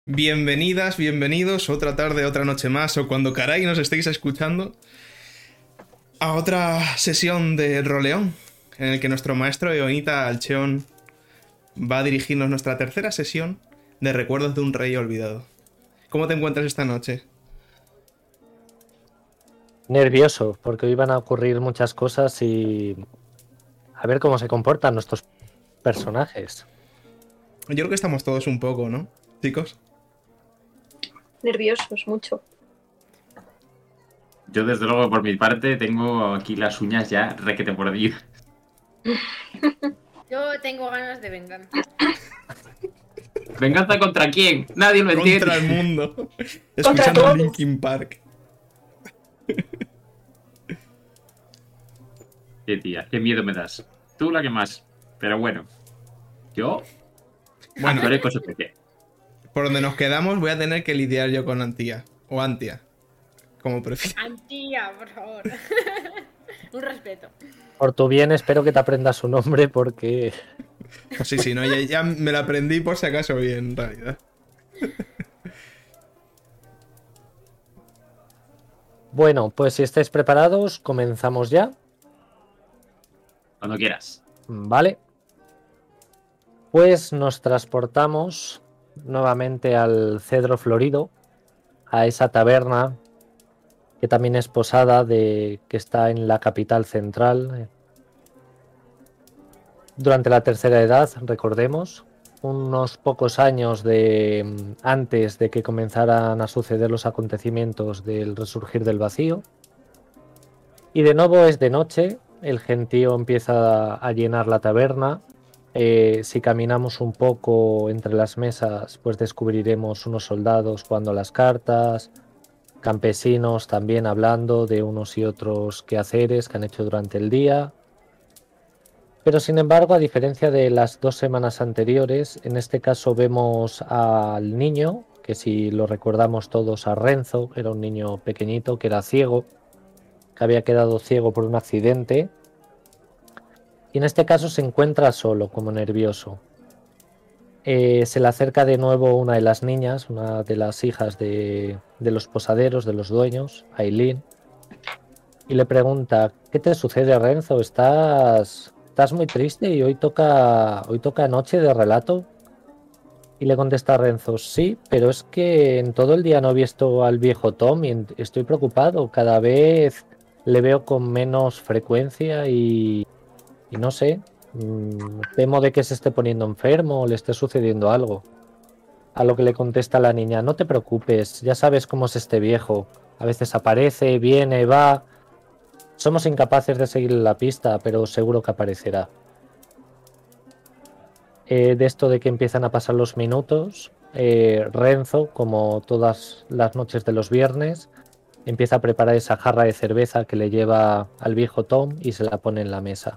Bienvenidas, bienvenidos, otra tarde, otra noche más, o cuando caray nos estéis escuchando, a otra sesión de Roleón, en el que nuestro maestro Eonita Alcheón va a dirigirnos nuestra tercera sesión de Recuerdos de un Rey Olvidado. ¿Cómo te encuentras esta noche? Nervioso, porque hoy van a ocurrir muchas cosas y a ver cómo se comportan nuestros personajes. Yo creo que estamos todos un poco, ¿no, chicos? Nerviosos, mucho. Yo, desde luego, por mi parte, tengo aquí las uñas ya requete mordidas. Yo tengo ganas de venganza. ¿Venganza contra quién? Nadie lo entiende. Contra el mundo. Contra Escuchando todos. Linkin Park. Qué tía, qué miedo me das. Tú la que más. Pero bueno, yo Bueno, actuaré con su especie. por donde nos quedamos voy a tener que lidiar yo con Antía. O Antia, como prefieras. Antía, por favor. Un respeto. Por tu bien espero que te aprendas su nombre porque Sí, no, ya me la aprendí por si acaso bien, en realidad. Bueno, pues si estáis preparados, comenzamos ya. Cuando quieras. Vale. Pues nos transportamos nuevamente al Cedro Florido, a esa taberna que también es posada que está en la capital central. Durante la Tercera Edad, recordemos, unos pocos años antes de que comenzaran a suceder los acontecimientos del resurgir del vacío. Y de nuevo es de noche, el gentío empieza a llenar la taberna. Si caminamos un poco entre las mesas, pues descubriremos unos soldados jugando las cartas, campesinos también hablando de unos y otros quehaceres que han hecho durante el día. Pero sin embargo, a diferencia de las 2 semanas anteriores, en este caso vemos al niño, que si lo recordamos todos, a Renzo, era un niño pequeñito que era ciego, que había quedado ciego por un accidente, y en este caso se encuentra solo, como nervioso. Se le acerca de nuevo una de las niñas, una de las hijas de los posaderos, de los dueños, Aileen, y le pregunta: ¿qué te sucede, Renzo? ¿Estás muy triste y hoy toca noche de relato? Y le contesta Renzo: sí, pero es que en todo el día no he visto al viejo Tom y estoy preocupado. Cada vez le veo con menos frecuencia y no sé, temo de que se esté poniendo enfermo o le esté sucediendo algo. A lo que le contesta la niña: no te preocupes, ya sabes cómo es este viejo. A veces aparece, viene, va. Somos incapaces de seguir la pista, pero seguro que aparecerá. De esto de que empiezan a pasar los minutos, Renzo, como todas las noches de los viernes, empieza a preparar esa jarra de cerveza que le lleva al viejo Tom y se la pone en la mesa.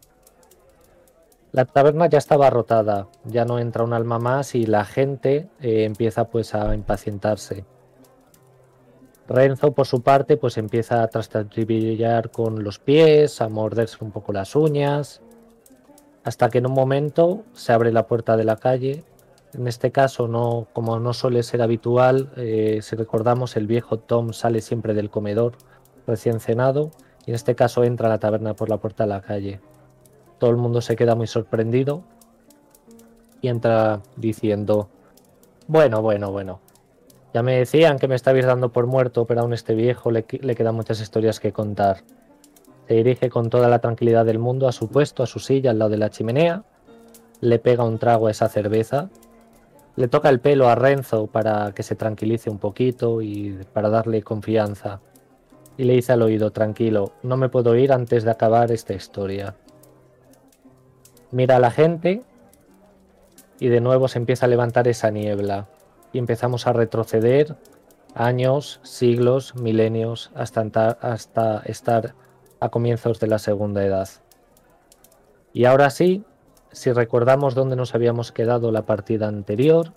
La taberna ya está abarrotada, ya no entra un alma más y la gente empieza pues a impacientarse. Renzo, por su parte, pues empieza a trastabillar con los pies, a morderse un poco las uñas, hasta que en un momento se abre la puerta de la calle. En este caso, no, como no suele ser habitual, si recordamos, el viejo Tom sale siempre del comedor recién cenado, y en este caso entra a la taberna por la puerta de la calle. Todo el mundo se queda muy sorprendido y entra diciendo: bueno. Ya me decían que me estabais dando por muerto, pero aún este viejo le quedan muchas historias que contar. Se dirige con toda la tranquilidad del mundo a su puesto, a su silla al lado de la chimenea, le pega un trago a esa cerveza, le toca el pelo a Renzo para que se tranquilice un poquito y para darle confianza, y le dice al oído: tranquilo, no me puedo ir antes de acabar esta historia. Mira a la gente y de nuevo se empieza a levantar esa niebla y empezamos a retroceder años, siglos, milenios hasta estar a comienzos de la Segunda Edad. Y ahora sí, si recordamos dónde nos habíamos quedado la partida anterior,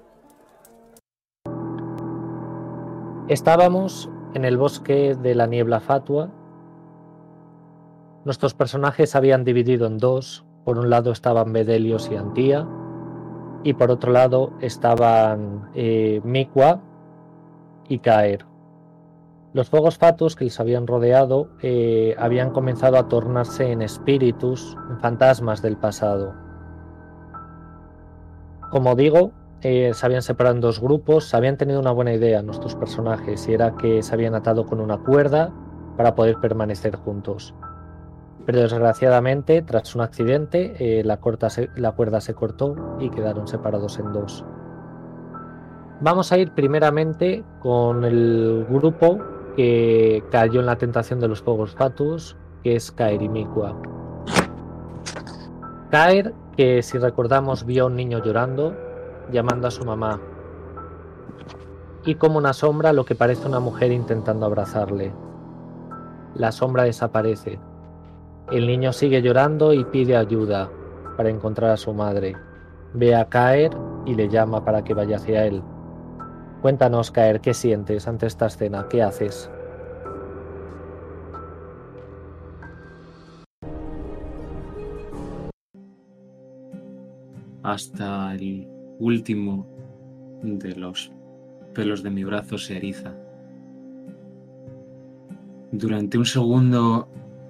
estábamos en el bosque de la niebla fatua. Nuestros personajes se habían dividido en dos. Por un lado estaban Bedelios y Antía, Y por otro lado estaban Mikwa y Kaer. Los fuegos Fatus que les habían rodeado habían comenzado a tornarse en espíritus, en fantasmas del pasado. Como digo, se habían separado en dos grupos, habían tenido una buena idea nuestros personajes, y era que se habían atado con una cuerda para poder permanecer juntos. Pero desgraciadamente, tras un accidente, la cuerda se cortó y quedaron separados en dos. Vamos a ir primeramente con el grupo que cayó en la tentación de los fuegos Fatus, que es Kaer y Mikwa. Kaer, que si recordamos vio a un niño llorando, llamando a su mamá, y como una sombra lo que parece una mujer intentando abrazarle. La sombra desaparece. El niño sigue llorando y pide ayuda para encontrar a su madre. Ve a Kaer y le llama para que vaya hacia él. Cuéntanos, Kaer, ¿qué sientes ante esta escena? ¿Qué haces? Hasta el último de los pelos de mi brazo se eriza. Durante un segundo,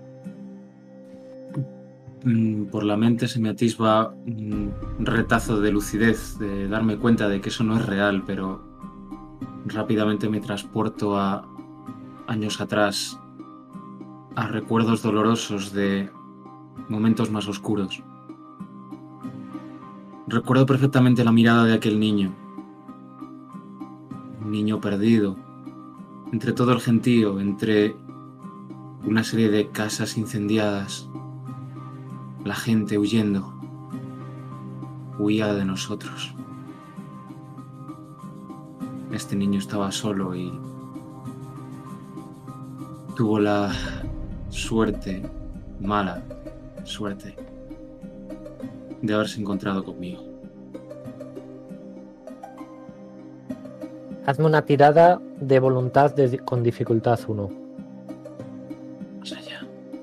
por la mente se me atisba un retazo de lucidez, de darme cuenta de que eso no es real, pero rápidamente me transporto a años atrás, a recuerdos dolorosos de momentos más oscuros. Recuerdo perfectamente la mirada de aquel niño, un niño perdido, entre todo el gentío, entre una serie de casas incendiadas, la gente huyendo, huía de nosotros. Este niño estaba solo y tuvo la suerte, mala suerte, de haberse encontrado conmigo. Hazme una tirada de voluntad con dificultad 1. Más allá.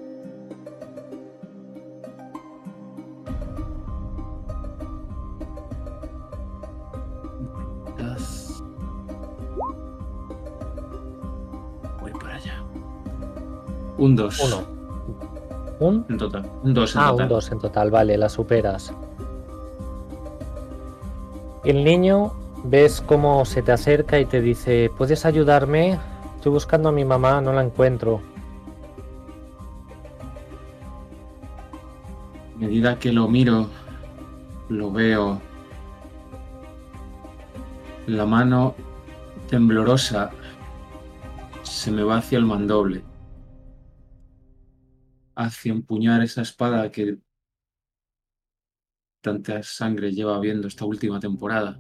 Voy para allá. Un 2. 1. ¿Un? En total. Un 2 en total. Un 2 en total, vale, la superas. El niño, ves cómo se te acerca y te dice: ¿puedes ayudarme? Estoy buscando a mi mamá, no la encuentro. A medida que lo miro, lo veo. La mano temblorosa se me va hacia el mandoble, hacia empuñar esa espada que tanta sangre lleva viendo esta última temporada.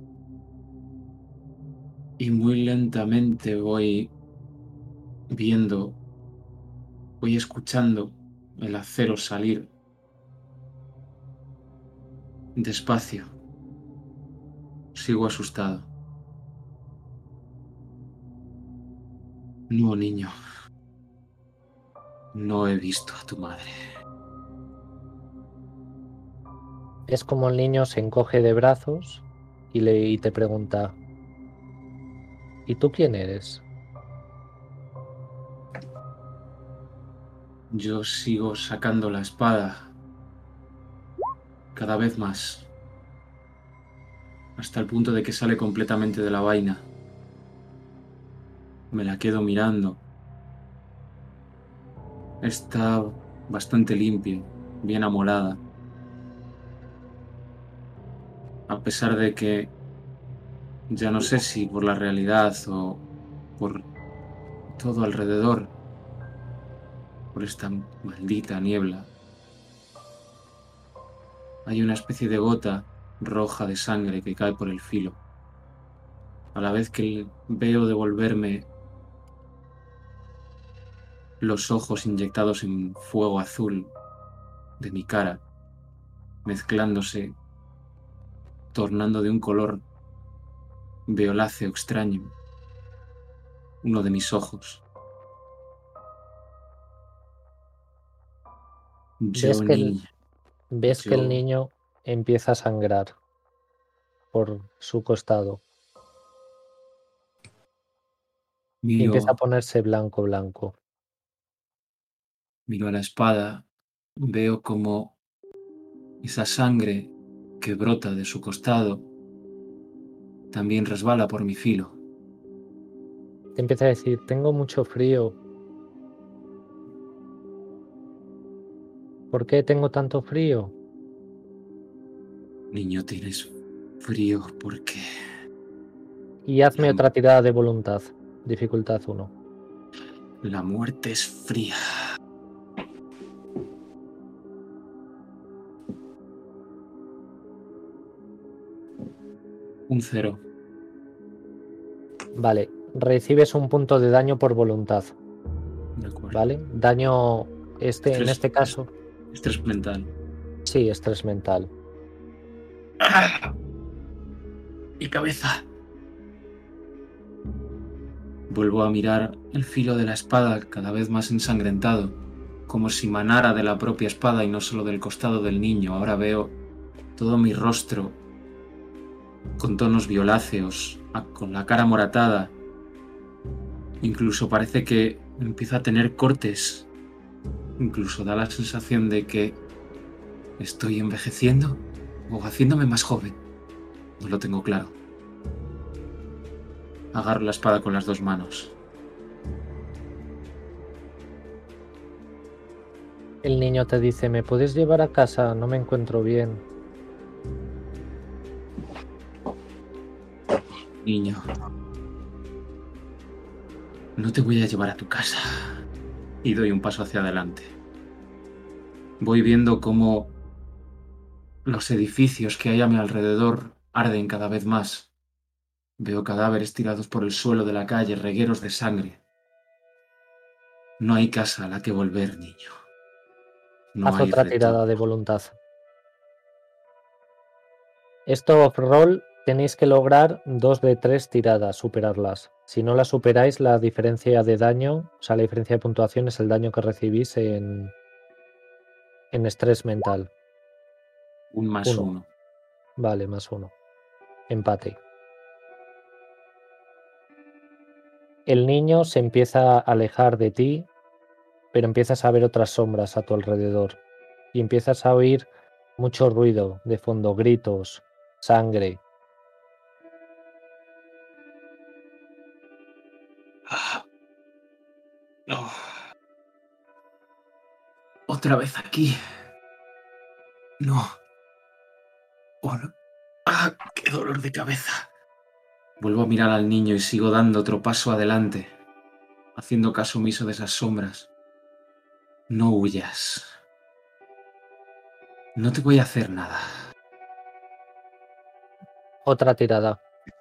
Y muy lentamente voy viendo, voy escuchando el acero salir despacio. Sigo asustado. No, niño. No he visto a tu madre. Es como el niño se encoge de brazos y te pregunta: ¿y tú quién eres? Yo sigo sacando la espada cada vez más, hasta el punto de que sale completamente de la vaina. Me la quedo mirando. Está bastante limpia, bien amolada. A pesar de que ya no sé si por la realidad o por todo alrededor, por esta maldita niebla, hay una especie de gota roja de sangre que cae por el filo. A la vez que veo devolverme los ojos inyectados en fuego azul de mi cara, mezclándose, tornando de un color violáceo extraño, uno de mis ojos. Ves que el niño empieza a sangrar. por su costado. Y Miro, empieza a ponerse blanco, blanco. miro a la espada, veo como esa sangre que brota de su costado también resbala por mi filo. Te empieza a decir, tengo mucho frío. ¿Por qué tengo tanto frío? Niño, tienes frío porque Y hazme la, otra tirada de voluntad. Dificultad 1. la muerte es fría. Un 0. Vale, recibes un punto de daño por voluntad. De acuerdo. ¿Vale? Daño en Estrés- este caso. Estrés mental. Sí, estrés mental. ¡Ah! Mi cabeza. Vuelvo a mirar el filo de la espada cada vez más ensangrentado, como si manara de la propia espada y no solo del costado del niño. Ahora veo todo mi rostro con tonos violáceos, con la cara moratada. Incluso parece que empieza a tener cortes. Incluso da la sensación de que estoy envejeciendo o haciéndome más joven. No lo tengo claro. Agarro la espada con las 2 manos. El niño te dice, ¿me puedes llevar a casa? No me encuentro bien. Niño, no te voy a llevar a tu casa. Y doy un paso hacia adelante. Voy viendo cómo los edificios que hay a mi alrededor arden cada vez más. Veo cadáveres tirados por el suelo de la calle, regueros de sangre. No hay casa a la que volver, niño. No Haz hay otra retorno. tirada de voluntad. Esto off-roll tenéis que lograr 2 de 3 tiradas, superarlas. Si no las superáis, la diferencia de daño, o sea, la diferencia de puntuación es el daño que recibís en estrés mental. Un más 1. 1. Vale, más 1. Empate. El niño se empieza a alejar de ti, pero empiezas a ver otras sombras a tu alrededor. Y empiezas a oír mucho ruido de fondo, gritos, sangre. No. Otra vez aquí. No. Oh, no. ¡Ah! ¡Qué dolor de cabeza! Vuelvo a mirar al niño y sigo dando otro paso adelante, haciendo caso omiso de esas sombras. No huyas. No te voy a hacer nada. Otra tirada.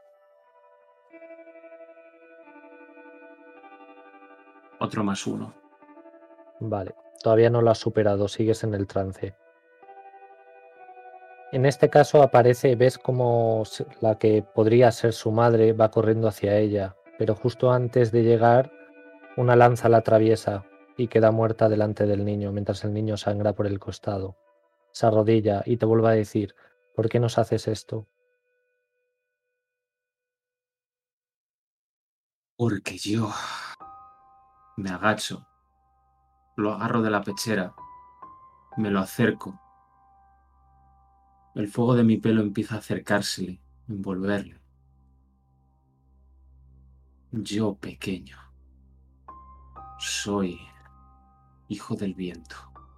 Otro más 1. Vale, todavía no lo has superado, sigues en el trance. En este caso aparece, ves como la que podría ser su madre va corriendo hacia ella, pero justo antes de llegar, una lanza la atraviesa y queda muerta delante del niño, mientras el niño sangra por el costado. Se arrodilla y te vuelve a decir, ¿por qué nos haces esto? Porque yo me agacho, lo agarro de la pechera, me lo acerco. El fuego de mi pelo empieza a acercársele, envolverle. Yo pequeño, soy hijo del viento.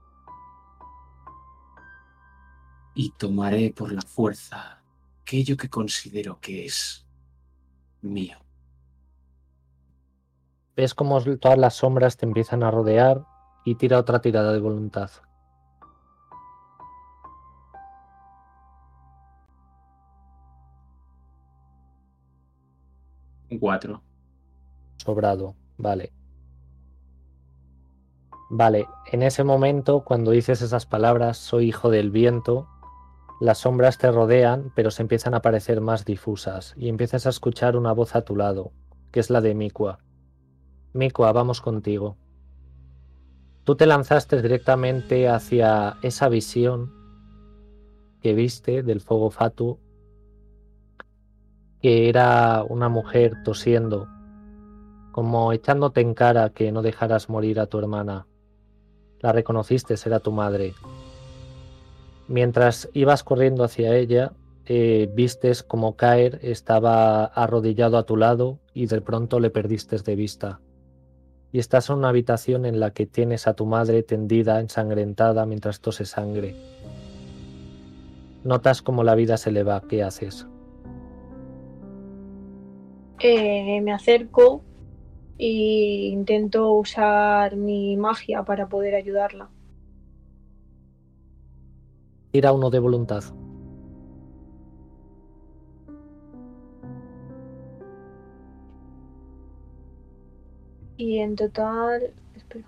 Y tomaré por la fuerza aquello que considero que es mío. Ves como todas las sombras te empiezan a rodear y tira otra tirada de voluntad. Un 4. Sobrado, vale. Vale, en ese momento, cuando dices esas palabras, soy hijo del viento, las sombras te rodean, pero se empiezan a parecer más difusas y empiezas a escuchar una voz a tu lado, que es la de Mikua. Mikua, vamos contigo. Tú te lanzaste directamente hacia esa visión que viste del fuego fatu que era una mujer tosiendo, como echándote en cara que no dejaras morir a tu hermana. La reconociste, era tu madre. Mientras ibas corriendo hacia ella, vistes como Caer estaba arrodillado a tu lado y de pronto le perdiste de vista. Y estás en una habitación en la que tienes a tu madre tendida, ensangrentada, mientras tose sangre. Notas como la vida se le va. ¿Qué haces? Me acerco e intento usar mi magia para poder ayudarla. Tira uno de voluntad. Y en total... Espera.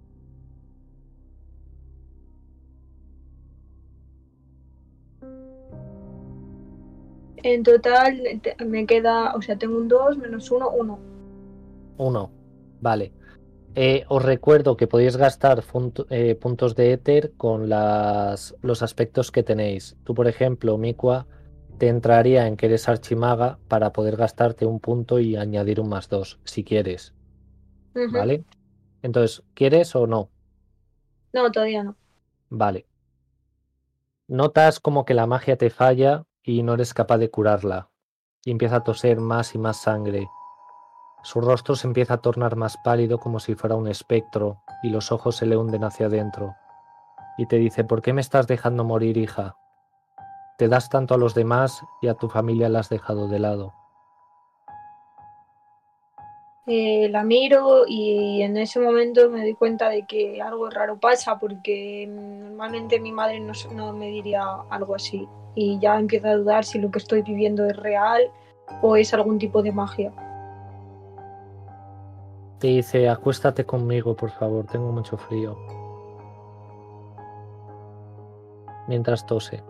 En total me queda... O sea, tengo un 2 menos 1, 1. 1. Vale. Os recuerdo que podéis gastar puntos de éter con los aspectos que tenéis. Tú, por ejemplo, Mikua, te entraría en que eres archimaga para poder gastarte un punto y añadir un +2, si quieres. ¿Vale? Entonces, ¿quieres o no? No, todavía no. Vale. Notas como que la magia te falla y no eres capaz de curarla. Y empieza a toser más y más sangre. Su rostro se empieza a tornar más pálido como si fuera un espectro y los ojos se le hunden hacia adentro. Y te dice: ¿por qué me estás dejando morir, hija? Te das tanto a los demás y a tu familia la has dejado de lado. La miro y en ese momento me doy cuenta de que algo raro pasa porque normalmente mi madre no me diría algo así. Y ya empiezo a dudar si lo que estoy viviendo es real o es algún tipo de magia. Te dice: acuéstate conmigo, por favor, tengo mucho frío. Mientras tose.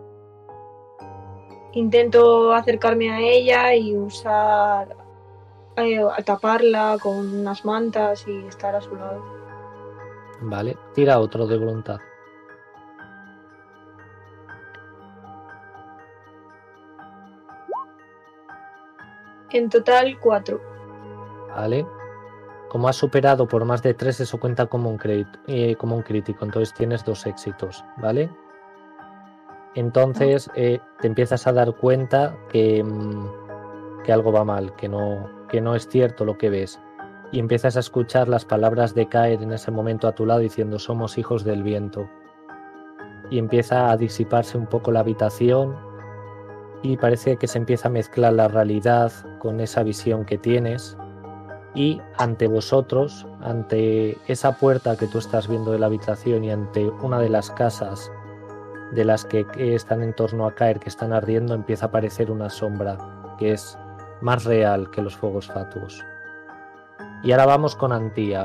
Intento acercarme a ella y usar... a taparla con unas mantas y estar a su lado. Vale, tira otro de voluntad. En total 4. Vale. Como has superado por más de 3, eso cuenta como un crítico, entonces tienes 2 éxitos, ¿vale? Entonces te empiezas a dar cuenta que algo va mal, que no es cierto lo que ves. Y empiezas a escuchar las palabras de Caer en ese momento a tu lado diciendo: somos hijos del viento. Y empieza a disiparse un poco la habitación y parece que se empieza a mezclar la realidad con esa visión que tienes. Y ante vosotros, ante esa puerta que tú estás viendo de la habitación y ante una de las casas de las que están en torno a Caer, que están ardiendo, empieza a aparecer una sombra que es más real que los fuegos fatuos. Y ahora vamos con Antía.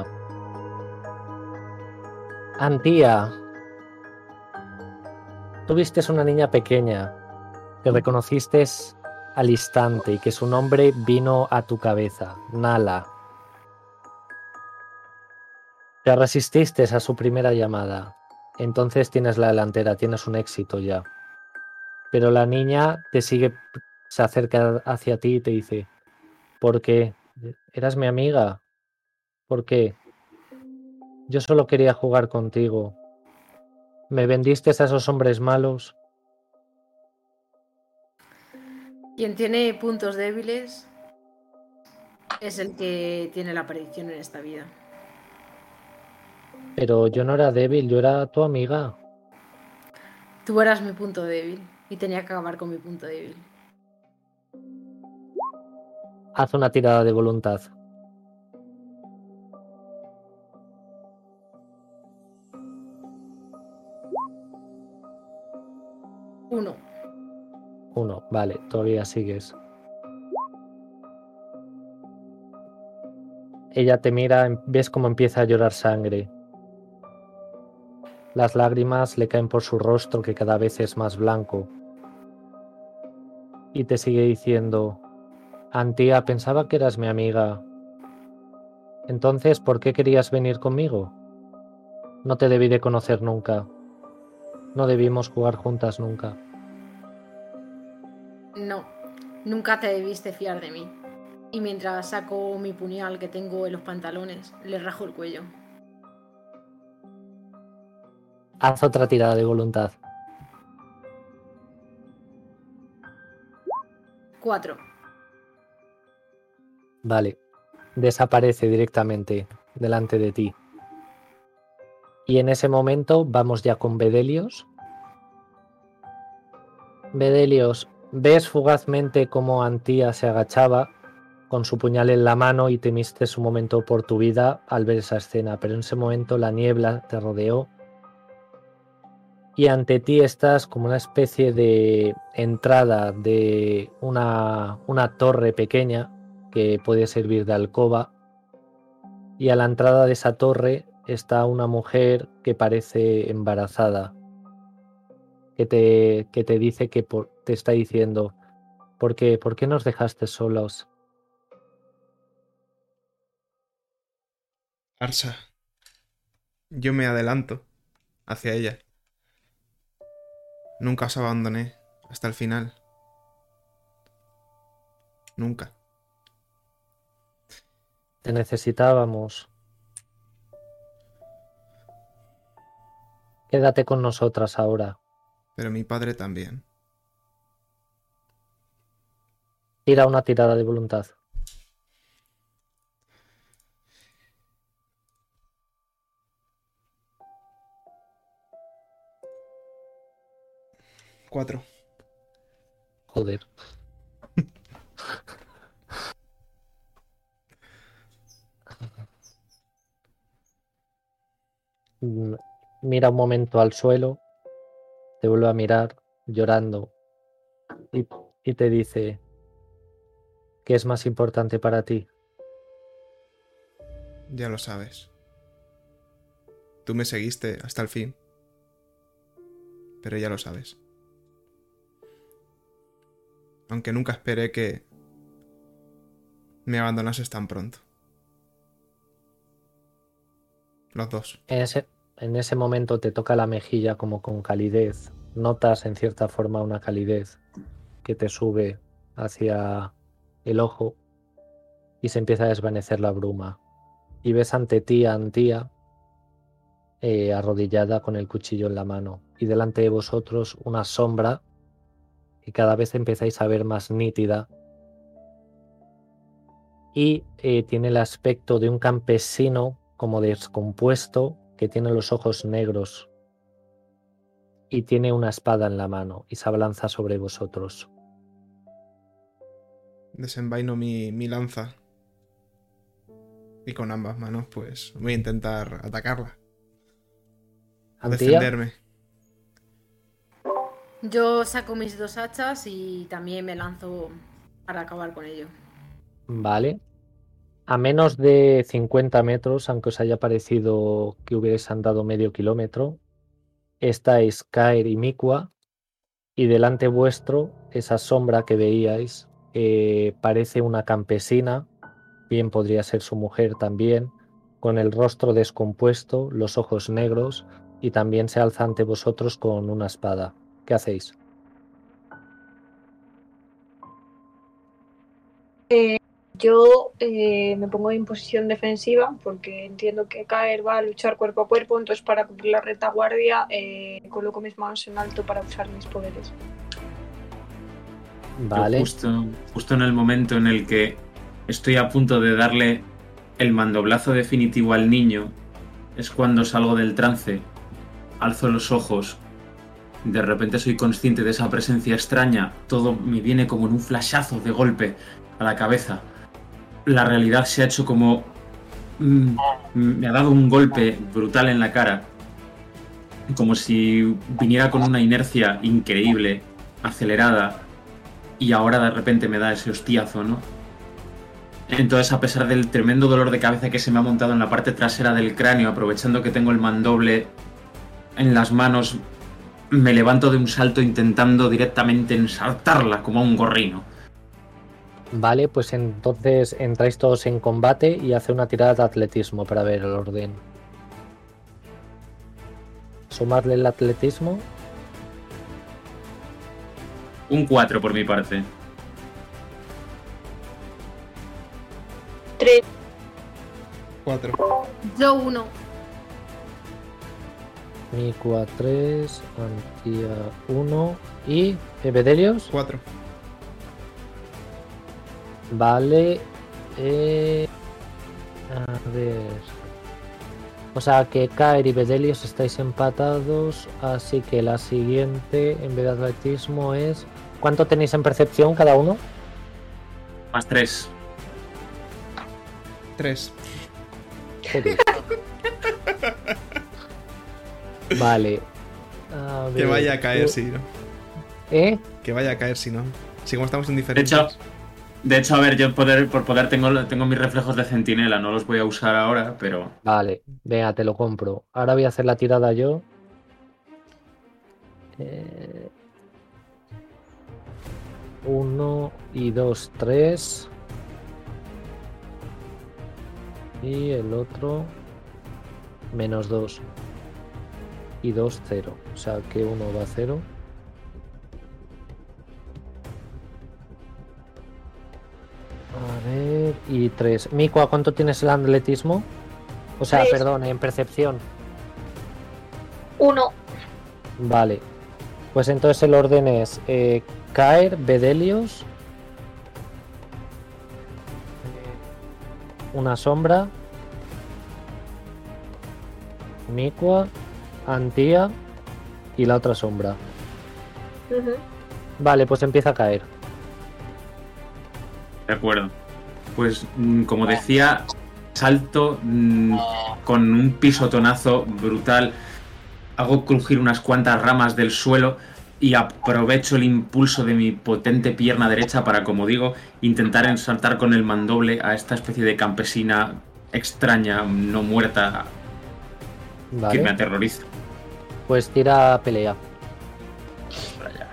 Antía, tú viste una niña pequeña que reconociste al instante y que su nombre vino a tu cabeza: Nala. Te resististe a su primera llamada. Entonces tienes la delantera, tienes un éxito ya. Pero la niña se acerca hacia ti y te dice: ¿por qué? ¿Eras mi amiga? ¿Por qué? Yo solo quería jugar contigo. ¿Me vendiste a esos hombres malos? Quien tiene puntos débiles es el que tiene la perdición en esta vida. Pero yo no era débil, yo era tu amiga. Tú eras mi punto débil y tenía que acabar con mi punto débil. Haz una tirada de voluntad. Uno, vale, todavía sigues. Ella te mira, ves cómo empieza a llorar sangre. Las lágrimas le caen por su rostro, que cada vez es más blanco. Y te sigue diciendo: Antía, pensaba que eras mi amiga. Entonces, ¿por qué querías venir conmigo? No te debí de conocer nunca. No debimos jugar juntas nunca. No, Nunca te debiste fiar de mí. Y mientras saco mi puñal que tengo en los pantalones, le rajo el cuello. Haz otra tirada de voluntad. 4. Vale. Desaparece directamente delante de ti. Y en ese momento vamos ya con Bedelios. Bedelios, ves fugazmente cómo Antía se agachaba con su puñal en la mano y temiste un momento por tu vida al ver esa escena, pero en ese momento la niebla te rodeó y ante ti estás como una especie de entrada de una torre pequeña que puede servir de alcoba, y a la entrada de esa torre está una mujer que parece embarazada, que te dice que te está diciendo, ¿por qué nos dejaste solos? Arsa, yo me adelanto hacia ella. Nunca os abandoné hasta el final. Nunca. Te necesitábamos. Quédate con nosotras ahora. Pero mi padre también. Tira una tirada de voluntad. 4. Joder. Mira un momento al suelo, te vuelve a mirar llorando y te dice, ¿qué es más importante para ti? Ya lo sabes. Tú me seguiste hasta el fin. Pero ya lo sabes. Aunque nunca esperé que me abandonases tan pronto. Los dos. En ese momento te toca la mejilla como con calidez. Notas en cierta forma una calidez que te sube hacia el ojo y se empieza a desvanecer la bruma. Y ves ante ti a Antía arrodillada con el cuchillo en la mano. Y delante de vosotros una sombra que cada vez empezáis a ver más nítida. Y tiene el aspecto de un campesino como descompuesto, que tiene los ojos negros y tiene una espada en la mano y se abalanza sobre vosotros. Desenvaino mi lanza y con ambas manos pues voy a intentar atacarla. A Antía, defenderme. Yo saco mis 2 hachas y también me lanzo para acabar con ello. vale. A menos de 50 metros, aunque os haya parecido que hubierais andado medio kilómetro, estáis Kaer y Mikua, y delante vuestro, esa sombra que veíais parece una campesina, bien podría ser su mujer también, con el rostro descompuesto, los ojos negros, y también se alza ante vosotros con una espada. ¿Qué hacéis? Yo me pongo en posición defensiva porque entiendo que Caer va a luchar cuerpo a cuerpo, entonces para cubrir la retaguardia coloco mis manos en alto para usar mis poderes. Vale. Yo justo en el momento en el que estoy a punto de darle el mandoblazo definitivo al niño, es cuando salgo del trance, alzo los ojos, de repente soy consciente de esa presencia extraña, todo me viene como en un flashazo de golpe a la cabeza. La realidad se ha hecho como... me ha dado un golpe brutal en la cara, como si viniera con una inercia increíble, acelerada, y ahora de repente me da ese hostiazo, ¿no? Entonces, a pesar del tremendo dolor de cabeza que se me ha montado en la parte trasera del cráneo, aprovechando que tengo el mandoble en las manos, me levanto de un salto intentando directamente ensartarla como a un gorrino. Vale, pues entonces entráis todos en combate y hace una tirada de atletismo para ver el orden. Sumarle el atletismo. Un 4 por mi parte. 3. 4. Yo 1. Miku a 3, Antía 1 y Bedelios. 4. Vale. A ver. O sea que Kair y Bedelios estáis empatados, así que la siguiente en vez de atletismo es... ¿Cuánto tenéis en percepción cada uno? Más 3. 3. Joder. Vale. A ver, Que vaya a caer, tú- sí, ¿no? ¿Eh? Que vaya a caer, si no. Si como estamos en De diferentes. hecho, a ver, yo por poder tengo mis reflejos de centinela, no los voy a usar ahora, pero... Vale, venga, te lo compro. Ahora voy a hacer la tirada yo. 1 y 2, 3. Y el otro -2. Y 2, 0. O sea que uno va a 0. A ver, y 3. Miku, ¿a cuánto tienes el atletismo? O sea, 3. perdón, en percepción. 1. Vale. Pues entonces el orden es Kair, Bedelios, una sombra, Mikua, Antía y la otra sombra. Vale, pues empieza a caer. De acuerdo. Pues, como decía, salto con un pisotonazo brutal. Hago crujir unas cuantas ramas del suelo y aprovecho el impulso de mi potente pierna derecha para, como digo, intentar saltar con el mandoble a esta especie de campesina extraña, no muerta, que me Vale, aterroriza. pues tira pelea. Para allá.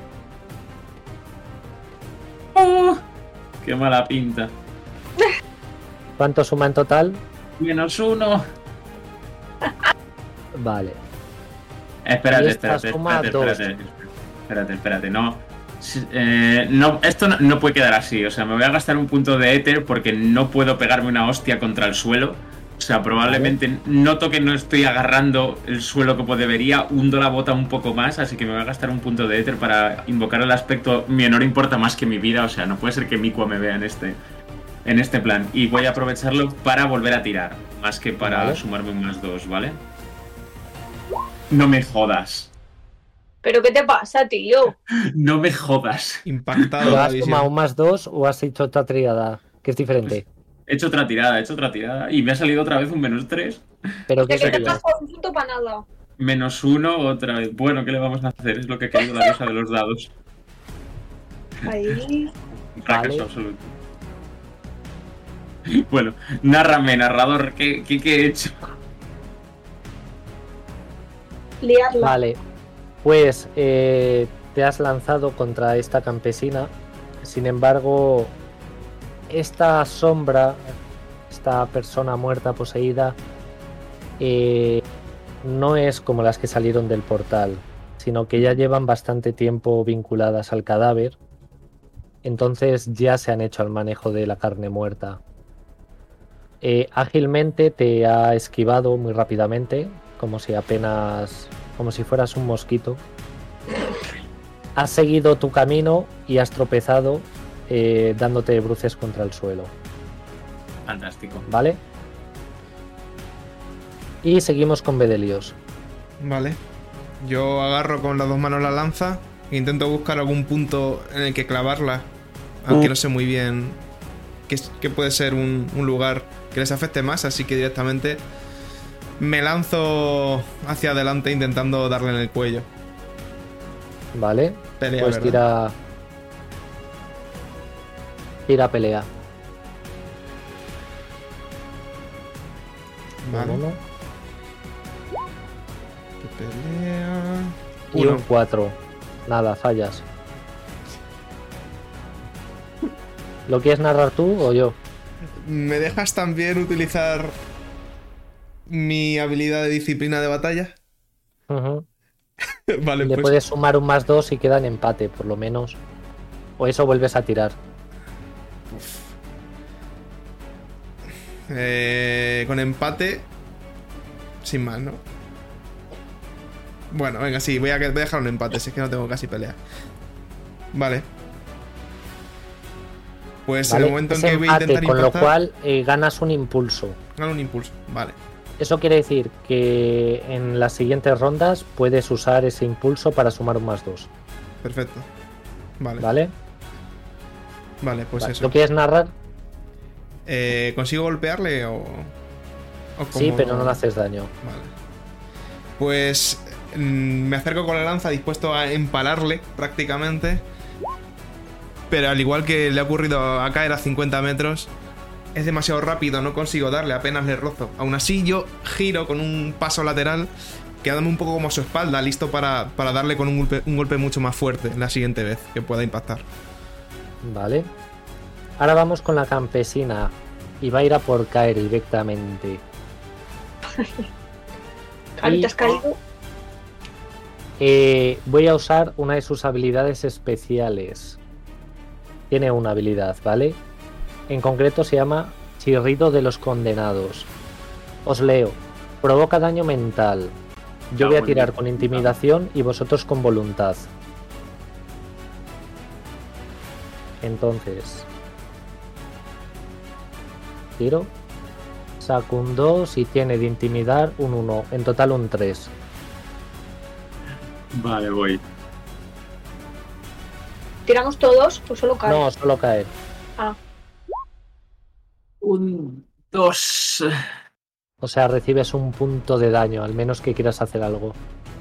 ¡Oh! ¡Qué mala pinta! ¿Cuánto suma en total? -1. Vale. Espérate, Y esta suma espérate. No, no, esto no puede quedar así. O sea, me voy a gastar un punto de éter porque no puedo pegarme una hostia contra el suelo. O sea, probablemente noto que no estoy agarrando el suelo como debería, hundo la bota un poco más, así que me voy a gastar un punto de éter para invocar el aspecto mi honor importa más que mi vida. O sea, no puede ser que Mikua me vea en este plan. Y voy a aprovecharlo para volver a tirar, más que para Vale. sumarme un +2, ¿vale? No me jodas. ¿Pero qué te pasa, tío? No me jodas. Impactado ¿Pero la has sumado visión. un +2 o has hecho otra triada? Que es diferente. He hecho otra tirada. Y me ha salido otra vez un -3. Pero O sea, ¿qué que te sería? pasa un punto para nada. -1 otra vez. Bueno, ¿qué le vamos a hacer? Es lo que ha querido la diosa de los dados. Ahí. Un fracaso Vale. absoluto. Bueno, nárrame, narrador, ¿qué he hecho? Liarla. Vale, pues te has lanzado contra esta campesina. Sin embargo, esta sombra, esta persona muerta, poseída, no es como las que salieron del portal, sino que ya llevan bastante tiempo vinculadas al cadáver. Entonces ya se han hecho al manejo de la carne muerta. Ágilmente te ha esquivado muy rápidamente, como si fueras un mosquito. Has seguido tu camino y has tropezado dándote bruces contra el suelo, Fantástico. ¿vale? Y seguimos con Bedelios. Vale. Yo agarro con las dos manos la lanza e intento buscar algún punto en el que clavarla. Aunque no sé muy bien qué puede ser un lugar que les afecte más, así que directamente me lanzo hacia adelante intentando darle en el cuello. ¿Vale? Pelea, Pues ¿verdad? tira pelea. Vale. Uno ¿Qué pelea? y Uno. un 4. Nada, fallas. ¿Lo quieres narrar tú o yo? ¿Me dejas también utilizar mi habilidad de disciplina de batalla? Ujú. Vale, Le pues puedes sumar un +2 y queda en empate, por lo menos. O eso vuelves a tirar. Con empate. Sin más, ¿no? Bueno, venga, sí, voy a dejar un empate, si es que no tengo casi pelea. Vale. Pues ¿vale? en el momento en Ese que voy a empate, intentar con lo impactar, cual ganas un impulso. gano un impulso. Vale. Eso quiere decir que en las siguientes rondas puedes usar ese impulso para sumar un +2. Perfecto. Vale. ¿Vale? Pues Vale. eso. ¿Lo quieres narrar? ¿Consigo golpearle o Sí, cómo? pero no le haces daño. Vale. Pues me acerco con la lanza dispuesto a empalarle prácticamente. Pero al igual que le ha ocurrido a caer a 50 metros, es demasiado rápido, no consigo darle, apenas le rozo. Aún así yo giro con un paso lateral, quedándome un poco como a su espalda, listo para darle con un golpe mucho más fuerte la siguiente vez que pueda impactar. Vale. Ahora vamos con la campesina. Y va a ir a por caer directamente. Cari, ¿te has caído? Voy a usar una de sus habilidades especiales. Tiene una habilidad, ¿vale? En concreto se llama Chirrido de los Condenados. Os leo. Provoca daño mental. Yo voy a tirar con intimidación y vosotros con voluntad. Entonces... tiro. Saco un 2 y tiene de intimidar un 1. En total un 3. Vale, voy. ¿Tiramos todos o solo cae? No, solo caer. Ah, Un 2. O sea, recibes un punto de daño, al menos que quieras hacer algo.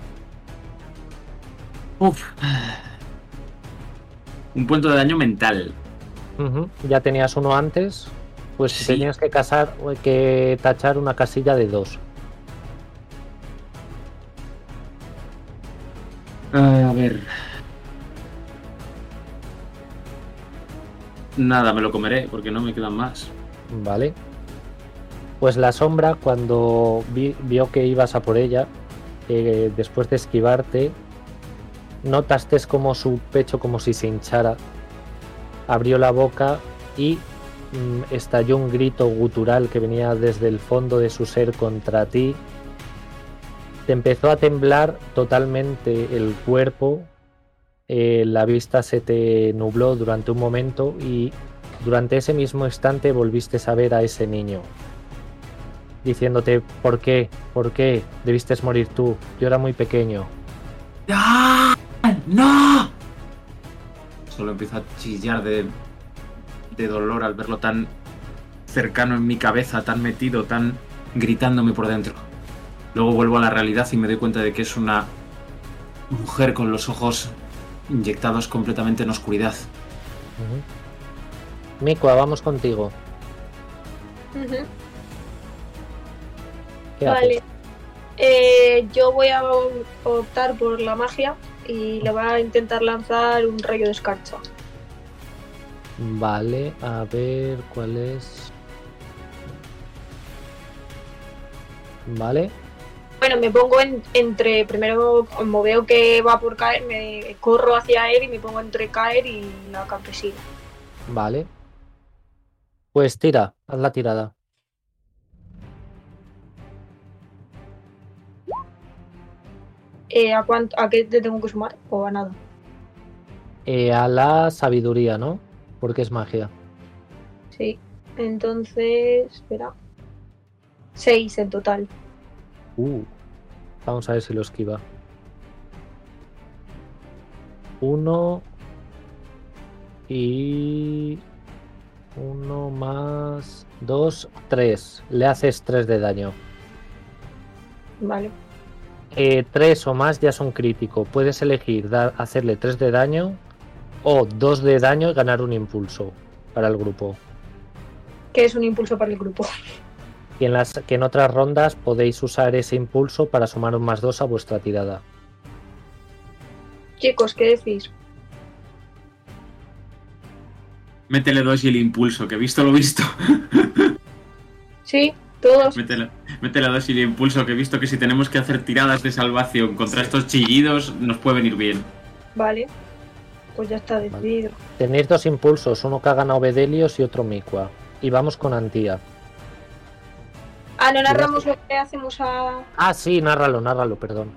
Uf. Un punto de daño mental. Ujú. Ya tenías uno antes, pues Sí. tenías que tachar una casilla de 2. A ver. Nada, me lo comeré porque no me quedan más. Vale. Pues la sombra, cuando vio que ibas a por ella, después de esquivarte, notaste como su pecho como si se hinchara. Abrió la boca y estalló un grito gutural que venía desde el fondo de su ser contra ti. Te empezó a temblar totalmente el cuerpo, la vista se te nubló durante un momento y durante ese mismo instante volviste a ver a ese niño, diciéndote: ¿por qué? ¿Por qué? Debiste morir tú, yo era muy pequeño. ¡Ah! ¡No! Solo empiezo a chillar de dolor al verlo tan cercano en mi cabeza, tan metido, tan gritándome por dentro. Luego vuelvo a la realidad y me doy cuenta de que es una mujer con los ojos inyectados completamente en oscuridad. Mikua, vamos contigo. ujú. ¿Qué Vale. haces? Yo voy a optar por la magia y le voy a intentar lanzar un rayo de escarcha. Vale, a ver cuál es. Vale. Bueno, me pongo entre, primero como veo que va por caer, me corro hacia él y me pongo entre caer y la campesina. Vale. Pues tira, haz la tirada. ¿A qué te tengo que sumar? ¿O a nada? A la sabiduría, ¿no? Porque es magia. Sí. Entonces, espera. 6 en total. Vamos a ver si lo esquiva. 1 y 1 más 2, 3. Le haces 3 de daño. Vale. 3 o más ya son crítico. Puedes elegir hacerle 3 de daño o 2 de daño y ganar un impulso para el grupo. Que es un impulso para el grupo. Y que en otras rondas podéis usar ese impulso para sumar un +2 a vuestra tirada. Chicos, ¿qué decís? Métele 2 y el impulso, que visto lo visto. Sí, todos. Métele 2 y el impulso, que he visto que si tenemos que hacer tiradas de salvación contra estos chillidos, nos puede venir bien. Vale. Pues ya está decidido. Tenéis 2 impulsos, uno que ha ganado Bedelios y otro Mikua. Y vamos con Antía. Ah, no narramos lo que hacemos a... Ah, sí, nárralo, perdón.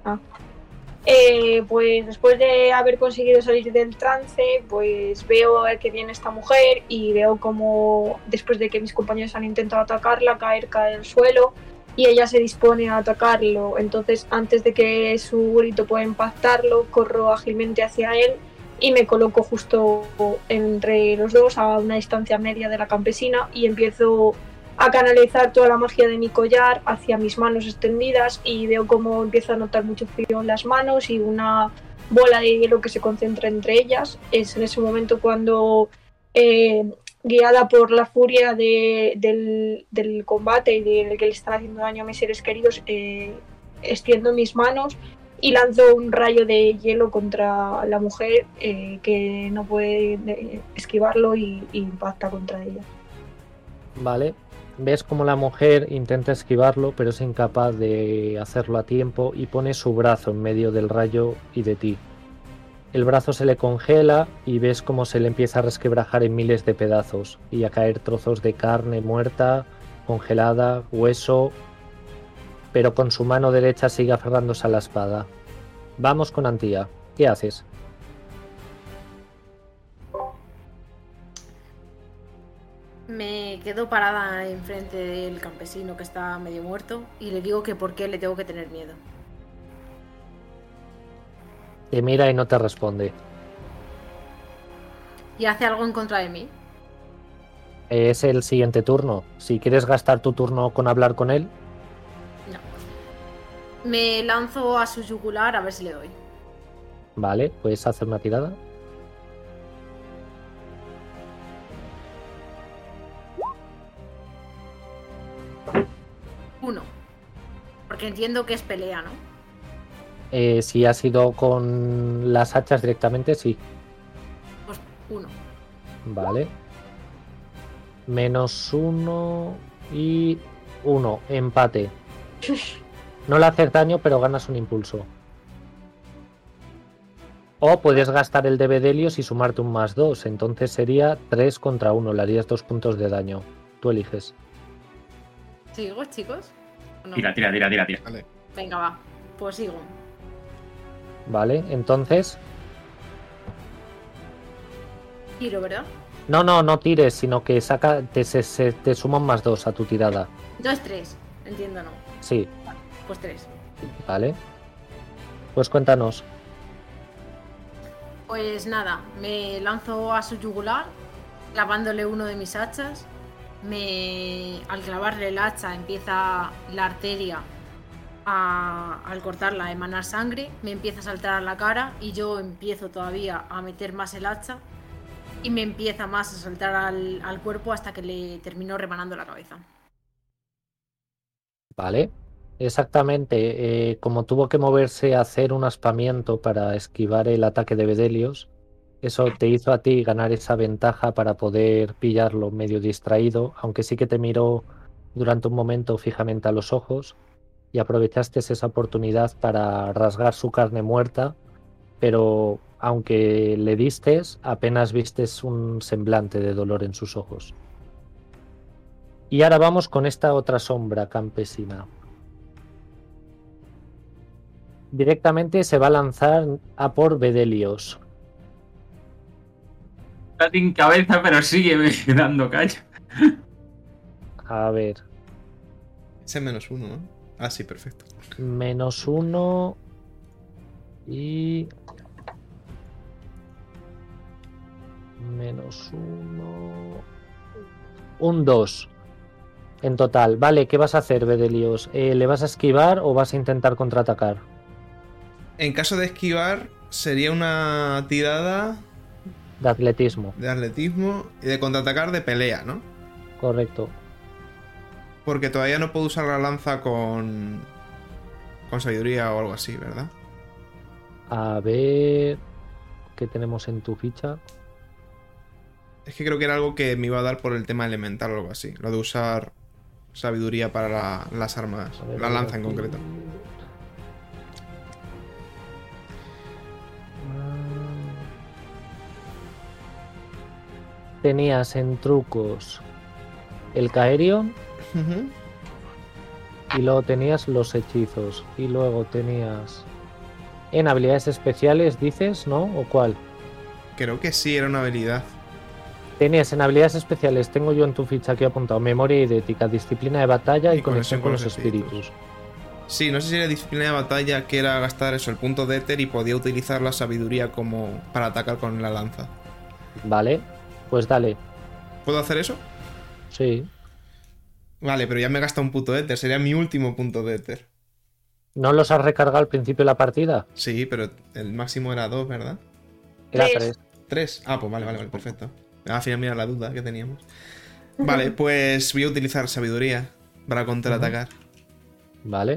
Pues después de haber conseguido salir del trance, pues veo que viene esta mujer y veo como después de que mis compañeros han intentado atacarla, cae al suelo y ella se dispone a atacarlo. Entonces, antes de que su grito pueda impactarlo, corro ágilmente hacia él y me coloco justo entre los dos a una distancia media de la campesina y empiezo a canalizar toda la magia de mi collar hacia mis manos extendidas y veo cómo empiezo a notar mucho frío en las manos y una bola de hielo que se concentra entre ellas. Es en ese momento cuando, guiada por la furia del combate y del que le están haciendo daño a mis seres queridos, extiendo mis manos y lanzo un rayo de hielo contra la mujer, que no puede esquivarlo y impacta contra ella. Vale. Ves como la mujer intenta esquivarlo, pero es incapaz de hacerlo a tiempo y pone su brazo en medio del rayo y de ti. El brazo se le congela y ves cómo se le empieza a resquebrajar en miles de pedazos y a caer trozos de carne muerta, congelada, hueso, pero con su mano derecha sigue aferrándose a la espada. Vamos con Antía. ¿Qué haces? Me quedo parada enfrente del campesino que está medio muerto y le digo que por qué le tengo que tener miedo. Te mira y no te responde. ¿Y hace algo en contra de mí? Es el siguiente turno. Si quieres gastar tu turno con hablar con él. No. Me lanzo a su yugular a ver si le doy. Vale, puedes hacer una tirada. Uno. Porque entiendo que es pelea, ¿no? Si has ido con las hachas directamente, sí. Pues 1. Vale. -1 y 1. Empate. No le haces daño, pero ganas un impulso. O puedes gastar el de Bedelios y sumarte un +2. Entonces sería 3 contra 1. Le harías 2 puntos de daño. Tú eliges. ¿Sigo, chicos? ¿O no? Tira. Vale. Venga, va. Pues sigo. Vale, entonces... Tiro, ¿verdad? No tires, sino que te suman +2 a tu tirada. Entonces 3. Entiendo, ¿no? Sí, Pues 3. vale. Pues cuéntanos. Pues nada, me lanzo a su yugular, clavándole uno de mis hachas. Al clavarle el hacha empieza la arteria al cortarla a emanar sangre, me empieza a saltar a la cara y yo empiezo todavía a meter más el hacha y me empieza más a saltar al cuerpo hasta que le termino rebanando la cabeza. Vale. Exactamente. Como tuvo que moverse a hacer un aspamiento para esquivar el ataque de Bedelios, eso te hizo a ti ganar esa ventaja para poder pillarlo medio distraído, aunque sí que te miró durante un momento fijamente a los ojos y aprovechaste esa oportunidad para rasgar su carne muerta, pero aunque le distes, apenas vistes un semblante de dolor en sus ojos. Y ahora vamos con esta otra sombra campesina. Directamente se va a lanzar a por Bedelios. Está sin cabeza, pero sígueme dando caña. A ver. Ese -1, ¿no? Ah, sí, perfecto. -1 y... -1... Un 2 en total. Vale, ¿qué vas a hacer, Bedelios? ¿Le vas a esquivar o vas a intentar contraatacar? En caso de esquivar, sería una tirada De atletismo. de atletismo y de contraatacar de pelea, ¿no? Correcto. Porque todavía no puedo usar la lanza con sabiduría o algo así, ¿verdad? A ver... ¿Qué tenemos en tu ficha? Es que creo que era algo que me iba a dar por el tema elemental o algo así. Lo de usar sabiduría para las armas. A ver, La lanza en concreto. Tenías en trucos el Caerion, y luego tenías los hechizos, y luego tenías en habilidades especiales, dices, ¿no? ¿O cuál? Creo que sí, era una habilidad. Tenías en habilidades especiales, tengo yo en tu ficha aquí apuntado, memoria idética, disciplina de batalla y conexión con los espíritus. Sí, no sé si era disciplina de batalla, que era gastar eso, el punto de éter, y podía utilizar la sabiduría como para atacar con la lanza. Vale, pues dale. ¿Puedo hacer eso? Sí. Vale, pero ya me gasta un punto de éter, sería mi último punto de éter. ¿No los has recargado al principio de la partida? Sí, pero el máximo era 2, ¿verdad? Era 3. 3. 3. Ah, pues vale, perfecto. Al final mira la duda que teníamos. Vale, pues voy a utilizar sabiduría para contraatacar. Vale.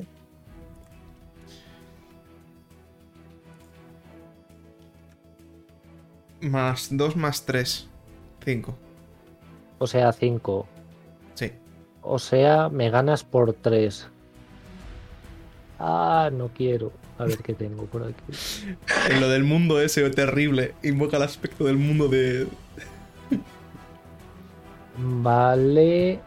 Más 2 más 3. 5. O sea, 5. Sí. O sea, me ganas por 3. Ah, no quiero. A ver qué tengo por aquí. En lo del mundo ese terrible, invoca el aspecto del mundo de... Vale.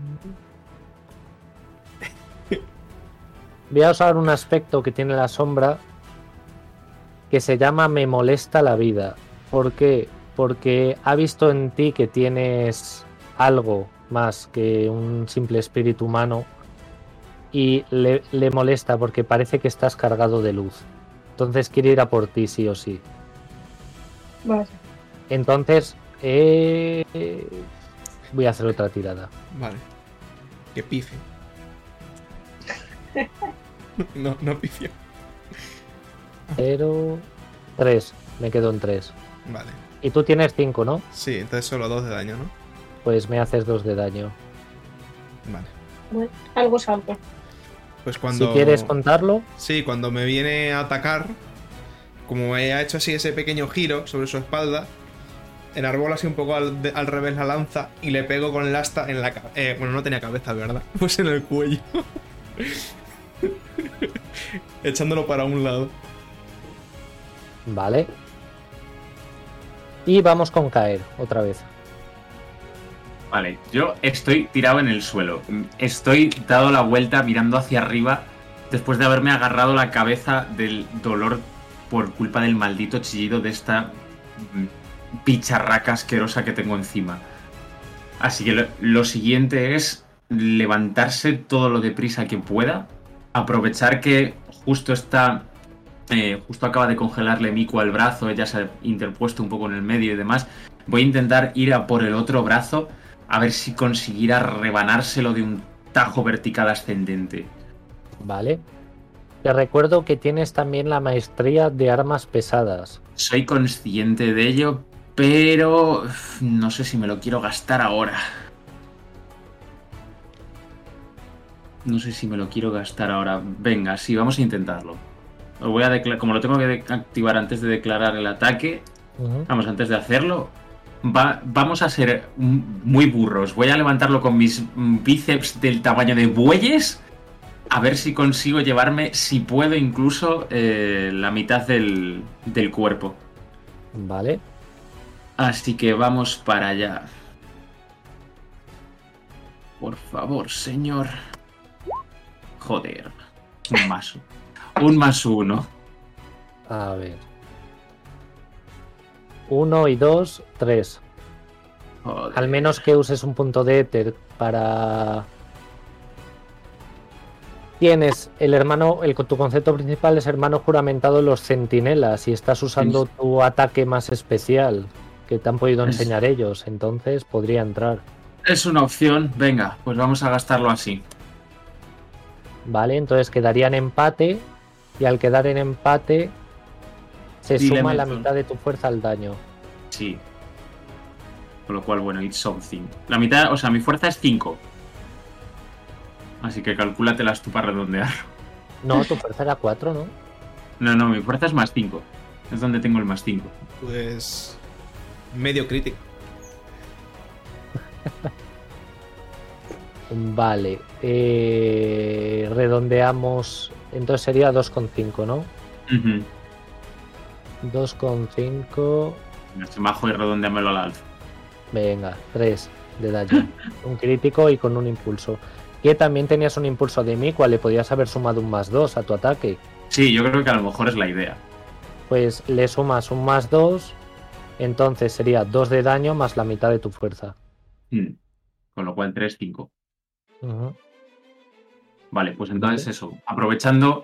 Voy a usar un aspecto que tiene la sombra que se llama Me molesta la vida. ¿Por qué? Porque ha visto en ti que tienes algo más que un simple espíritu humano y le molesta porque parece que estás cargado de luz. Entonces quiere ir a por ti sí o sí. Vale. Entonces voy a hacer otra tirada. Vale. Que pife. No pifio. 0, 3. Me quedo en 3. Vale. Y tú tienes 5, ¿no? Sí, entonces solo 2 de daño, ¿no? Pues me haces 2 de daño. Vale. Bueno, algo es algo. Pues cuando... Si quieres contarlo. Sí, cuando me viene a atacar, como me ha hecho así ese pequeño giro sobre su espalda, enarbola así un poco al revés la lanza y le pego con el asta en la cabeza. Bueno, no tenía cabeza, ¿verdad? Pues en el cuello. Echándolo para un lado. Vale. Y vamos con caer otra vez. Vale, yo estoy tirado en el suelo. Estoy dado la vuelta mirando hacia arriba después de haberme agarrado la cabeza del dolor por culpa del maldito chillido de esta bicharraca asquerosa que tengo encima. Así que lo siguiente es levantarse todo lo deprisa que pueda, aprovechar que justo acaba de congelarle Miku al brazo, ella se ha interpuesto un poco en el medio y demás. Voy a intentar ir a por el otro brazo a ver si consiguiera rebanárselo de un tajo vertical ascendente. Vale. Te recuerdo que tienes también la maestría de armas pesadas. Soy consciente de ello, pero no sé si me lo quiero gastar ahora. Venga, sí, vamos a intentarlo. Como lo tengo que activar antes de declarar el ataque, antes de hacerlo, vamos a ser muy burros. Voy a levantarlo con mis bíceps del tamaño de bueyes, a ver si consigo llevarme, si puedo, incluso la mitad del cuerpo. Vale. Así que vamos para allá. Por favor, señor. Joder. Un más uno. A ver. 1 y 2, 3. Joder. Al menos que uses un punto de éter para... Tienes tu concepto principal es hermano juramentado de los centinelas y estás usando tu ataque más especial que te han podido enseñar ellos, entonces podría entrar. Es una opción, venga, pues vamos a gastarlo así. Vale, entonces quedaría en empate y al quedar en empate se suma la mitad de tu fuerza al daño. Sí. Con lo cual, bueno, it's something. La mitad, o sea, mi fuerza es 5. Así que calcúlatelas tú para redondear. No, tu fuerza era 4, ¿no? No, mi fuerza es más 5. Es donde tengo el más 5. Pues... medio crítico. Vale. Redondeamos. Entonces sería 2,5, ¿no? 2,5. Estoy majo y redondeamelo al alza. Venga, 3 de daño. Un crítico y con un impulso. que también tenías un impulso de mí, cual le podías haber sumado un +2 a tu ataque. Sí, yo creo que a lo mejor es la idea. Pues le sumas un +2, entonces sería 2 de daño más la mitad de tu fuerza. Con lo cual 3, 5. Ujú. Vale, pues entonces eso, aprovechando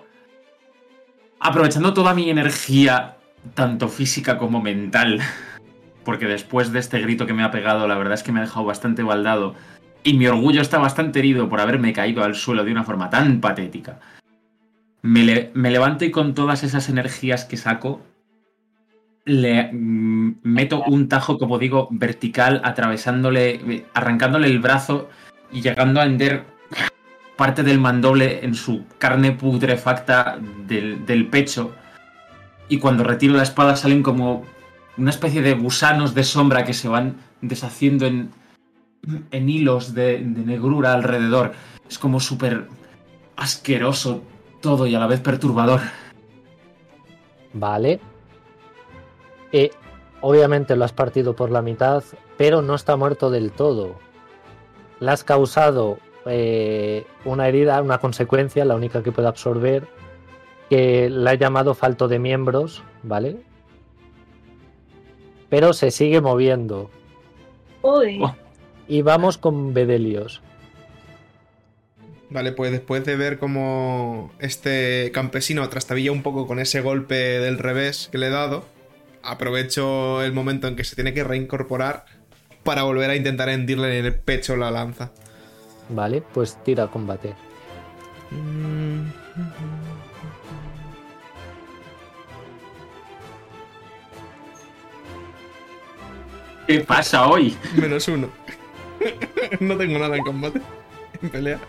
toda mi energía, tanto física como mental, porque después de este grito que me ha pegado, la verdad es que me ha dejado bastante baldado, y mi orgullo está bastante herido por haberme caído al suelo de una forma tan patética. Me levanto y con todas esas energías que saco, le meto un tajo, como digo, vertical, arrancándole el brazo y llegando a hender parte del mandoble en su carne putrefacta del pecho. Y cuando retiro la espada salen como una especie de gusanos de sombra que se van deshaciendo en hilos de negrura alrededor. Es como súper asqueroso todo y a la vez perturbador. Vale. Obviamente lo has partido por la mitad, pero no está muerto del todo. Le has causado una herida, una consecuencia, la única que puede absorber, que la he llamado falto de miembros, ¿vale? Pero se sigue moviendo. Joder. Oh. Y vamos con Bedelios. Vale, pues después de ver cómo este campesino trastabilla un poco con ese golpe del revés que le he dado, aprovecho el momento en que se tiene que reincorporar para volver a intentar hendirle en el pecho la lanza. Vale, pues tira a combate. ¿Qué pasa hoy? -1. No tengo nada en combate. En pelea.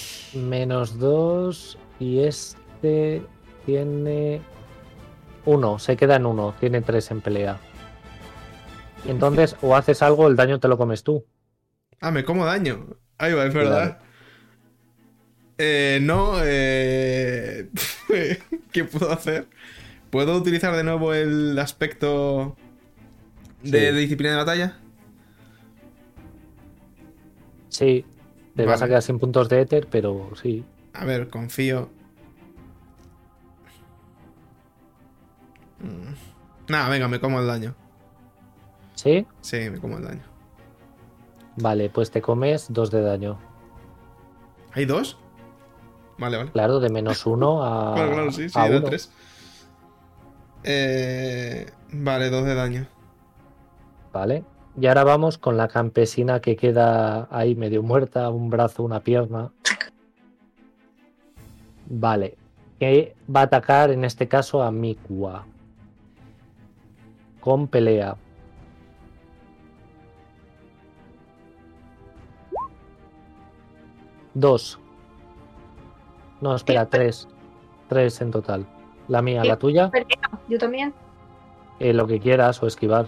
-2 y este tiene 1, se queda en 1, tiene 3 en pelea. Entonces, o haces algo, el daño te lo comes tú. Ah, me como daño. Ahí va, es verdad. No, ¿qué puedo hacer? ¿Puedo utilizar de nuevo el aspecto de disciplina de batalla? Sí, te vas a Vale. quedar sin puntos de éter, pero sí. A ver, confío. Nada, venga, me como el daño. ¿Sí? Sí, me como el daño. Vale, pues te comes 2 de daño. ¿Hay 2? Vale, vale. Claro, de -1 a Claro, sí, a era 1. 3. Vale, 2 de daño. Vale. Y ahora vamos con la campesina que queda ahí medio muerta, un brazo, una pierna. Vale. Que va a atacar en este caso a Mikua. Con pelea. Dos. No, espera, 3. 3 en total. La mía, la tuya, Yo también. lo que quieras o esquivar.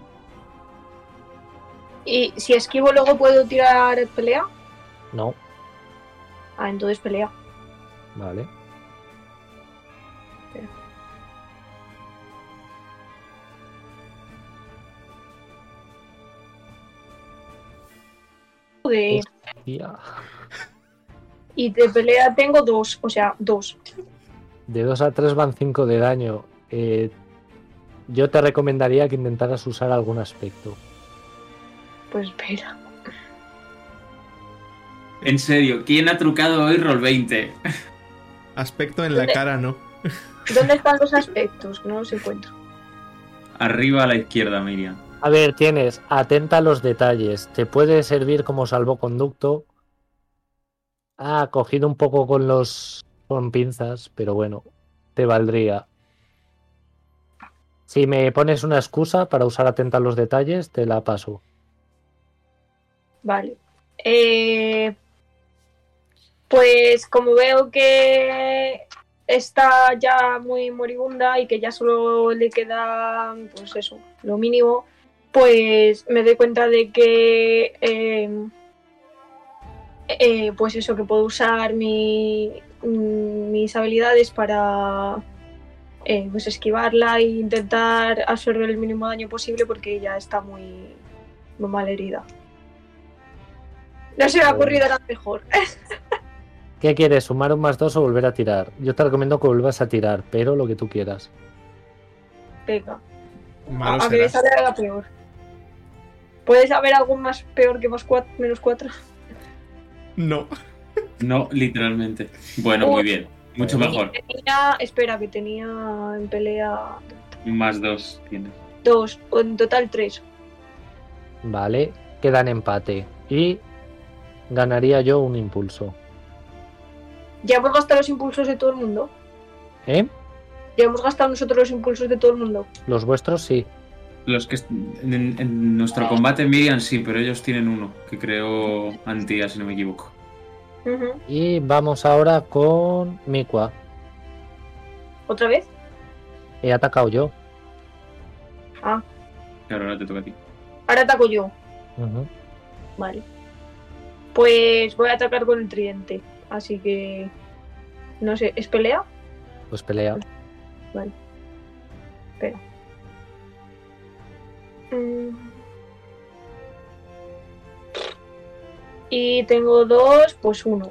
Y si esquivo luego puedo tirar pelea. No, Ah, entonces pelea. vale. Espera. Joder. Ya. Y de pelea tengo 2, o sea, 2. De 2 a 3 van 5 de daño. Yo te recomendaría que intentaras usar algún aspecto. Pues espera. En serio, ¿quién ha trucado hoy Roll20? Aspecto en la ¿Dónde? cara, no. ¿Dónde están los aspectos? Que no los encuentro. Arriba a la izquierda, Miriam. A ver, tienes atenta a los detalles. Te puede servir como salvoconducto. Cogido un poco con pinzas, pero bueno, te valdría. Si me pones una excusa para usar atenta a los detalles, te la paso. Vale. Pues como veo que está ya muy moribunda y que ya solo le queda, pues eso, lo mínimo, pues me doy cuenta de que, pues eso, que puedo usar mis habilidades para pues esquivarla e intentar absorber el mínimo daño posible porque ya está muy mal herida. No se me ha ocurrido nada mejor. ¿Qué quieres? ¿Sumar un más 2 o volver a tirar? Yo te recomiendo que vuelvas a tirar, pero lo que tú quieras. Venga. Malo A que me será. salga peor. ¿Puedes haber algo más peor que menos 4? No. No, literalmente. Bueno, muy bien. Mucho Bueno. mejor. Espera, que tenía en pelea Más 2 tienes. 2, o en total 3. Vale, queda en empate. Y ganaría yo un impulso. Ya hemos gastado los impulsos de todo el mundo. ¿Eh? Ya hemos gastado nosotros los impulsos de todo el mundo. Los vuestros sí. Los que en nuestro combate Miriam sí, pero ellos tienen uno que creó Antía, si no me equivoco. Ujú. Y vamos ahora con Mikua. ¿Otra vez? He atacado yo. Ah, Claro, ahora te toca a ti. ahora ataco yo. Ujú. Vale. Pues voy a atacar con el tridente. Así que... No sé, ¿es pelea? Pues pelea. Vale. Espera. Mm. Y tengo 2, pues 1.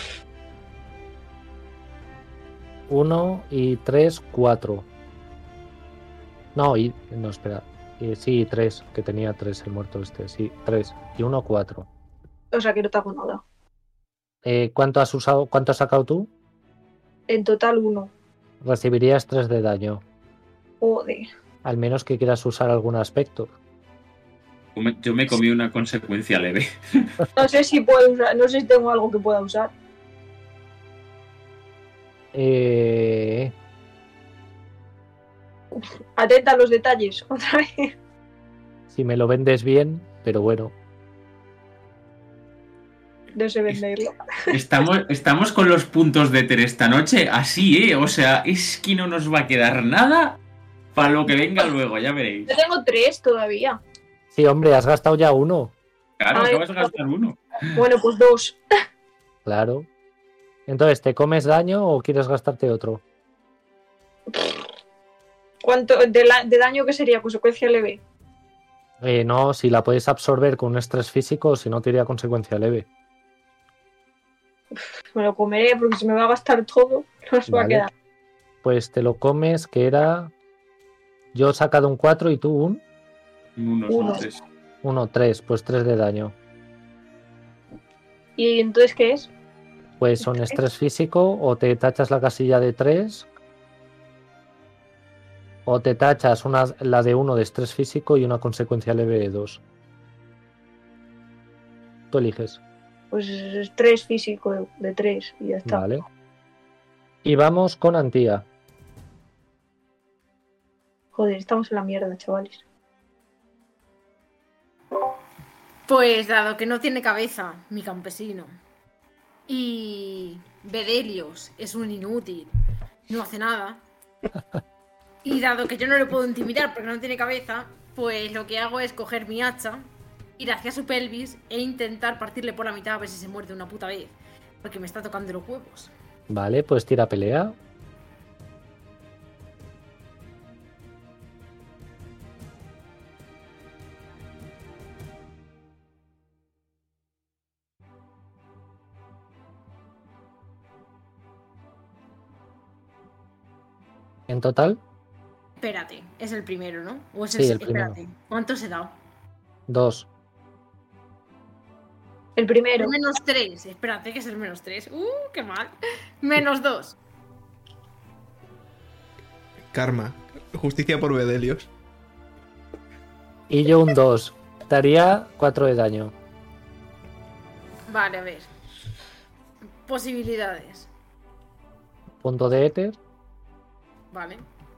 1 y 3, 4. No, espera. Sí, 3, que tenía 3 el muerto este. Sí, 3. Y 1, 4. O sea que no tapo nada. ¿Cuánto has usado? ¿Cuánto has sacado tú? En total 1. Recibirías 3 de daño. Joder. Al menos que quieras usar algún aspecto. Yo me comí una consecuencia leve. No sé si puedo usar, no sé si tengo algo que pueda usar. Atenta a los detalles, otra vez. Si me lo vendes bien, pero bueno. No sé venderlo. Estamos con los puntos de Ter esta noche, así, O sea, es que no nos va a quedar nada para lo que venga luego, ya veréis. Yo tengo 3 todavía. Sí, hombre, has gastado ya uno. Claro, Ay, acabas de gastar uno. Bueno, pues 2. Claro. Entonces, ¿te comes daño o quieres gastarte otro? ¿Cuánto de daño que sería? Consecuencia leve. No, si la puedes absorber con un estrés físico, si no, te iría consecuencia leve. Me lo comeré porque se me va a gastar todo. No se va a Vale. quedar. Pues te lo comes, que era... Yo he sacado un 4 y tú un Uno, Uno. son 3. 1, 3. Pues 3 de daño. ¿Y entonces qué es? Pues son estrés físico, o te tachas la casilla de 3, o te tachas la de 1 de estrés físico y una consecuencia leve de 2. Tú eliges. Pues es 3 físico de 3 y ya está. Vale. Y vamos con Antía. Joder, estamos en la mierda, chavales. Pues dado que no tiene cabeza, mi campesino, y Bedelios es un inútil, no hace nada, y dado que yo no lo puedo intimidar porque no tiene cabeza, pues lo que hago es coger mi hacha, ir hacia su pelvis e intentar partirle por la mitad a ver si se muerde una puta vez, porque me está tocando los huevos. Vale, pues tira pelea. En total, Espérate, es el primero, ¿no? O es Sí, el primero. Espérate, ¿cuántos he dado? 2. El primero. El menos 3, espérate que es el menos 3. Qué mal. Menos 2. Karma. Justicia por Bedelios. Y yo un 2. Daría 4 de daño. Vale, a ver. Posibilidades. Punto de éter. Vale.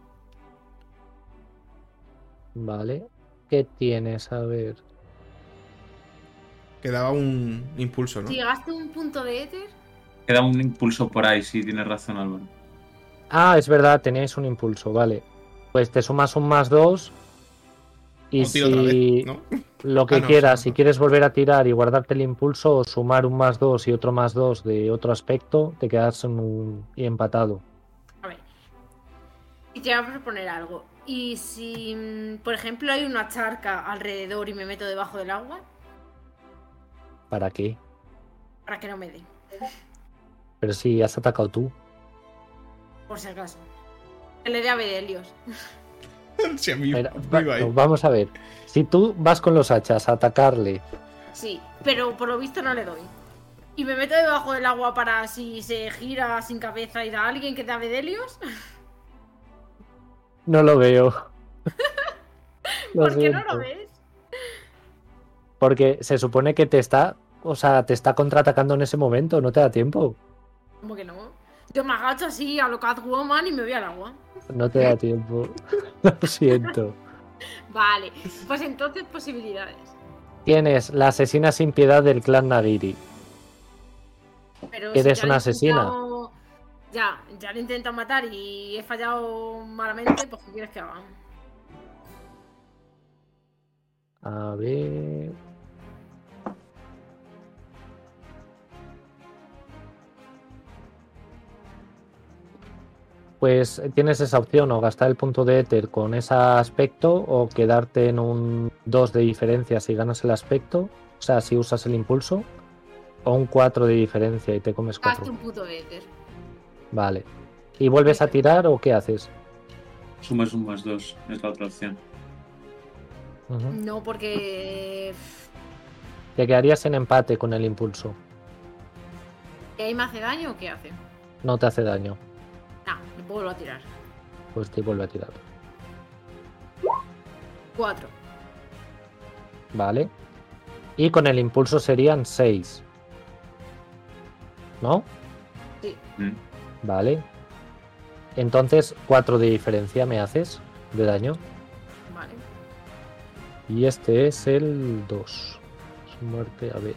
Vale. ¿Qué tienes? A ver. Quedaba un impulso, ¿no? Si gasto un punto de éter, Queda un impulso por ahí, sí, tienes razón, Álvaro. Ah, es verdad, tenéis un impulso, vale. Pues te sumas un más 2. Y O tiro otra si vez, ¿no? lo que no, quieras, sí, si no. quieres volver a tirar y guardarte el impulso, o sumar un más 2 y otro más 2 de otro aspecto, te quedas y empatado. a ver. Y te voy a proponer algo. Y si, por ejemplo, hay una charca alrededor y me meto debajo del agua, ¿Para qué? para que no me dé. Pero sí, has atacado tú. Por si acaso. Le dé a Bedelios. Sí, a mí, Mira, viva ahí. no, vamos a ver. Si tú vas con los hachas a atacarle, Sí, pero por lo visto no le doy. Y me meto debajo del agua para si se gira sin cabeza y da a alguien que da Bedelios. no lo veo. Lo ¿Por qué no siento. lo ves? Porque se supone que te está contraatacando en ese momento, no te da tiempo. ¿Cómo que no? Yo me agacho así a lo Catwoman y me voy al agua. No te da tiempo. Lo siento. Vale, pues entonces posibilidades. Tienes la asesina sin piedad del clan Nagiri. Pero ¿Eres ya una le he asesina? intentado- Ya le he intentado matar y he fallado malamente, pues ¿qué quieres que haga? A ver. Pues tienes esa opción, o gastar el punto de éter con ese aspecto, o quedarte en un 2 de diferencia si ganas el aspecto, o sea, si usas el impulso, o un 4 de diferencia y te comes Gasto 4. un puto éter. Vale. ¿Y vuelves a tirar o qué haces? Sumas un +2, es la otra opción. Ujú. No, porque... Te quedarías en empate con el impulso. ¿Y ahí me hace daño o qué hace? No te hace daño. Nah, me vuelvo a tirar. Pues te vuelve a tirar. 4. Vale. Y con el impulso serían 6. ¿No? Mm. Vale. Entonces 4 de diferencia me haces de daño. Vale. Y este es el 2. Su muerte, a ver.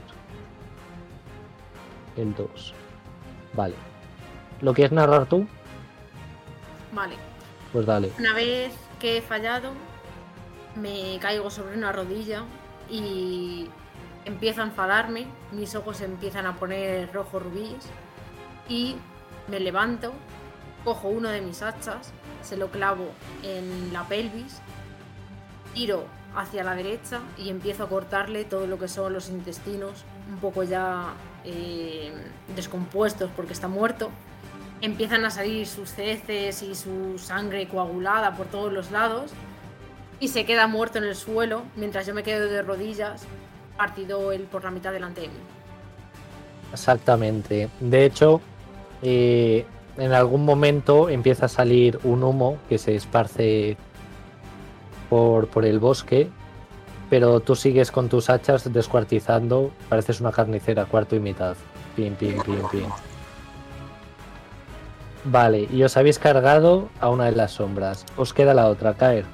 El 2. Vale. ¿Lo quieres narrar tú? Vale. Pues dale. Una vez que he fallado, me caigo sobre una rodilla y empiezo a enfadarme, mis ojos se empiezan a poner rojo rubíes y me levanto, cojo uno de mis hachas, se lo clavo en la pelvis, tiro hacia la derecha y empiezo a cortarle todo lo que son los intestinos, un poco ya descompuestos porque está muerto. Empiezan a salir sus heces y su sangre coagulada por todos los lados y se queda muerto en el suelo mientras yo me quedo de rodillas, partido él por la mitad delante de mí. Exactamente. De hecho, en algún momento empieza a salir un humo que se esparce por el bosque, pero tú sigues con tus hachas descuartizando, pareces una carnicera, cuarto y mitad. Pim, pim, pim, pim. Vale, y os habéis cargado a una de las sombras. Os queda la otra, caer.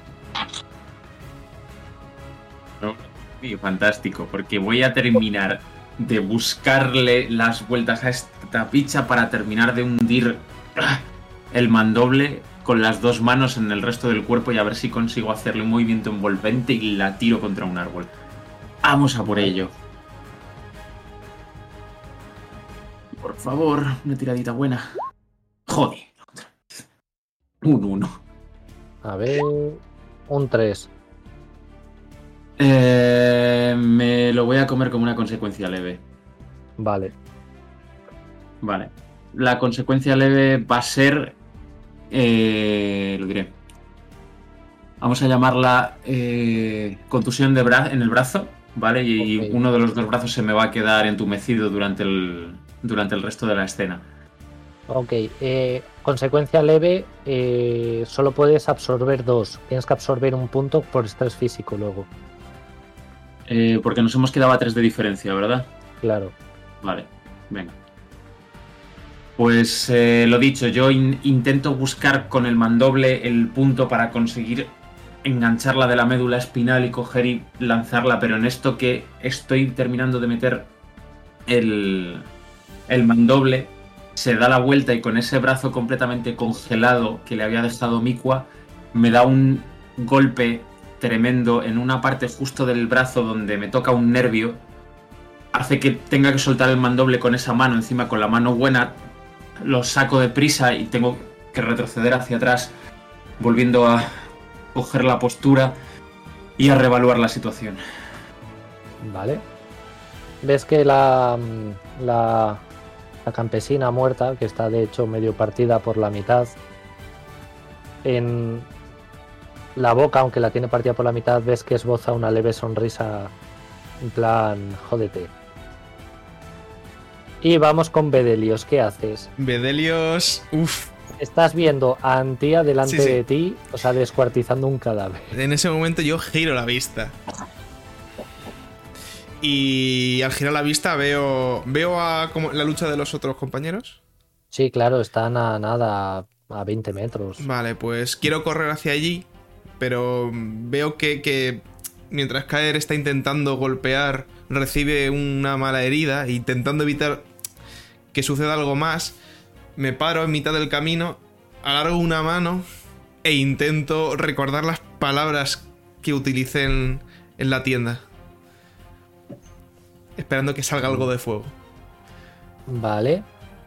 Y fantástico, porque voy a terminar de buscarle las vueltas a esta picha para terminar de hundir el mandoble con las dos manos en el resto del cuerpo y a ver si consigo hacerle un movimiento envolvente y la tiro contra un árbol. Vamos a por ello. Por favor, una tiradita buena. Joder. Un 1. A ver, un 3. Me lo voy a comer como una consecuencia leve. Vale. Vale. La consecuencia leve va a ser... lo diré. Vamos a llamarla contusión en el brazo, ¿vale? Y Ok. uno de los dos brazos se me va a quedar entumecido durante el resto de la escena. Ok, consecuencia leve, solo puedes absorber 2. Tienes que absorber un punto por estrés físico luego. Porque nos hemos quedado a 3 de diferencia, ¿verdad? Claro. Vale, venga. Pues lo dicho, yo intento buscar con el mandoble el punto para conseguir engancharla de la médula espinal y coger y lanzarla, pero en esto que estoy terminando de meter el mandoble, se da la vuelta y con ese brazo completamente congelado que le había dejado Mikua, me da un golpe tremendo en una parte justo del brazo donde me toca un nervio, hace que tenga que soltar el mandoble con esa mano, encima con la mano buena, lo saco deprisa y tengo que retroceder hacia atrás, volviendo a coger la postura y a reevaluar la situación. Vale. Ves que la la campesina muerta, que está de hecho medio partida por la mitad. En la boca, aunque la tiene partida por la mitad, ves que esboza una leve sonrisa en plan, jódete. Y vamos con Bedelios, ¿qué haces? Bedelios, uff. Estás viendo a Antía delante Sí, sí. de ti, o sea, descuartizando un cadáver. En ese momento yo giro la vista. Y al girar la vista veo a como la lucha de los otros compañeros. Sí, claro, están a nada, a 20 metros. Vale, pues quiero correr hacia allí, pero veo que mientras Kaer está intentando golpear, recibe una mala herida, e intentando evitar que suceda algo más, me paro en mitad del camino, alargo una mano e intento recordar las palabras que utilicé en la tienda, esperando que salga algo de fuego. Vale.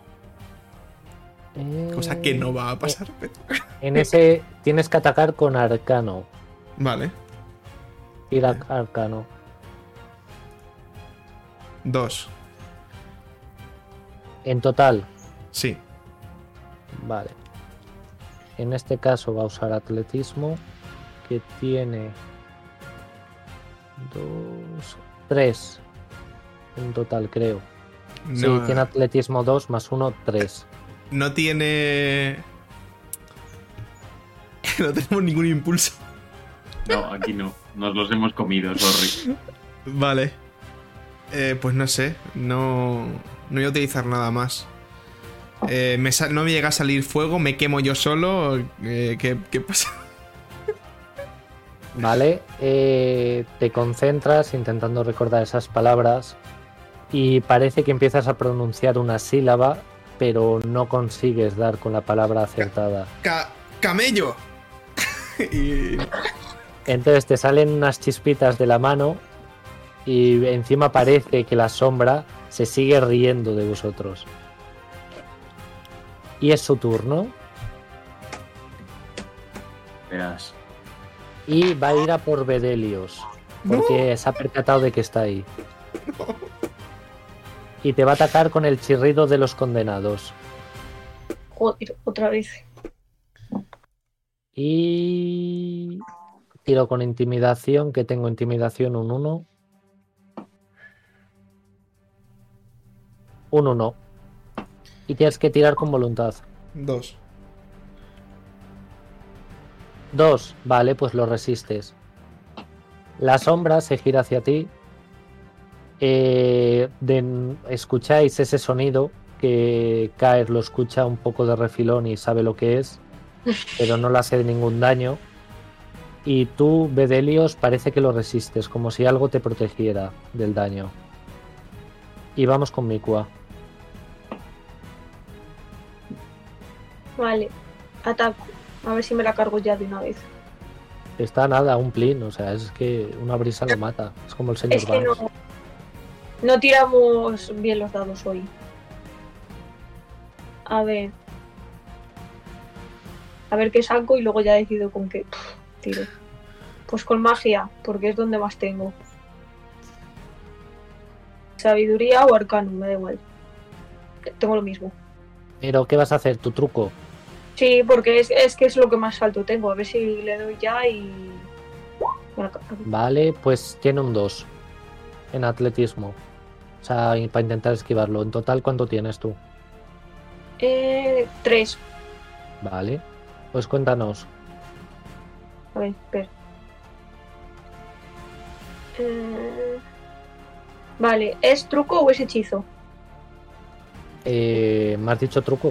Cosa que no va a pasar. Pero... En ese tienes que atacar con arcano. Vale. Tira arcano. 2. En total. Sí. Vale. En este caso va a usar atletismo, que tiene 2, 3 en total, creo. Sí, No, tiene atletismo 2 más 1, 3. no tiene... No tenemos ningún impulso. No, aquí no. Nos los hemos comido, sorry. Vale. Pues no sé. No voy a utilizar nada más. No me llega a salir fuego, me quemo yo solo. ¿Qué pasa? Vale, te concentras intentando recordar esas palabras y parece que empiezas a pronunciar una sílaba, pero no consigues dar con la palabra acertada. ¡Camello! Y... Entonces te salen unas chispitas de la mano y encima parece que la sombra se sigue riendo de vosotros. Y es su turno Verás. y va a ir a por Bedelios porque se ha percatado de que está ahí. Y te va a atacar con el chirrido de los condenados. Joder, otra vez. Y tiro con intimidación, que tengo intimidación un 1. Un 1. Y tienes que tirar con voluntad. 2. 2. Vale, pues lo resistes. La sombra se gira hacia ti. Escucháis ese sonido que Kaer lo escucha un poco de refilón y sabe lo que es, pero no le hace ningún daño. Y tú, Bedelios, parece que lo resistes, como si algo te protegiera del daño. Y vamos con Mikua. Vale, ataco. A ver si me la cargo ya de una vez. Está nada, un plin, o sea, es que una brisa lo mata. Es como el señor Es que Barnes. no tiramos bien los dados hoy. A ver qué saco y luego ya decido con qué tiro. Pues con magia, porque es donde más tengo. Sabiduría o arcano, me da igual. Tengo lo mismo. Pero, ¿qué vas a hacer? ¿Tu truco? Sí, porque es que es lo que más alto tengo. A ver si le doy ya y... Vale, pues tiene un 2 en atletismo. O sea, para intentar esquivarlo. En total, ¿cuánto tienes tú? 3. Vale, pues cuéntanos. A ver, espera. Vale, ¿es truco o es hechizo? ¿Me has dicho truco?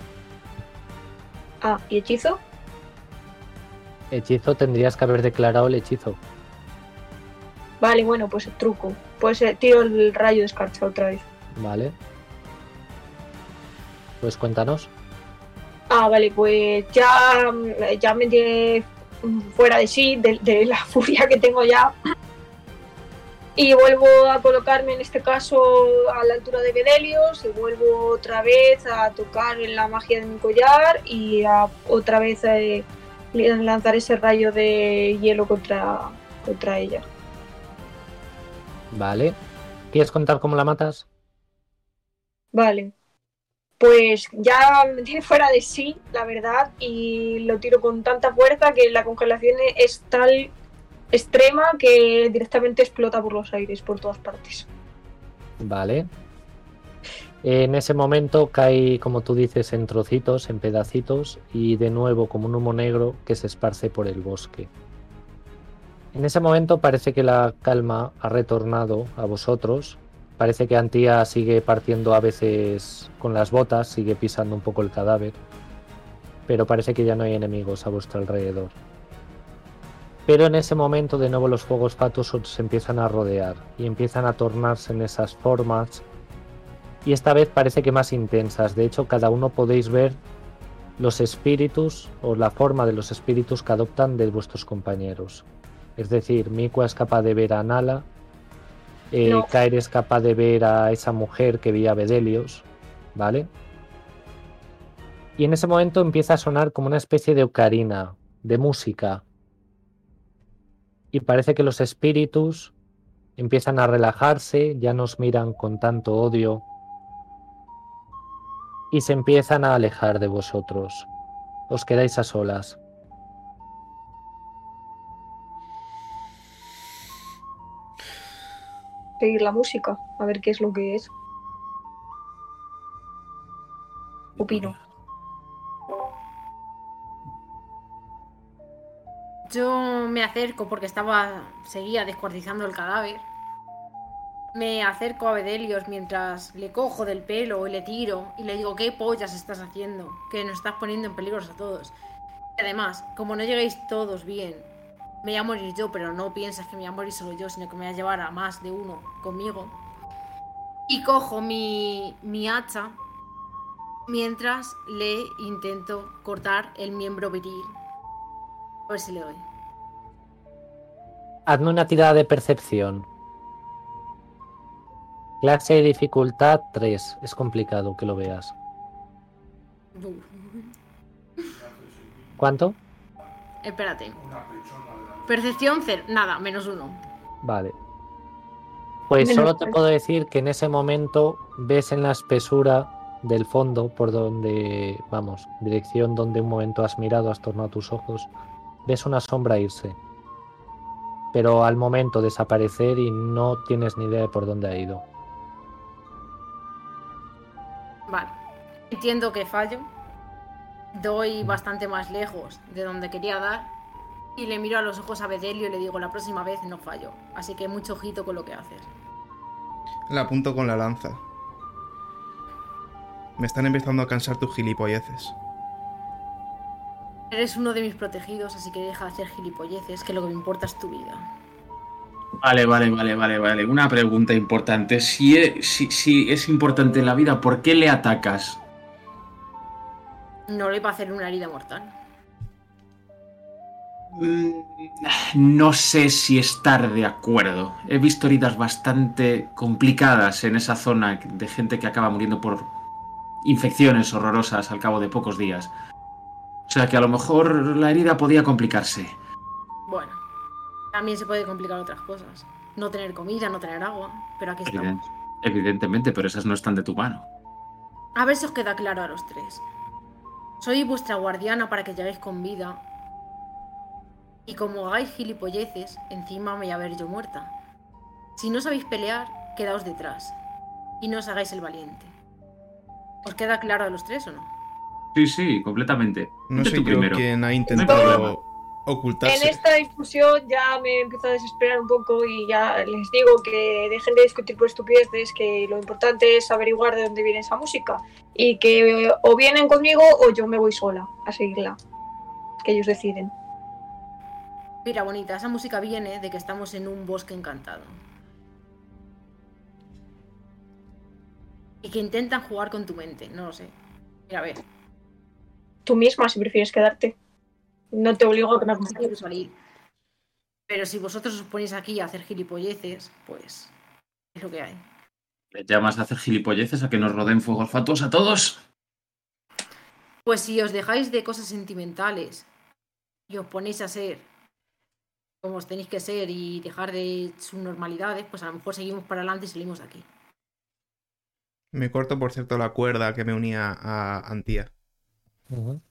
Ah, ¿y hechizo? Hechizo, tendrías que haber declarado el hechizo. Vale, bueno, pues truco. Pues tiro el rayo de escarcha otra vez. Vale. Pues cuéntanos. Ah, vale, pues ya me tiene fuera de sí, de la furia que tengo ya. Y vuelvo a colocarme en este caso a la altura de Bedelios y vuelvo otra vez a tocar en la magia de mi collar y otra vez lanzar ese rayo de hielo contra ella. Vale. ¿Quieres contar cómo la matas? Vale. pues ya me tiene fuera de sí, la verdad, y lo tiro con tanta fuerza que la congelación es tal extrema que directamente explota por los aires, por todas partes. Vale. En ese momento cae, como tú dices, en trocitos, en pedacitos, y de nuevo como un humo negro que se esparce por el bosque. En ese momento parece que la calma ha retornado a vosotros. Parece que Antía sigue partiendo a veces con las botas, sigue pisando un poco el cadáver, pero parece que ya no hay enemigos a vuestro alrededor. Pero en ese momento de nuevo los fuegos fatuos se empiezan a rodear y empiezan a tornarse en esas formas, y esta vez parece que más intensas. De hecho, cada uno podéis ver los espíritus o la forma de los espíritus que adoptan de vuestros compañeros. Es decir, Miqua es capaz de ver a Nala, No. Kair es capaz de ver a esa mujer que veía a Bedelios, ¿vale? Y en ese momento empieza a sonar como una especie de ocarina, de música. Y parece que los espíritus empiezan a relajarse, ya nos miran con tanto odio y se empiezan a alejar de vosotros. Os quedáis a solas. Seguir la música, a ver qué es lo que es. Opino. Yo me acerco porque seguía descuartizando el cadáver. Me acerco a Bedelios mientras le cojo del pelo y le tiro y le digo, ¿qué pollas estás haciendo? Que nos estás poniendo en peligro a todos. Y además, como no lleguéis todos bien, me voy a morir yo, pero no piensas que me voy a morir solo yo, sino que me voy a llevar a más de uno conmigo. Y cojo mi hacha mientras le intento cortar el miembro viril. A ver si le doy. Hazme una tirada de percepción. Clase de dificultad 3. Es complicado que lo veas. ¿Cuánto? Espérate. Percepción 0. Nada, -1. Vale. Pues solo te puedo decir que en ese momento ves en la espesura del fondo, por donde, vamos, dirección donde un momento has mirado, has tornado tus ojos, ves una sombra irse. Pero al momento desaparecer y no tienes ni idea de por dónde ha ido. Vale. Entiendo que fallo. Doy bastante más lejos de donde quería dar. Y le miro a los ojos a Bedelio y le digo, la próxima vez no fallo. Así que mucho ojito con lo que haces. Le apunto con la lanza. Me están empezando a cansar tus gilipolleces. Eres uno de mis protegidos, así que deja de hacer gilipolleces, que lo que me importa es tu vida. Vale. Una pregunta importante. Si es importante en la vida, ¿por qué le atacas? No le iba a hacer una herida mortal. No sé si estar de acuerdo. He visto heridas bastante complicadas en esa zona de gente que acaba muriendo por infecciones horrorosas al cabo de pocos días. O sea que a lo mejor la herida podía complicarse. Bueno, también se puede complicar otras cosas. No tener comida, no tener agua, pero aquí estamos. Evidentemente, pero esas no están de tu mano. A ver si os queda claro a los tres. Soy vuestra guardiana para que lleguéis con vida. Y como hagáis gilipolleces, encima me voy a ver yo muerta. Si no sabéis pelear, quedaos detrás. Y no os hagáis el valiente. ¿Os queda claro a los tres o no? Sí, completamente. No Vete soy tú yo primero. quien ha No hay intentado problema. ocultarse. En esta discusión ya me empiezo a desesperar un poco y ya les digo que dejen de discutir por estupideces, que lo importante es averiguar de dónde viene esa música y que o vienen conmigo o yo me voy sola a seguirla. Que ellos deciden. Mira, bonita, esa música viene de que estamos en un bosque encantado. Y que intentan jugar con tu mente, no lo sé. Mira, a ver. Tú misma, si prefieres quedarte. No te obligo a que me Quiero acompañes. salir. Pero si vosotros os ponéis aquí a hacer gilipolleces, pues es lo que hay. ¿Le llamas a hacer gilipolleces a que nos rodeen fuegos fatuos a todos? Pues si os dejáis de cosas sentimentales y os ponéis a ser como os tenéis que ser y dejar de subnormalidades, pues a lo mejor seguimos para adelante y salimos de aquí. Me corto, por cierto, la cuerda que me unía a Antía. Ujú.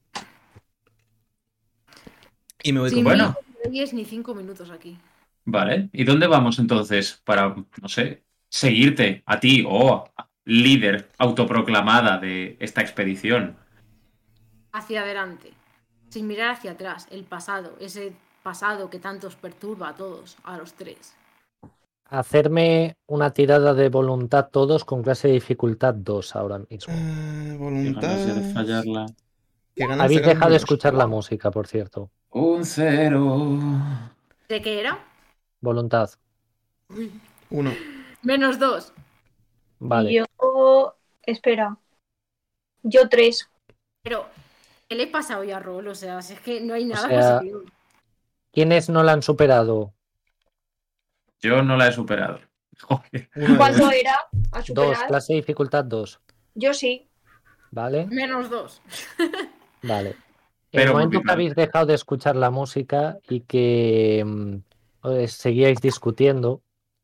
Y me voy Sin con... mí Bueno. no llegues ni 5 minutos aquí. Vale. ¿Y dónde vamos entonces para, no sé, seguirte a ti o líder autoproclamada de esta expedición? Hacia adelante. Sin mirar hacia atrás. El pasado. Ese pasado que tanto os perturba a todos. A los tres. Hacerme una tirada de voluntad todos con clase de dificultad 2 ahora mismo. Qué Voluntad... ganas ya de fallarla. Qué ganas Habéis de dejado de ganármelos. escuchar la música, por cierto. Un 0. ¿De qué era? Voluntad. 1. -2. Vale. Y yo. Espera. Yo 3. Pero, ¿qué le pasa hoy a Rol? O sea, si es que no hay nada sea, positivo. ¿Quiénes no la han superado? Yo no la he superado. Joder. 1 de ¿Cuánto 2. era a 2, superar? clase de dificultad 2. Yo sí. ¿Vale? -2. Vale. En el Pero momento muy que bien. habéis dejado de escuchar la música y que seguíais discutiendo,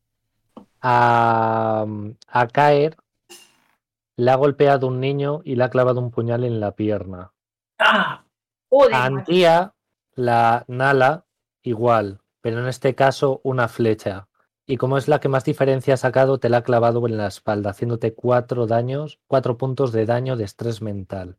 a Caer le ha golpeado un niño y le ha clavado un puñal en la pierna. ¡Ah! Joder, A macho. Antía, la Nala, igual, pero en este caso una flecha. Y como es la que más diferencia ha sacado, te la ha clavado en la espalda, haciéndote 4 puntos de daño de estrés mental.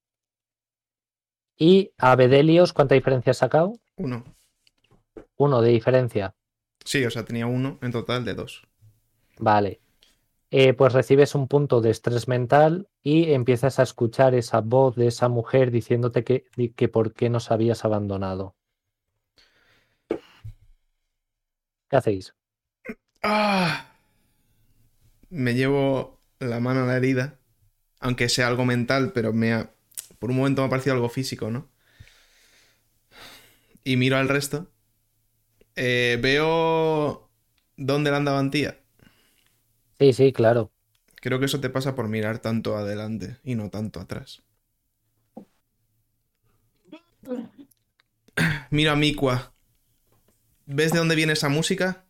Y a Bedelios, ¿cuánta diferencia ha sacado? 1. 1 de diferencia. Sí, o sea, tenía 1 en total de 2. Vale. Pues recibes un punto de estrés mental y empiezas a escuchar esa voz de esa mujer diciéndote que por qué nos habías abandonado. ¿Qué hacéis? ¡Ah! Me llevo la mano a la herida. Aunque sea algo mental, pero por un momento me ha parecido algo físico, ¿no? Y miro al resto. Veo dónde la andaba Antía. Sí, sí, claro. Creo que eso te pasa por mirar tanto adelante y no tanto atrás. Miro a Mikua. ¿Ves de dónde viene esa música?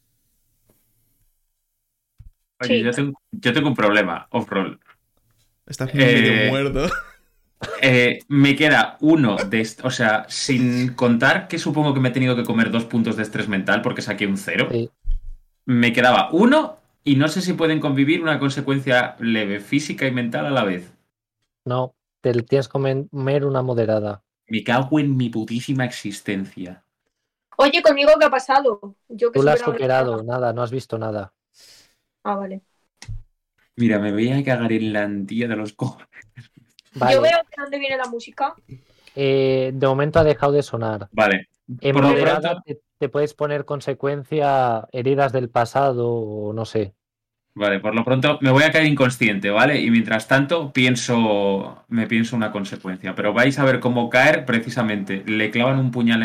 Oye, Sí. yo tengo un problema, off-roll. Estás medio Eh, muerto. Me queda uno o sea, sin contar que supongo que me he tenido que comer 2 puntos de estrés mental porque saqué un 0. Sí. Me quedaba uno y no sé si pueden convivir una consecuencia leve, física y mental a la vez. No, te tienes que comer una moderada. Me cago en mi putísima existencia. Oye, ¿conmigo qué ha pasado? Yo que Tú he la has superado superado, nada, no has visto nada. Ah, vale. Mira, me voy a cagar en la antilla de los cojones. Vale. Yo veo de dónde viene la música. De momento ha dejado de sonar. Vale. En Por lo moderada pronto, te puedes poner consecuencia heridas del pasado o no sé. vale, por lo pronto me voy a caer inconsciente, ¿vale? Y mientras tanto me pienso una consecuencia. Pero vais a ver cómo caer precisamente. Le clavan un puñal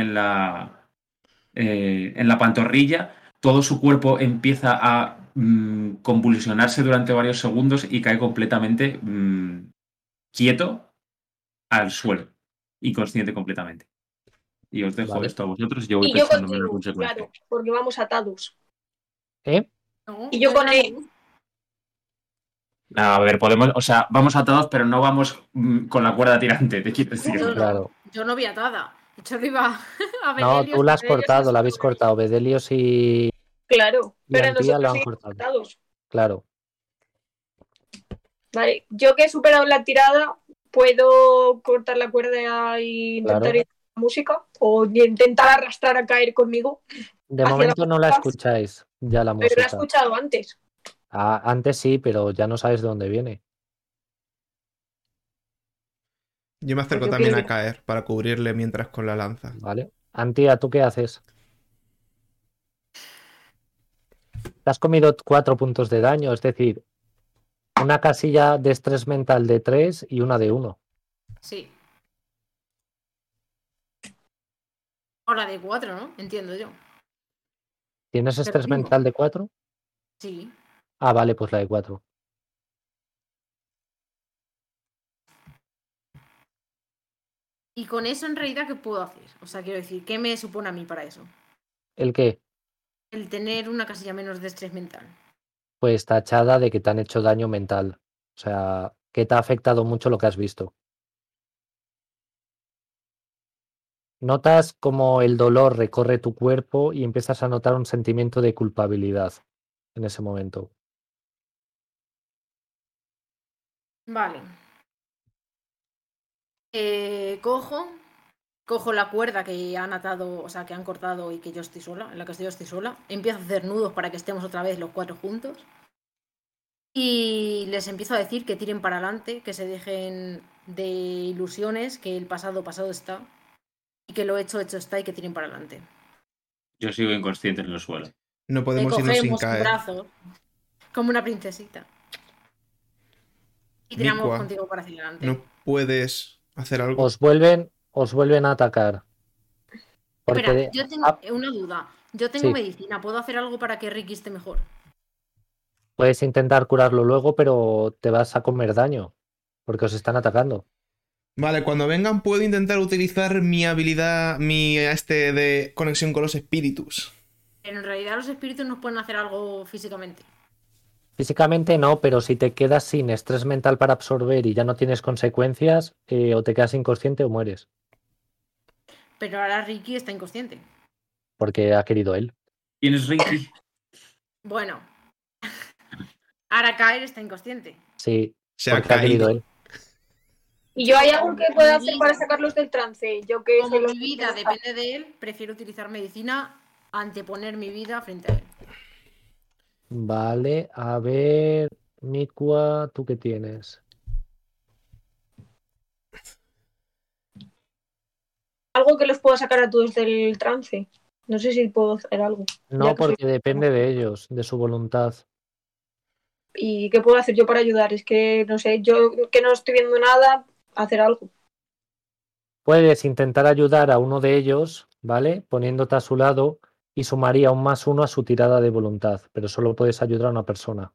en la pantorrilla, todo su cuerpo empieza a convulsionarse durante varios segundos y cae completamente quieto al suelo, inconsciente completamente. Y os dejo Vale. esto a vosotros, yo voy Y yo pensándome una contigo, consecuencia. claro, porque vamos atados. ¿Eh? No, Y yo con ya él. no. A ver, o sea, vamos atados, pero no vamos con la cuerda tirante, te quiero decir. Yo no. Claro. Yo no vi atada. Yo no iba a ver No, tú la has cortado, la habéis cortado. Bedelios y Claro, pero Antía lo nosotros han seguimos cortado. atados. Claro. Vale, yo que he superado la tirada, puedo cortar la cuerda e intentar Claro. ir a la música o intentar arrastrar a caer conmigo. De Hacia momento la no la música. escucháis ya la Pero la he música. escuchado antes. Antes sí, pero ya no sabes de dónde viene. Yo me acerco Pues yo también creo a que- caer para cubrirle mientras con la lanza. ¿Vale? Antía, ¿tú qué haces? Te has comido 4 puntos de daño, es decir, una casilla de estrés mental de 3 y una de 1. Sí. Ahora de 4, ¿no? Entiendo yo. ¿Tienes estrés Pero- mental de 4? Sí. Ah, vale, pues la de 4. Y con eso en realidad, ¿qué puedo hacer? O sea, quiero decir, ¿qué me supone a mí para eso? ¿El qué? El tener una casilla menos de estrés mental. pues tachada de que te han hecho daño mental. O sea, que te ha afectado mucho lo que has visto. Notas como el dolor recorre tu cuerpo y empiezas a notar un sentimiento de culpabilidad en ese momento. Vale. Cojo la cuerda que han atado, o sea, que han cortado y que yo estoy sola, en la que yo estoy sola. Empiezo a hacer nudos para que estemos otra vez los 4 juntos. Y les empiezo a decir que tiren para adelante, que se dejen de ilusiones, que el pasado pasado está. Y que lo hecho está y que tiren para adelante. Yo sigo inconsciente en el suelo. No Le podemos irnos sin cogemos un caer. brazo, como una princesita. Y tiramos Mikua, contigo para hacia adelante. ¿no puedes hacer algo? Os vuelven a atacar. Porque Espera, yo tengo una duda. Yo tengo Sí. medicina. ¿Puedo hacer algo para que Ricky esté mejor? puedes intentar curarlo luego, pero te vas a comer daño. Porque os están atacando. Vale, cuando vengan puedo intentar utilizar mi habilidad, de conexión con los espíritus. Pero en realidad los espíritus nos pueden hacer algo físicamente. Físicamente no, pero si te quedas sin estrés mental para absorber y ya no tienes consecuencias, o te quedas inconsciente o mueres. Pero ahora Ricky está inconsciente. Porque ha querido él. ¿Quién es Ricky? Bueno. Ahora Kair está inconsciente. Sí, Se ha porque ha querido caído. él. ¿Y yo hay algo que pueda hacer para sacarlos del trance? Yo que Como soy los mi vida depende de él, prefiero utilizar medicina anteponer mi vida frente a él. Vale, a ver, Mikua, ¿tú qué tienes? algo que los pueda sacar a todos del trance. No sé si puedo hacer algo. No, Ya que soy- porque depende de ellos, de su voluntad. ¿Y qué puedo hacer yo para ayudar? Es que no sé, yo que no estoy viendo nada, hacer algo. Puedes intentar ayudar a uno de ellos, ¿vale? Poniéndote a su lado y sumaría un +1 a su tirada de voluntad, pero solo puedes ayudar a una persona.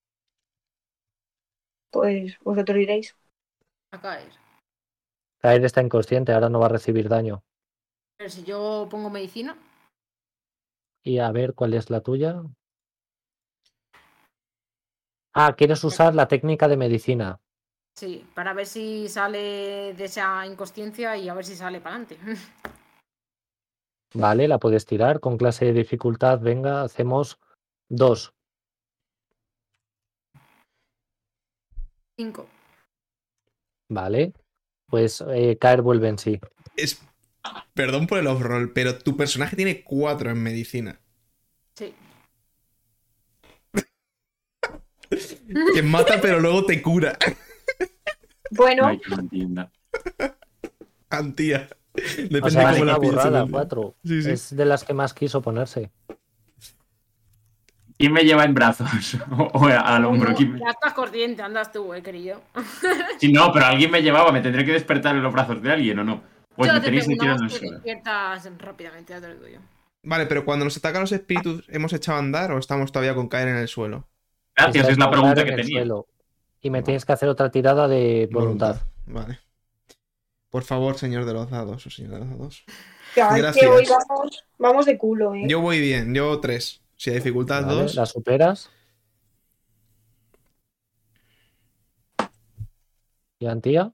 Pues vosotros diréis. A Kair. Kair está inconsciente, ahora no va a recibir daño. Pero si yo pongo medicina, Y a ver, ¿cuál es la tuya? Ah, ¿quieres usar la técnica de medicina? sí, para ver si sale de esa inconsciencia y a ver si sale para adelante. Vale, la puedes tirar con clase de dificultad. Venga, hacemos 2. 5. Vale, pues Kair vuelve en sí. Perdón por el off-roll, pero tu personaje tiene 4 en medicina. Sí. Que mata pero luego te cura. Bueno, No hay que lo entienda. Antía. Depende O sea, es cómo una la pienses. burrada, ¿No? 4. Sí, sí. Es de las que más quiso ponerse. ¿Quién me lleva en brazos? O al hombro. ¿Quién me- Ya estás consciente, andas tú, querido. Sí, no, pero alguien me llevaba. ¿Me tendré que despertar en los brazos de alguien o no? Pues Yo me te tenéis que pego tirar una en el hostia y suelo. despiertas rápidamente, ya te lo digo yo. Vale, pero cuando nos atacan los espíritus, ¿hemos echado a andar o estamos todavía con caer en el suelo? Gracias, Estáis es la con pregunta Kair que en el tenía. suelo. Y me tienes que hacer otra tirada de voluntad. Vale. Por favor, señor de los dados o señor de los dados. ya, es Gracias. que hoy vamos de culo, ¿eh? Yo voy bien, yo 3. Si hay dificultad, Vale, 2. la superas. ¿Y Antía?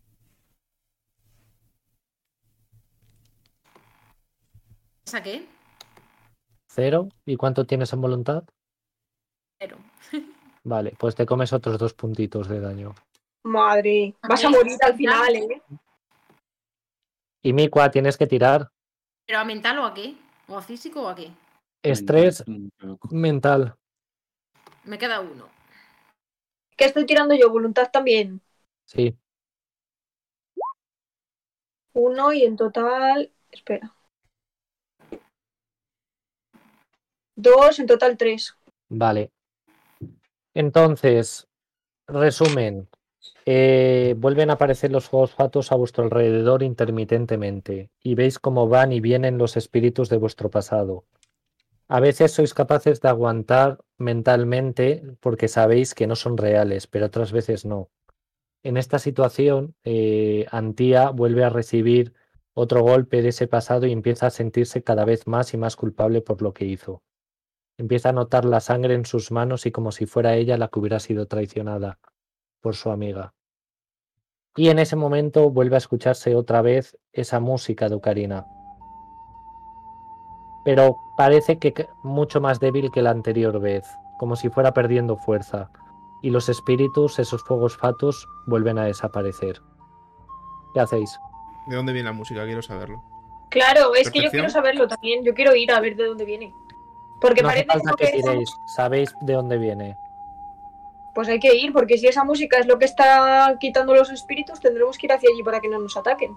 ¿Esa qué? 0. ¿Y cuánto tienes en voluntad? Pero. Vale, pues te comes otros 2 puntitos de daño. Madre, vas a morir al final, ¿eh? Y Mikua, tienes que tirar ¿Pero a mental o a qué? ¿O a físico o a qué? estrés mental. Me queda uno. ¿Qué estoy tirando yo? Voluntad también. Sí, 1 y en total. Espera. 2, en total 3. vale. Entonces, resumen. Vuelven a aparecer los fosfatos a vuestro alrededor intermitentemente y veis cómo van y vienen los espíritus de vuestro pasado. A veces sois capaces de aguantar mentalmente porque sabéis que no son reales, pero otras veces no. En esta situación, Antía vuelve a recibir otro golpe de ese pasado y empieza a sentirse cada vez más y más culpable por lo que hizo. Empieza a notar la sangre en sus manos y como si fuera ella la que hubiera sido traicionada por su amiga. Y en ese momento vuelve a escucharse otra vez esa música de Ocarina. Pero parece que mucho más débil que la anterior vez, como si fuera perdiendo fuerza. Y los espíritus, esos fuegos fatus, vuelven a desaparecer. ¿Qué hacéis? ¿De dónde viene la música? Quiero saberlo. Claro, es que yo ¿Percepción? quiero saberlo también. Yo quiero ir a ver de dónde viene. Porque No hace parece falta como que que tiréis, sabéis de dónde viene. pues hay que ir, porque si esa música es lo que está quitando los espíritus, tendremos que ir hacia allí para que no nos ataquen.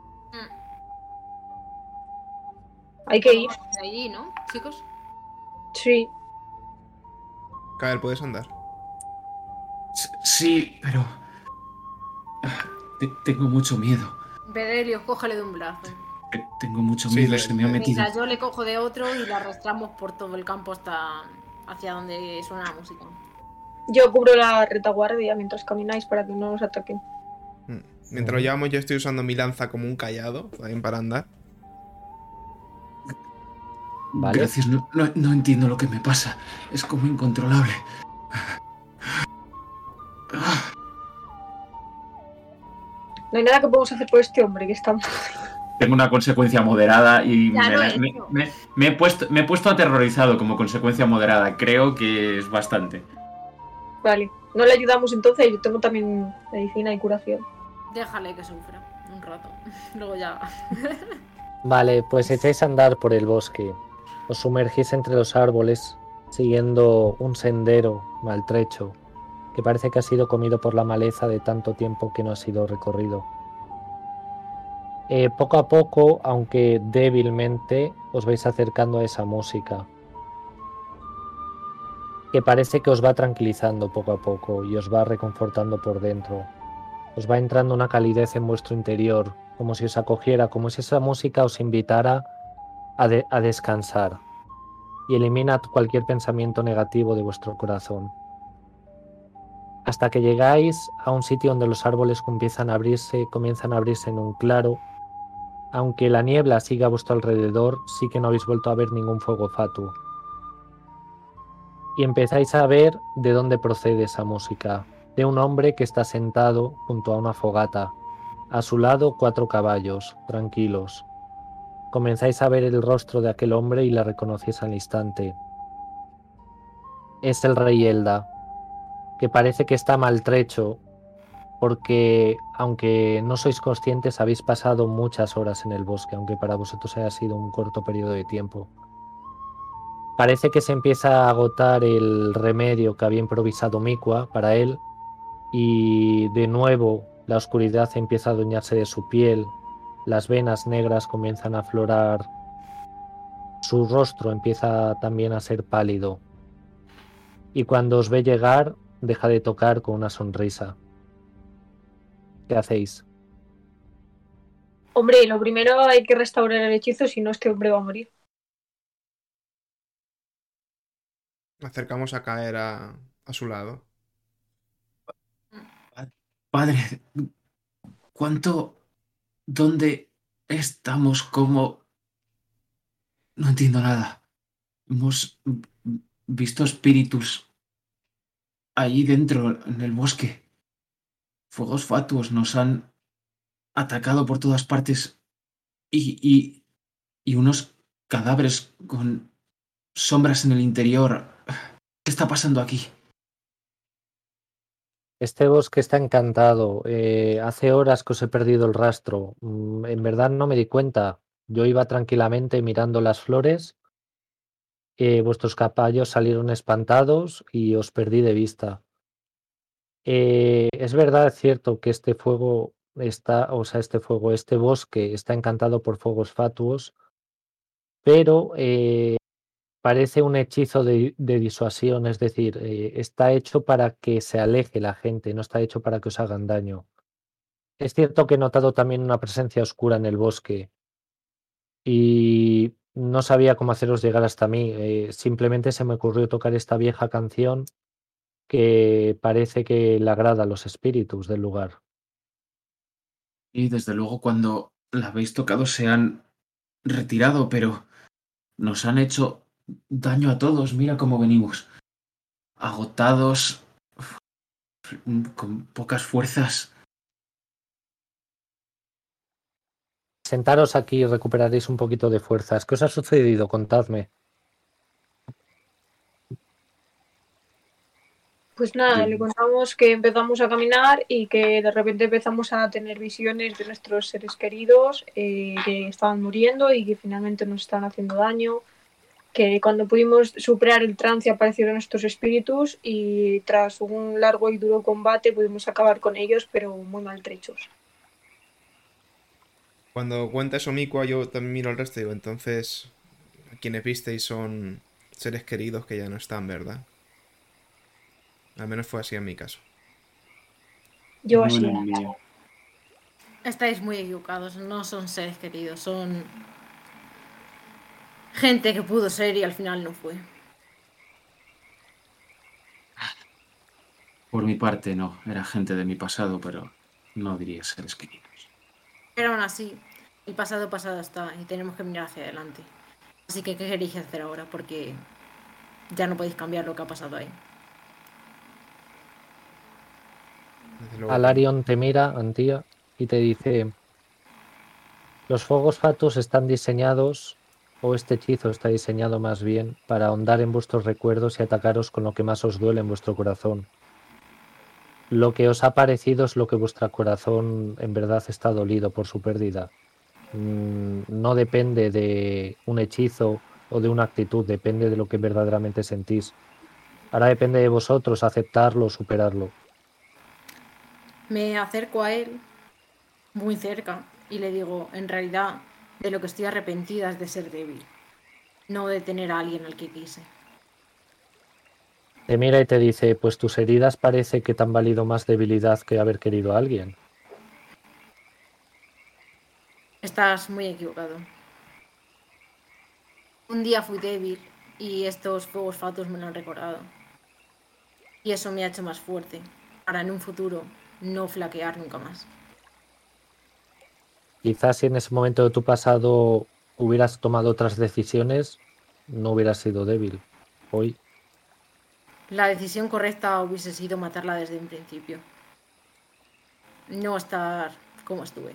Hay que ir. Vamos de allí, ¿no, chicos? Sí. Caer, puedes andar. Sí, pero... Tengo mucho miedo. Bedelios, cógele de un brazo. Tengo mucho Sí, miedo, se me ha metido. Mientras yo le cojo de otro y la arrastramos por todo el campo hasta hacia donde suena la música. Yo cubro la retaguardia mientras camináis para que no nos ataquen. Mientras lo llevamos, yo estoy usando mi lanza como un callado también para andar. Vale. Gracias, no entiendo lo que me pasa. Es como incontrolable. No hay nada que podamos hacer por este hombre que está... Tengo una consecuencia moderada y Ya lo he hecho. me he puesto aterrorizado como consecuencia moderada. Creo que es bastante. Vale. No le ayudamos entonces. Yo tengo también medicina y curación. Déjale que sufra un rato. Luego ya. Vale, pues echáis a andar por el bosque. Os sumergís entre los árboles, siguiendo un sendero maltrecho, que parece que ha sido comido por la maleza de tanto tiempo que no ha sido recorrido. Poco a poco, aunque débilmente, os vais acercando a esa música, que parece que os va tranquilizando poco a poco y os va reconfortando por dentro. Os va entrando una calidez en vuestro interior, como si os acogiera, como si esa música os invitara a descansar y elimina cualquier pensamiento negativo de vuestro corazón. Hasta que llegáis a un sitio donde los árboles comienzan a abrirse en un claro. Aunque la niebla siga a vuestro alrededor, sí que no habéis vuelto a ver ningún fuego fatu. Y empezáis a ver de dónde procede esa música. De un hombre que está sentado junto a una fogata. A su lado 4 caballos, tranquilos. Comenzáis a ver el rostro de aquel hombre y le reconocéis al instante. Es el rey Elda, que parece que está maltrecho, porque aunque no sois conscientes habéis pasado muchas horas en el bosque, aunque para vosotros haya sido un corto periodo de tiempo. Parece que se empieza a agotar el remedio que había improvisado Mikua para él y de nuevo la oscuridad empieza a adueñarse de su piel, las venas negras comienzan a aflorar, su rostro empieza también a ser pálido y cuando os ve llegar deja de tocar con una sonrisa. ¿Qué hacéis? Hombre, lo primero hay que restaurar el hechizo, si no este hombre va a morir. Acercamos a caer a su lado. Padre, ¿cuánto? ¿Dónde estamos? ¿Cómo? No entiendo nada. Hemos visto espíritus allí dentro, en el bosque. Fuegos fatuos nos han atacado por todas partes y unos cadáveres con sombras en el interior. ¿Qué está pasando aquí? Este bosque está encantado. Hace horas que os he perdido el rastro. En verdad no me di cuenta. Yo iba tranquilamente mirando las flores. Vuestros caballos salieron espantados y os perdí de vista. Es verdad, es cierto que este bosque está encantado por fuegos fatuos, pero parece un hechizo de disuasión, es decir, está hecho para que se aleje la gente, no está hecho para que os hagan daño. Es cierto que he notado también una presencia oscura en el bosque y no sabía cómo haceros llegar hasta mí. Simplemente se me ocurrió tocar esta vieja canción que parece que le agrada a los espíritus del lugar. Y desde luego cuando la habéis tocado se han retirado, pero nos han hecho daño a todos. Mira cómo venimos. Agotados, con pocas fuerzas. Sentaros aquí y recuperaréis un poquito de fuerzas. ¿Qué os ha sucedido? Contadme. Pues nada, le contamos que empezamos a caminar y que de repente empezamos a tener visiones de nuestros seres queridos que estaban muriendo y que finalmente nos estaban haciendo daño. Que cuando pudimos superar el trance aparecieron nuestros espíritus y tras un largo y duro combate pudimos acabar con ellos, pero muy maltrechos. Cuando cuenta eso Mikua, yo también miro al resto y digo, entonces, quienes visteis son seres queridos que ya no están, ¿verdad? Al menos fue así en mi caso. Yo No en así. el mío. Estáis muy equivocados, no son seres queridos, son gente que pudo ser y al final no fue. Por mi parte, no. Era gente de mi pasado, pero no diría seres queridos. Pero aún así, el pasado pasado está y tenemos que mirar hacia adelante. Así que, ¿qué queréis hacer ahora? Porque ya no podéis cambiar lo que ha pasado ahí. Desde luego que no. Alarion te mira, Antía, y te dice: los fuegos fatus están diseñados, o este hechizo está diseñado más bien, para ahondar en vuestros recuerdos y atacaros con lo que más os duele en vuestro corazón. Lo que os ha parecido es lo que vuestro corazón en verdad está dolido por su pérdida. No depende de un hechizo o de una actitud, depende de lo que verdaderamente sentís. Ahora depende de vosotros aceptarlo o superarlo. Me acerco a él muy cerca y le digo, en realidad, de lo que estoy arrepentida es de ser débil, no de tener a alguien al que quise. Te mira y te dice: pues tus heridas parece que te han valido más debilidad que haber querido a alguien. Estás muy equivocado. Un día fui débil y estos fuegos fatos me lo han recordado. Y eso me ha hecho más fuerte, para en un futuro no flaquear nunca más. Quizás si en ese momento de tu pasado hubieras tomado otras decisiones, no hubieras sido débil. Hoy La decisión correcta hubiese sido matarla desde un principio. No estar como estuve.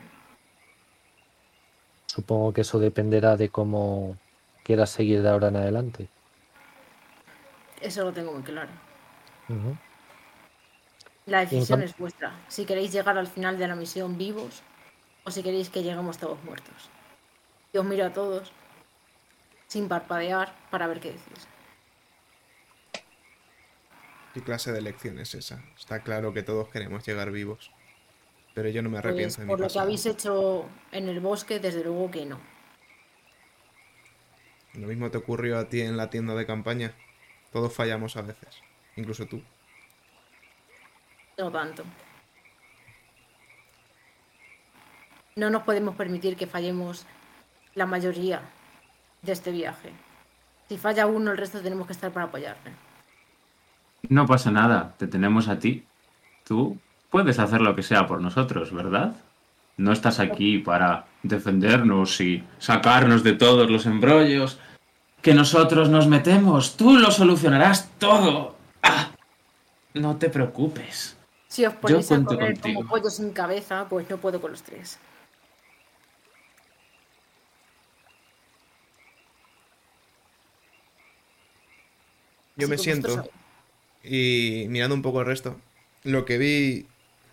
supongo que eso dependerá de cómo quieras seguir de ahora en adelante. Eso lo tengo muy claro. Ujú. La Y en decisión cuan- es vuestra. Si queréis llegar al final de la misión vivos o si queréis que lleguemos todos muertos. Y os miro a todos sin parpadear para ver qué decís. ¿Qué clase de elección es esa? Está claro que todos queremos llegar vivos. Pero yo no me Pues arrepiento de mi por lo que pasado. habéis hecho en el bosque, desde luego que no. Lo mismo te ocurrió a ti en la tienda de campaña. Todos fallamos a veces. Incluso tú. No tanto. No nos podemos permitir que fallemos la mayoría de este viaje. Si falla uno, el resto tenemos que estar para apoyarle. No pasa nada, te tenemos a ti. Tú puedes hacer lo que sea por nosotros, ¿verdad? No estás aquí para defendernos y sacarnos de todos los embrollos que nosotros nos metemos. Tú lo solucionarás todo. ¡Ah! No te preocupes. Si os Yo ponéis a cuento correr como contigo. pollos sin cabeza, pues no puedo con los tres. Yo Así me que vosotros siento sabéis. y mirando un poco el resto. Lo que vi...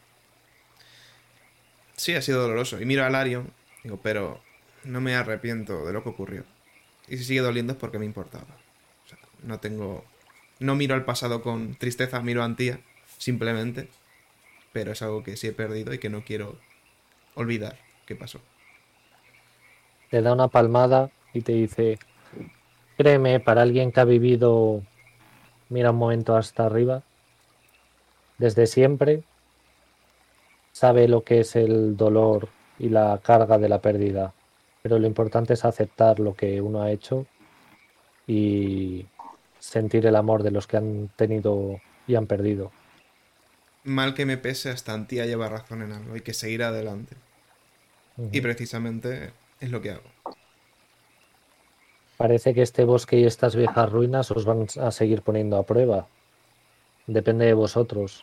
Sí, ha sido doloroso. Y miro a Larion. Digo, pero no me arrepiento de lo que ocurrió. Y si sigue doliendo es porque me importaba. O sea, no tengo... No miro al pasado con tristeza, miro a Antía, simplemente. Pero es algo que sí he perdido y que no quiero olvidar qué pasó. te da una palmada y te dice: créeme, para alguien que ha vivido, mira un momento hasta arriba, desde siempre, sabe lo que es el dolor y la carga de la pérdida. Pero lo importante es aceptar lo que uno ha hecho y sentir el amor de los que han tenido y han perdido. Mal que me pese, hasta Antía lleva razón en algo. Hay que seguir adelante. Y Ujú. precisamente es lo que hago. Parece que este bosque y estas viejas ruinas os van a seguir poniendo a prueba. Depende de vosotros.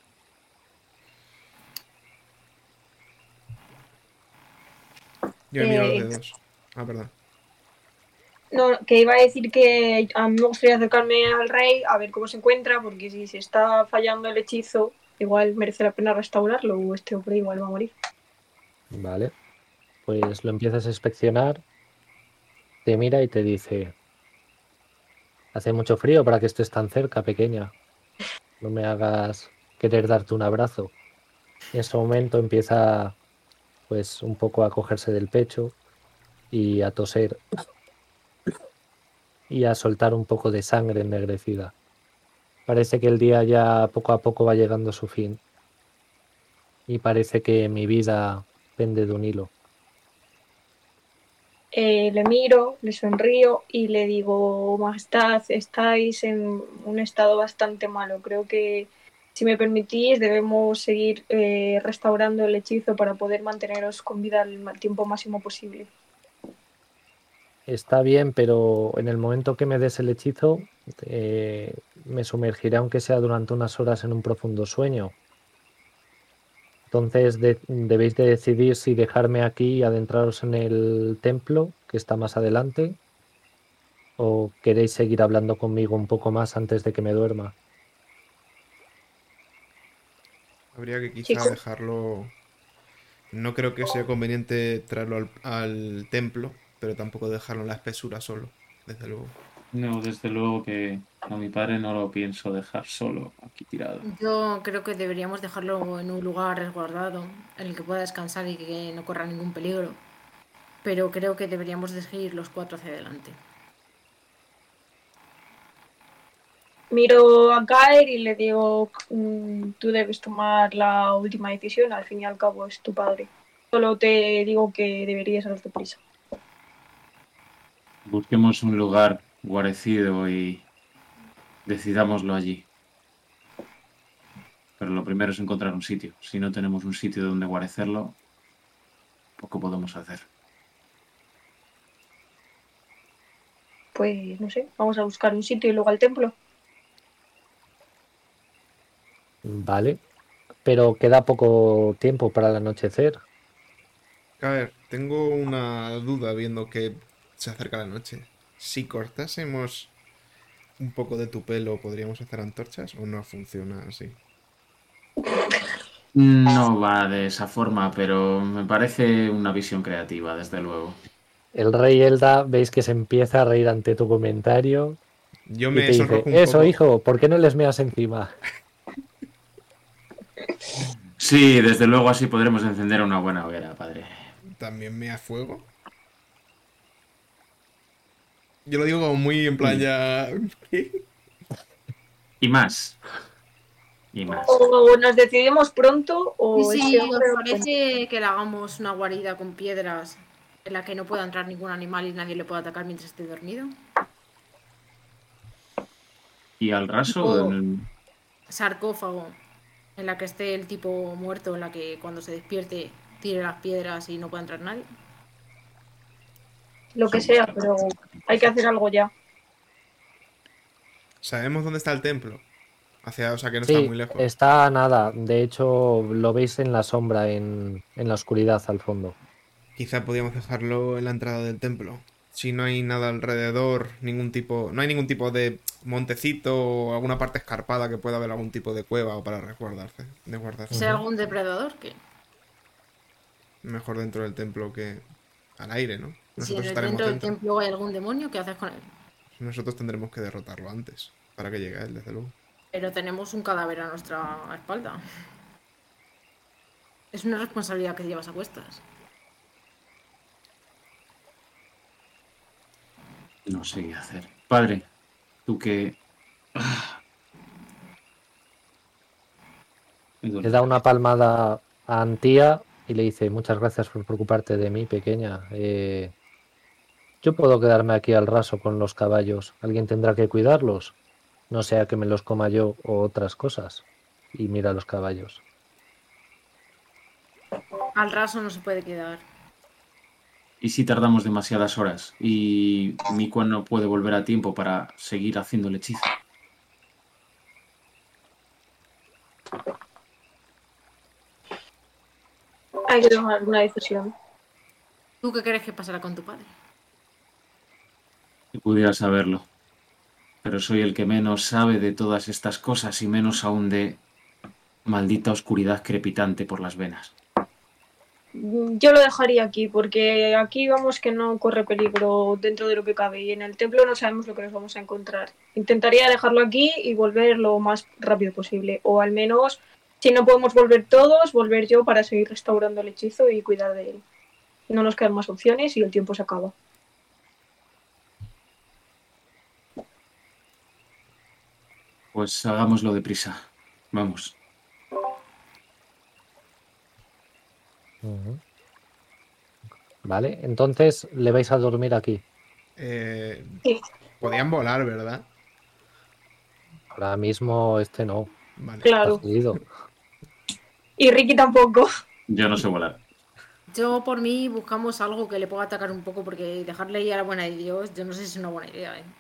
Yo me miro los Eh, dedos. Ah, perdón. no, que iba a decir que a mí me gustaría acercarme al rey a ver cómo se encuentra, porque si se está fallando el hechizo, igual merece la pena restaurarlo o este hombre igual va a morir. Vale. Pues lo empiezas a inspeccionar, te mira y te dice, hace mucho frío para que estés tan cerca, pequeña. No me hagas querer darte un abrazo. En ese momento empieza pues un poco a cogerse del pecho y a toser y a soltar un poco de sangre ennegrecida. Parece que el día ya poco a poco va llegando a su fin y parece que mi vida pende de un hilo. Le miro, le sonrío y le digo, Majestad, estáis en un estado bastante malo. Creo que, si me permitís, debemos seguir restaurando el hechizo para poder manteneros con vida el tiempo máximo posible. Está bien, pero en el momento que me des el hechizo, me sumergiré, aunque sea durante unas horas, en un profundo sueño. Entonces debéis de decidir si dejarme aquí y adentraros en el templo, que está más adelante, o queréis seguir hablando conmigo un poco más antes de que me duerma. Habría que quizá Chicos, dejarlo. No creo que sea conveniente traerlo al templo, pero tampoco dejarlo en la espesura solo, desde luego. No, desde luego que a mi padre no lo pienso dejar solo aquí tirado. Yo creo que deberíamos dejarlo en un lugar resguardado, en el que pueda descansar y que no corra ningún peligro. Pero creo que deberíamos de seguir los cuatro hacia adelante. miro a Kaer y le digo, tú debes tomar la última decisión, al fin y al cabo es tu padre. Solo te digo que deberías darte prisa. Busquemos un lugar guarecido y decidámoslo allí. Pero lo primero es encontrar un sitio. Si no tenemos un sitio donde guarecerlo, poco podemos hacer. Pues no sé, vamos a buscar un sitio y luego al templo. Vale, pero queda poco tiempo para el anochecer. A ver, tengo una duda viendo que se acerca la noche. Si cortásemos un poco de tu pelo, ¿podríamos hacer antorchas o no funciona así? No va de esa forma, pero me parece una visión creativa, desde luego. El rey Elda, veis que se empieza a reír ante tu comentario Yo y me te dice, sonrojo un eso, poco. hijo, ¿por qué no les meas encima? Sí, desde luego así podremos encender una buena hoguera, padre. ¿También me a fuego? Yo lo digo como muy en plan Sí. ya. Y más. Y más. O nos decidimos pronto Y o ese si os hombre... parece que le hagamos una guarida con piedras en la que no pueda entrar ningún animal y nadie le pueda atacar mientras esté dormido. Y al raso, O sarcófago en la que esté el tipo muerto, en la que cuando se despierte tire las piedras y no pueda entrar nadie. Lo que sea, pero hay que hacer algo ya. Sabemos dónde está el templo. O sea que no está Sí, muy lejos. está a nada. De hecho, lo veis en la sombra, en la oscuridad al fondo. Quizá podíamos dejarlo en la entrada del templo. Si no hay nada alrededor, no hay ningún tipo de montecito o alguna parte escarpada que pueda haber algún tipo de cueva o para guardarse. ¿Será algún depredador? Que Mejor dentro del templo que al aire, ¿no? si Nosotros estaremos dentro del dentro. templo hay algún demonio, ¿qué haces con él? Nosotros tendremos que derrotarlo antes, para que llegue él, desde luego. Pero tenemos un cadáver a nuestra espalda. Es una responsabilidad que llevas a cuestas. no sé qué hacer. Padre, tú que... Me duele Le la da una cabeza. palmada a Antía y le dice, muchas gracias por preocuparte de mí, pequeña. Yo puedo quedarme aquí al raso con los caballos. Alguien tendrá que cuidarlos. No sea que me los coma yo o otras cosas. Y mira los caballos. Al raso no se puede quedar. ¿Y si tardamos demasiadas horas y Mikua no puede volver a tiempo para seguir haciendo el hechizo? Hay que tomar una decisión. ¿Tú qué crees que pasará con tu padre? Si pudiera saberlo. Pero soy el que menos sabe de todas estas cosas y menos aún de maldita oscuridad crepitante por las venas. Yo lo dejaría aquí, porque aquí vamos que no corre peligro dentro de lo que cabe y en el templo no sabemos lo que nos vamos a encontrar. Intentaría dejarlo aquí y volver lo más rápido posible, o al menos, si no podemos volver todos, volver yo para seguir restaurando el hechizo y cuidar de él. No nos quedan más opciones y el tiempo se acaba. Pues hagámoslo deprisa. Vamos. Vale, entonces le vais a dormir aquí. Sí, Podían volar, ¿verdad? Ahora mismo no. Vale. Está claro. jodido. Y Ricky tampoco. Yo no sé volar. Yo, por mí, buscamos algo que le pueda atacar un poco, porque dejarle ahí a la buena de Dios, yo no sé si es una buena idea, ¿eh?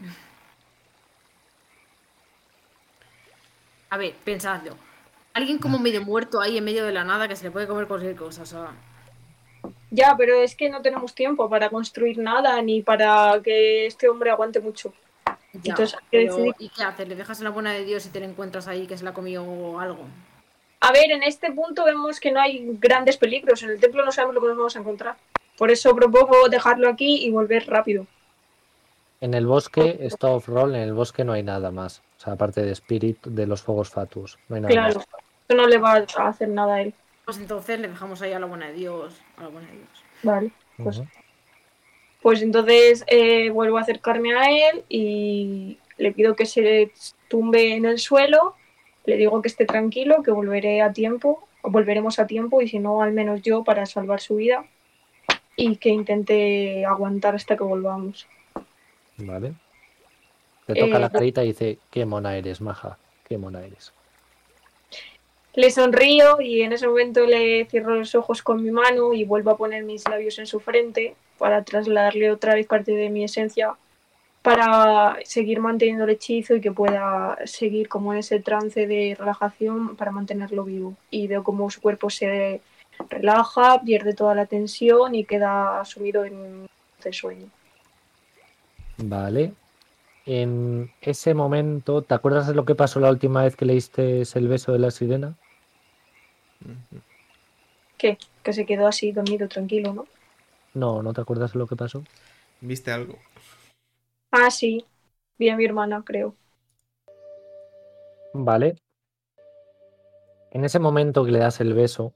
A ver, pensadlo. Alguien como medio muerto ahí en medio de la nada que se le puede comer cualquier cosa, o sea... Ya, pero es que no tenemos tiempo para construir nada ni para que este hombre aguante mucho. Ya, Entonces hay que pero decidir. ¿y qué haces? ¿Le dejas a la buena de Dios y te la encuentras ahí que se la ha comido algo? A ver, en este punto vemos que no hay grandes peligros. En el templo no sabemos lo que nos vamos a encontrar. Por eso propongo dejarlo aquí y volver rápido. En el bosque, está off-roll, en el bosque no hay nada más. O sea, aparte de Spirit, de los fuegos Fatus. No hay nada Claro, más. eso no le va a hacer nada a él. Pues entonces le dejamos ahí a la buena de Dios, a la buena de Dios. Vale, pues, Ujú. pues entonces vuelvo a acercarme a él y le pido que se tumbe en el suelo. Le digo que esté tranquilo, que volveré a tiempo, o volveremos a tiempo y si no, al menos yo para salvar su vida y que intente aguantar hasta que volvamos. Vale. Te toca la Eh, carita y dice, qué mona eres, maja. Qué mona eres. Le sonrío y en ese momento le cierro los ojos con mi mano y vuelvo a poner mis labios en su frente para trasladarle otra vez parte de mi esencia para seguir manteniendo el hechizo y que pueda seguir como en ese trance de relajación para mantenerlo vivo. Y veo como su cuerpo se relaja, pierde toda la tensión y queda sumido en el sueño. Vale. En ese momento, ¿te acuerdas de lo que pasó la última vez que leíste el beso de la sirena? ¿Qué? Que se quedó así dormido tranquilo, ¿no? No, ¿no te acuerdas de lo que pasó? ¿Viste algo? Ah, sí. Vi a mi hermana, creo. Vale. En ese momento que le das el beso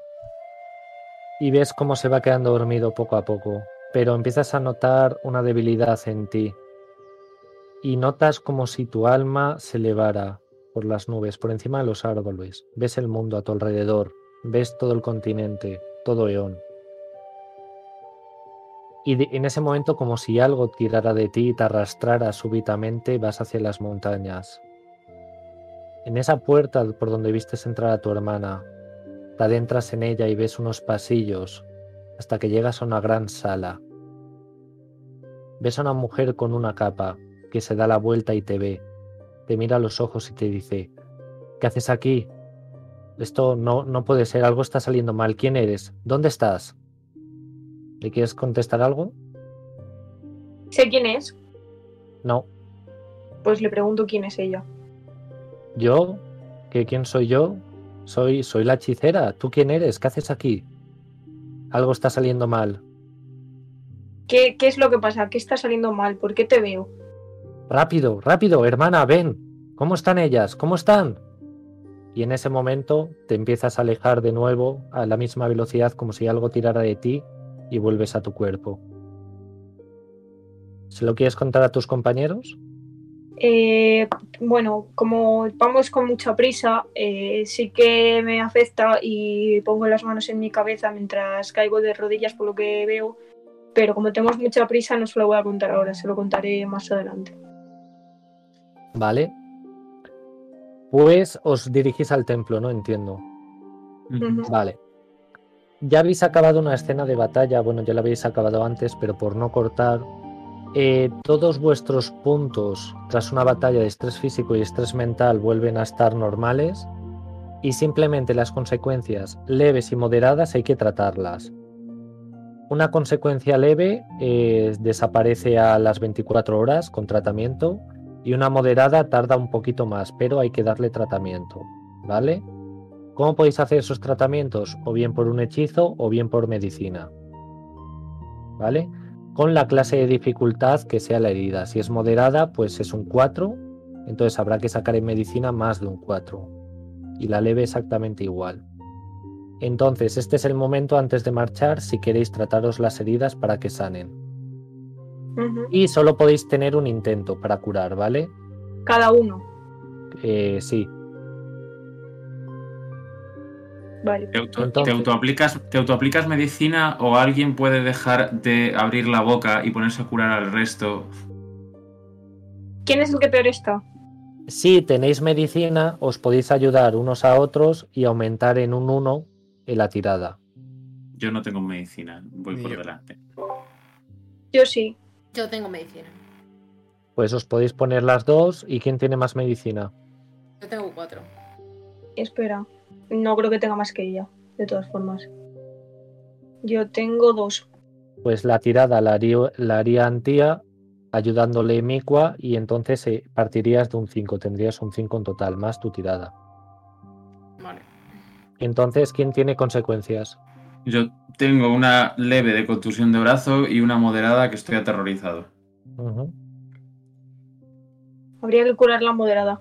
y ves cómo se va quedando dormido poco a poco, pero empiezas a notar una debilidad en ti y notas como si tu alma se elevara por las nubes, por encima de los árboles. Ves el mundo a tu alrededor, ves todo el continente, todo Eón. Y en ese momento, como si algo tirara de ti y te arrastrara súbitamente, vas hacia las montañas. En esa puerta por donde vistes entrar a tu hermana, te adentras en ella y ves unos pasillos hasta que llegas a una gran sala. Ves a una mujer con una capa que se da la vuelta y te ve. Te mira a los ojos y te dice, ¿qué haces aquí? Esto no puede ser, algo está saliendo mal. ¿Quién eres? ¿Dónde estás? ¿Le quieres contestar algo? Sé quién es, No. pues le pregunto quién es ella. ¿Yo? ¿Quién soy yo? Soy la hechicera. ¿Tú quién eres? ¿Qué haces aquí? Algo está saliendo mal. ¿Qué es lo que pasa? ¿Qué está saliendo mal? ¿Por qué te veo? Rápido, rápido, hermana, ven. ¿Cómo están ellas? ¿Cómo están? Y en ese momento te empiezas a alejar de nuevo a la misma velocidad como si algo tirara de ti y vuelves a tu cuerpo. ¿Se lo quieres contar a tus compañeros? Bueno, como vamos con mucha prisa, sí que me afecta y pongo las manos en mi cabeza mientras caigo de rodillas por lo que veo, pero como tenemos mucha prisa no se lo voy a contar ahora, se lo contaré más adelante. Vale. Pues os dirigís al templo, ¿no? Entiendo. Ujú. Vale. ya habéis acabado una escena de batalla, bueno, ya la habéis acabado antes, pero por no cortar, todos vuestros puntos tras una batalla de estrés físico y estrés mental vuelven a estar normales y simplemente las consecuencias leves y moderadas hay que tratarlas. Una consecuencia leve desaparece a las 24 horas con tratamiento y una moderada tarda un poquito más, pero hay que darle tratamiento, ¿vale? ¿Cómo podéis hacer esos tratamientos? O bien por un hechizo o bien por medicina, ¿vale? Con la clase de dificultad que sea la herida. Si es moderada, pues es un 4, entonces habrá que sacar en medicina más de un 4. Y la leve exactamente igual. Entonces, este es el momento antes de marchar si queréis trataros las heridas para que sanen. Ujú. Y solo podéis tener un intento para curar, ¿vale? Cada uno. Sí. Vale. ¿Te autoaplicas medicina o alguien puede dejar de abrir la boca y ponerse a curar al resto? ¿Quién es el que peor está? Si tenéis medicina, os podéis ayudar unos a otros y aumentar en un 1 en la tirada. Yo no tengo medicina, voy Ni por yo. delante. Yo sí. Yo tengo medicina. Pues os podéis poner las dos. ¿Y quién tiene más medicina? Yo tengo 4. Espera. No creo que tenga más que ella, de todas formas. Yo tengo 2. Pues la tirada la haría Antía ayudándole Micua y entonces partirías de un 5. Tendrías un 5 en total, más tu tirada. Vale. Entonces, ¿quién tiene consecuencias? Yo tengo una leve de contusión de brazo y una moderada que estoy aterrorizado. Ujú. Habría que curar la moderada.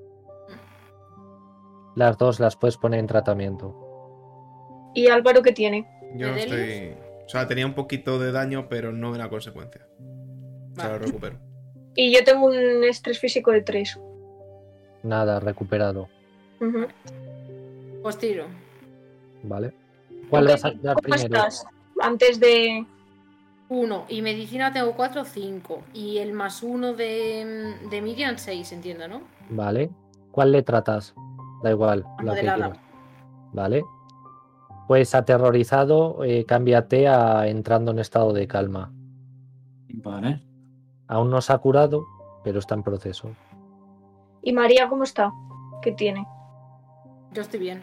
Las dos las puedes poner en tratamiento. ¿Y Álvaro qué tiene? Yo ¿Medelius? estoy... O sea, tenía un poquito de daño, pero no era consecuencia. O sea, lo Vale. recupero. Y yo tengo un estrés físico de 3. Nada, recuperado. Ujú. Pues tiro. ¿Vale? ¿Cuál Ok, vas a dar ¿cómo primero? estás? Antes de... 1. Y medicina tengo 4, 5. Y el más 1 de Miriam, 6, entiendo, ¿no? ¿Vale? ¿Cuál le tratas? Da igual, La la que moderada. quieras. ¿Vale? Pues aterrorizado, cámbiate a entrando en estado de calma. Vale. Aún no se ha curado, pero está en proceso. ¿Y María cómo está? ¿Qué tiene? Yo estoy bien.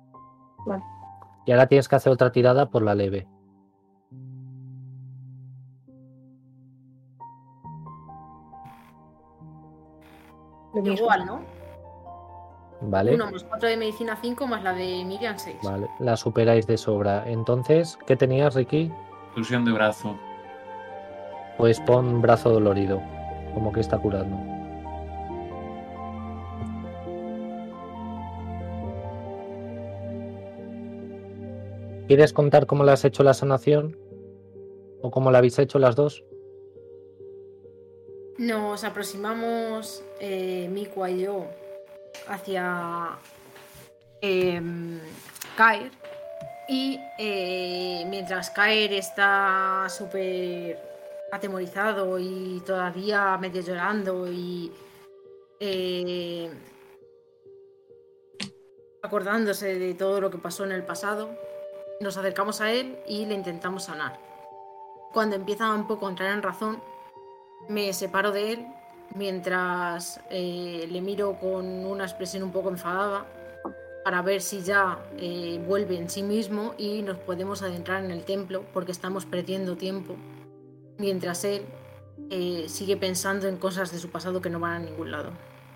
Y ahora tienes que hacer otra tirada por la leve. Lo mismo. Igual, ¿no? ¿Vale? 1 más 4 de medicina, 5 más la de Miriam, 6. Vale, la superáis de sobra. Entonces, ¿qué tenías, Ricky? Contusión de brazo. Pues pon brazo dolorido, como que está curando. ¿Quieres contar cómo le has hecho la sanación? ¿O cómo la habéis hecho las dos? Nos aproximamos, Mikua y yo, hacia Kair. Y mientras Kair está súper atemorizado y todavía medio llorando y acordándose de todo lo que pasó en el pasado, nos acercamos a él y le intentamos sanar. Cuando empieza un poco a entrar en razón, me separo de él mientras le miro con una expresión un poco enfadada para ver si ya vuelve en sí mismo y nos podemos adentrar en el templo, porque estamos perdiendo tiempo mientras él sigue pensando en cosas de su pasado que no van a ningún lado.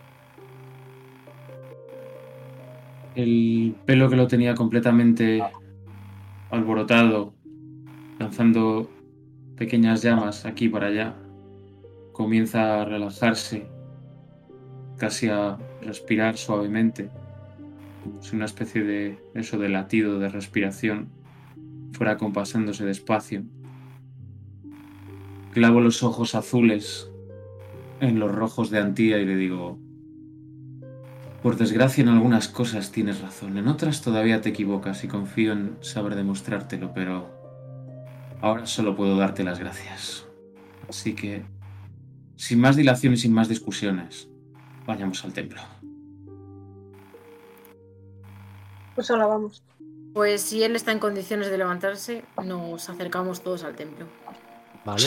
El pelo que lo tenía completamente alborotado, lanzando pequeñas llamas aquí para allá, comienza a relajarse, casi a respirar suavemente, como si una especie de eso de latido de respiración fuera compasándose despacio. Clavo los ojos azules en los rojos de Antía y le digo: por desgracia, en algunas cosas tienes razón, en otras todavía te equivocas y confío en saber demostrártelo, pero ahora solo puedo darte las gracias. Así que, sin más dilación y sin más discusiones, vayamos al templo. Pues ahora vamos. Pues si él está en condiciones de levantarse, nos acercamos todos al templo. Vale.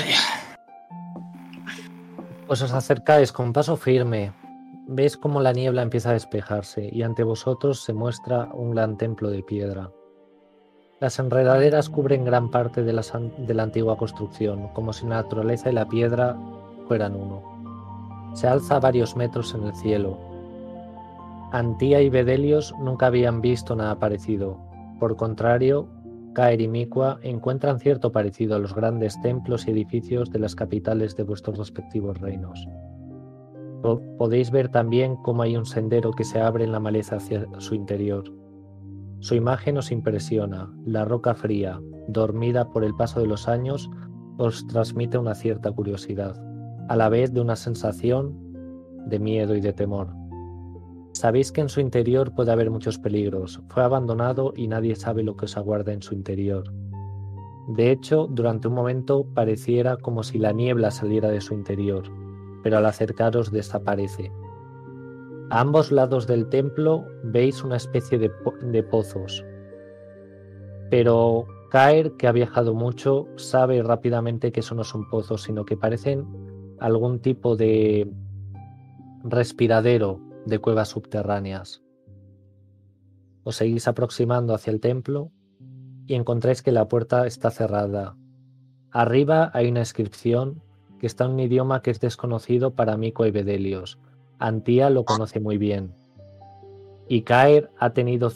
Pues os acercáis con paso firme. Veis cómo la niebla empieza a despejarse y ante vosotros se muestra un gran templo de piedra. Las enredaderas cubren gran parte de la antigua construcción, como si la naturaleza y la piedra fueran uno. Se alza a varios metros en el cielo. Antía y Bedelios nunca habían visto nada parecido. Por contrario, Caer y Miqua encuentran cierto parecido a los grandes templos y edificios de las capitales de vuestros respectivos reinos. Podéis ver también cómo hay un sendero que se abre en la maleza hacia su interior. Su imagen os impresiona. La roca fría, dormida por el paso de los años, os transmite una cierta curiosidad, a la vez de una sensación de miedo y de temor. Sabéis que en su interior puede haber muchos peligros. Fue abandonado y nadie sabe lo que os aguarda en su interior. De hecho, durante un momento pareciera como si la niebla saliera de su interior, pero al acercaros desaparece. A ambos lados del templo veis una especie de pozos. Pero Caer, que ha viajado mucho, sabe rápidamente que eso no son pozos, sino que parecen algún tipo de respiradero de cuevas subterráneas. Os seguís aproximando hacia el templo y encontráis que la puerta está cerrada. Arriba hay una inscripción que está en un idioma que es desconocido para Miqua y Bedelios. Antía lo conoce muy bien. Y Caer ha tenido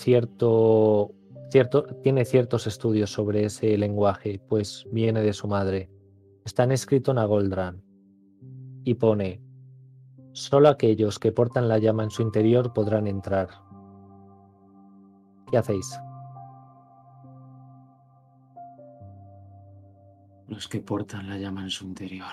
tiene ciertos estudios sobre ese lenguaje, pues viene de su madre. Está escrito en Agoldran y pone: solo aquellos que portan la llama en su interior podrán entrar. ¿Qué hacéis? Los que portan la llama en su interior.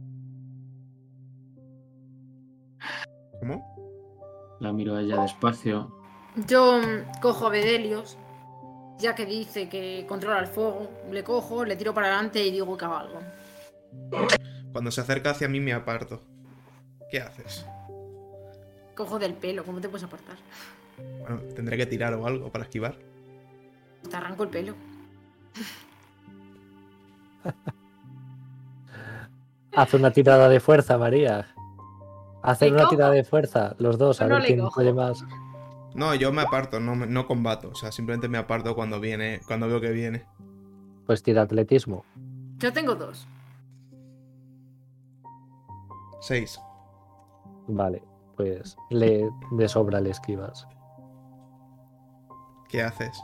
¿Cómo? La miro a ella despacio. Yo cojo a Bedelios, ya que dice que controla el fuego. Le cojo, le tiro para adelante y digo que haga algo. Cuando se acerca hacia mí me aparto. ¿Qué haces? Cojo del pelo, ¿cómo te puedes apartar? Bueno, tendré que tirar o algo para esquivar. Te arranco el pelo. Haz una tirada de fuerza, María. Haced una tirada de fuerza, los dos, a No ver le quién cojo. puede más. No, yo me aparto, no combato. O sea, simplemente me aparto cuando veo que viene. Pues tira atletismo. Yo tengo 2. 6. Vale, pues de sobra le esquivas. ¿Qué haces?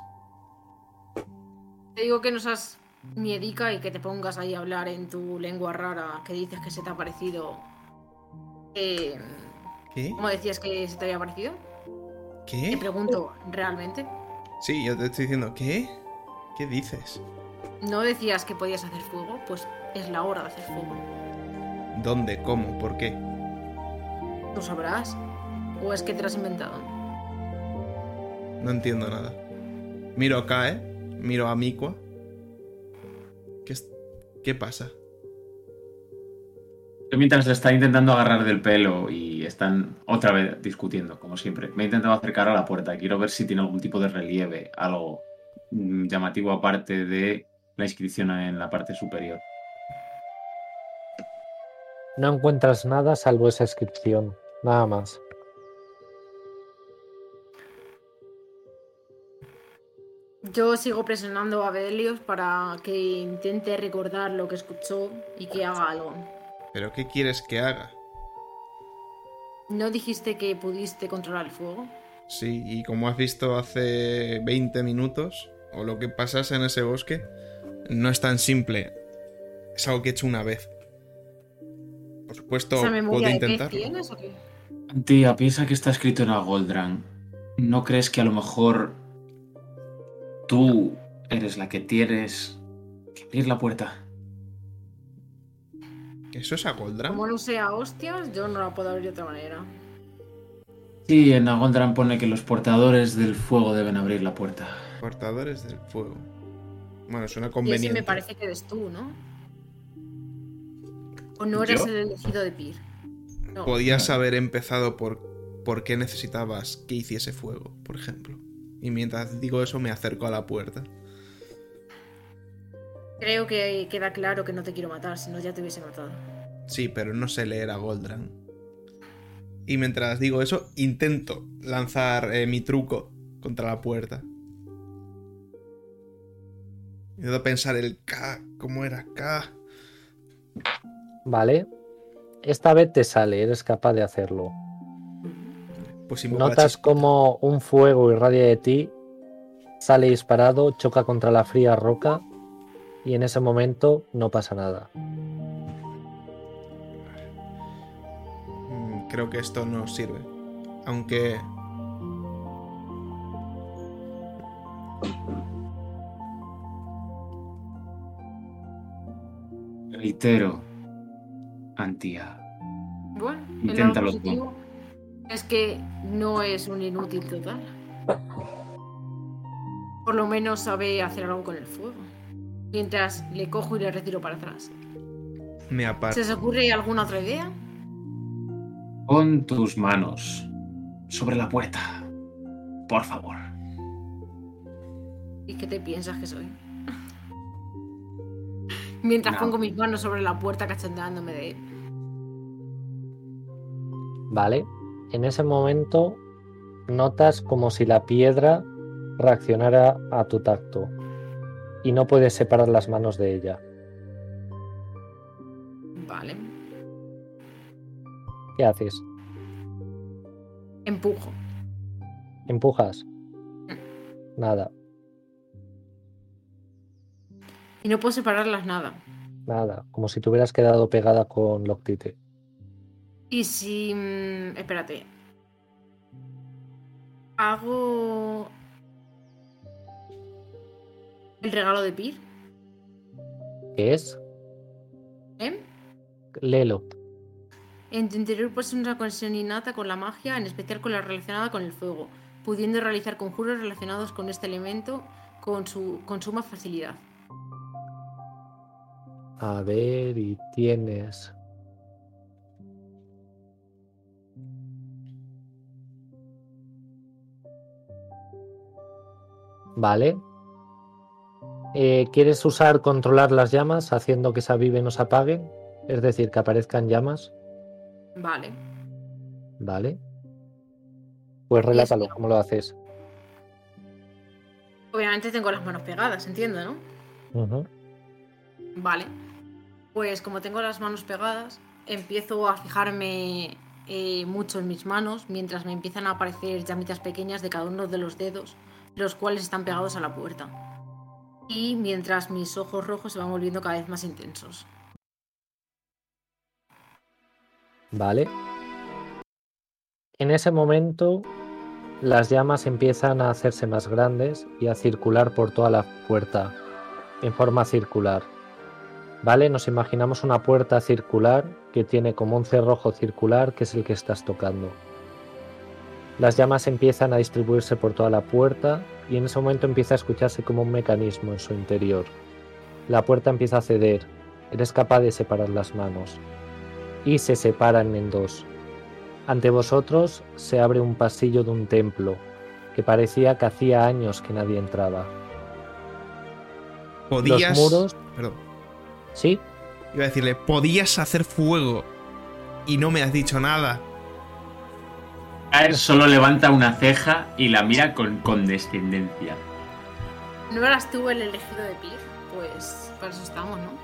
Te digo que no seas miedica y que te pongas ahí a hablar en tu lengua rara que dices que se te ha parecido. ¿Qué? ¿Cómo decías que se te había parecido? Te ¿Qué? pregunto, ¿realmente? Sí, yo te estoy diciendo, ¿qué? ¿Qué dices? ¿No decías que podías hacer fuego? Pues es la hora de hacer fuego. ¿Dónde? ¿Cómo? ¿Por qué? ¿Tú sabrás? ¿O es que te lo has inventado? No entiendo nada. Miro acá, miro a Miqua. ¿Qué pasa? Yo mientras le está intentando agarrar del pelo y están otra vez discutiendo, como siempre, me he intentado acercar a la puerta. Quiero ver si tiene algún tipo de relieve, algo llamativo aparte de la inscripción en la parte superior. No encuentras nada salvo esa inscripción, nada más. Yo sigo presionando a Bedelios para que intente recordar lo que escuchó y que haga algo. ¿Pero qué quieres que haga? ¿No dijiste que pudiste controlar el fuego? Sí, y como has visto hace 20 minutos, o lo que pasase en ese bosque, no es tan simple. Es algo que he hecho una vez. Por supuesto, ¿Esa puedo memoria de pez intentarlo. tienes o qué? Tía, piensa que está escrito en Agoldran. ¿No crees que a lo mejor tú eres la que tienes que abrir la puerta? ¿Eso es Agoldran? Como no sea hostias, yo no la puedo abrir de otra manera. Sí, en Agoldran pone que los portadores del fuego deben abrir la puerta. Portadores del fuego. Bueno, suena Y conveniente. ese me parece que eres tú, ¿no? ¿O no eres ¿Yo? el elegido de Pyr? No. Podías haber empezado por qué necesitabas que hiciese fuego, por ejemplo. Y mientras digo eso me acerco a la puerta. Creo que queda claro que no te quiero matar, si no ya te hubiese matado. Sí, pero no sé leer a Goldran. Y mientras digo eso, intento lanzar mi truco contra la puerta. Intento pensar el K, ¿cómo era K? Vale. Esta vez te sale, eres capaz de hacerlo. Pues invoco la Notas chispita. como un fuego irradia de ti, sale disparado, choca contra la fría roca y en ese momento no pasa nada. Creo que esto no sirve. Aunque... Reitero, Antía. Bueno, Inténtalo el lado positivo es que no es un inútil total. Por lo menos sabe hacer algo con el fuego. Mientras le cojo y le retiro para atrás. me aparto. ¿Se os ocurre alguna otra idea? Pon tus manos sobre la puerta, por favor. ¿Y qué te piensas que soy? Mientras No. pongo mis manos sobre la puerta cachondeándome de él. Vale. En ese momento notas como si la piedra reaccionara a tu tacto y no puedes separar las manos de ella. Vale. ¿Qué haces? Empujo. ¿Empujas? Nada, Y no puedo separarlas nada. nada. Como si te hubieras quedado pegada con Loctite. Y si... espérate. Hago... el regalo de Pir. ¿Qué es? ¿Eh? Léelo. En tu interior posee una conexión innata con la magia, en especial con la relacionada con el fuego, pudiendo realizar conjuros relacionados con este elemento con suma facilidad. A ver, y tienes... Vale. ¿Quieres usar controlar las llamas haciendo que se aviven o se apaguen? Es decir, que aparezcan llamas. Vale. Vale. Pues relátalo, ¿cómo lo haces? Obviamente tengo las manos pegadas, entiendo, ¿no? Ujú. Vale. Pues como tengo las manos pegadas, empiezo a fijarme mucho en mis manos mientras me empiezan a aparecer llamitas pequeñas de cada uno de los dedos, los cuales están pegados a la puerta. Y mientras mis ojos rojos se van volviendo cada vez más intensos. Vale. En ese momento, las llamas empiezan a hacerse más grandes y a circular por toda la puerta, en forma circular. Vale, nos imaginamos una puerta circular que tiene como un cerrojo circular que es el que estás tocando. Las llamas empiezan a distribuirse por toda la puerta y en ese momento empieza a escucharse como un mecanismo en su interior. La puerta empieza a ceder, eres capaz de separar las manos y se separan en dos. Ante vosotros se abre un pasillo de un templo que parecía que hacía años que nadie entraba. Podías... Los muros... Perdón. ¿Sí? Iba a decirle, podías hacer fuego y no me has dicho nada. Kaer solo levanta una ceja y la mira con condescendencia. ¿No eras tú el elegido de Pir? Pues para eso estamos, ¿no?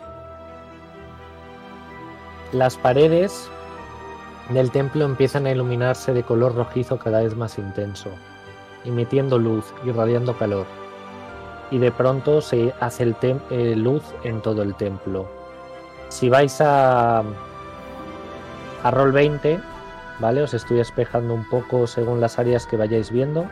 Las paredes del templo empiezan a iluminarse de color rojizo cada vez más intenso, emitiendo luz, irradiando calor. Y de pronto se hace luz en todo el templo. Si vais a Roll 20, ¿vale? Os estoy espejando un poco según las áreas que vayáis viendo.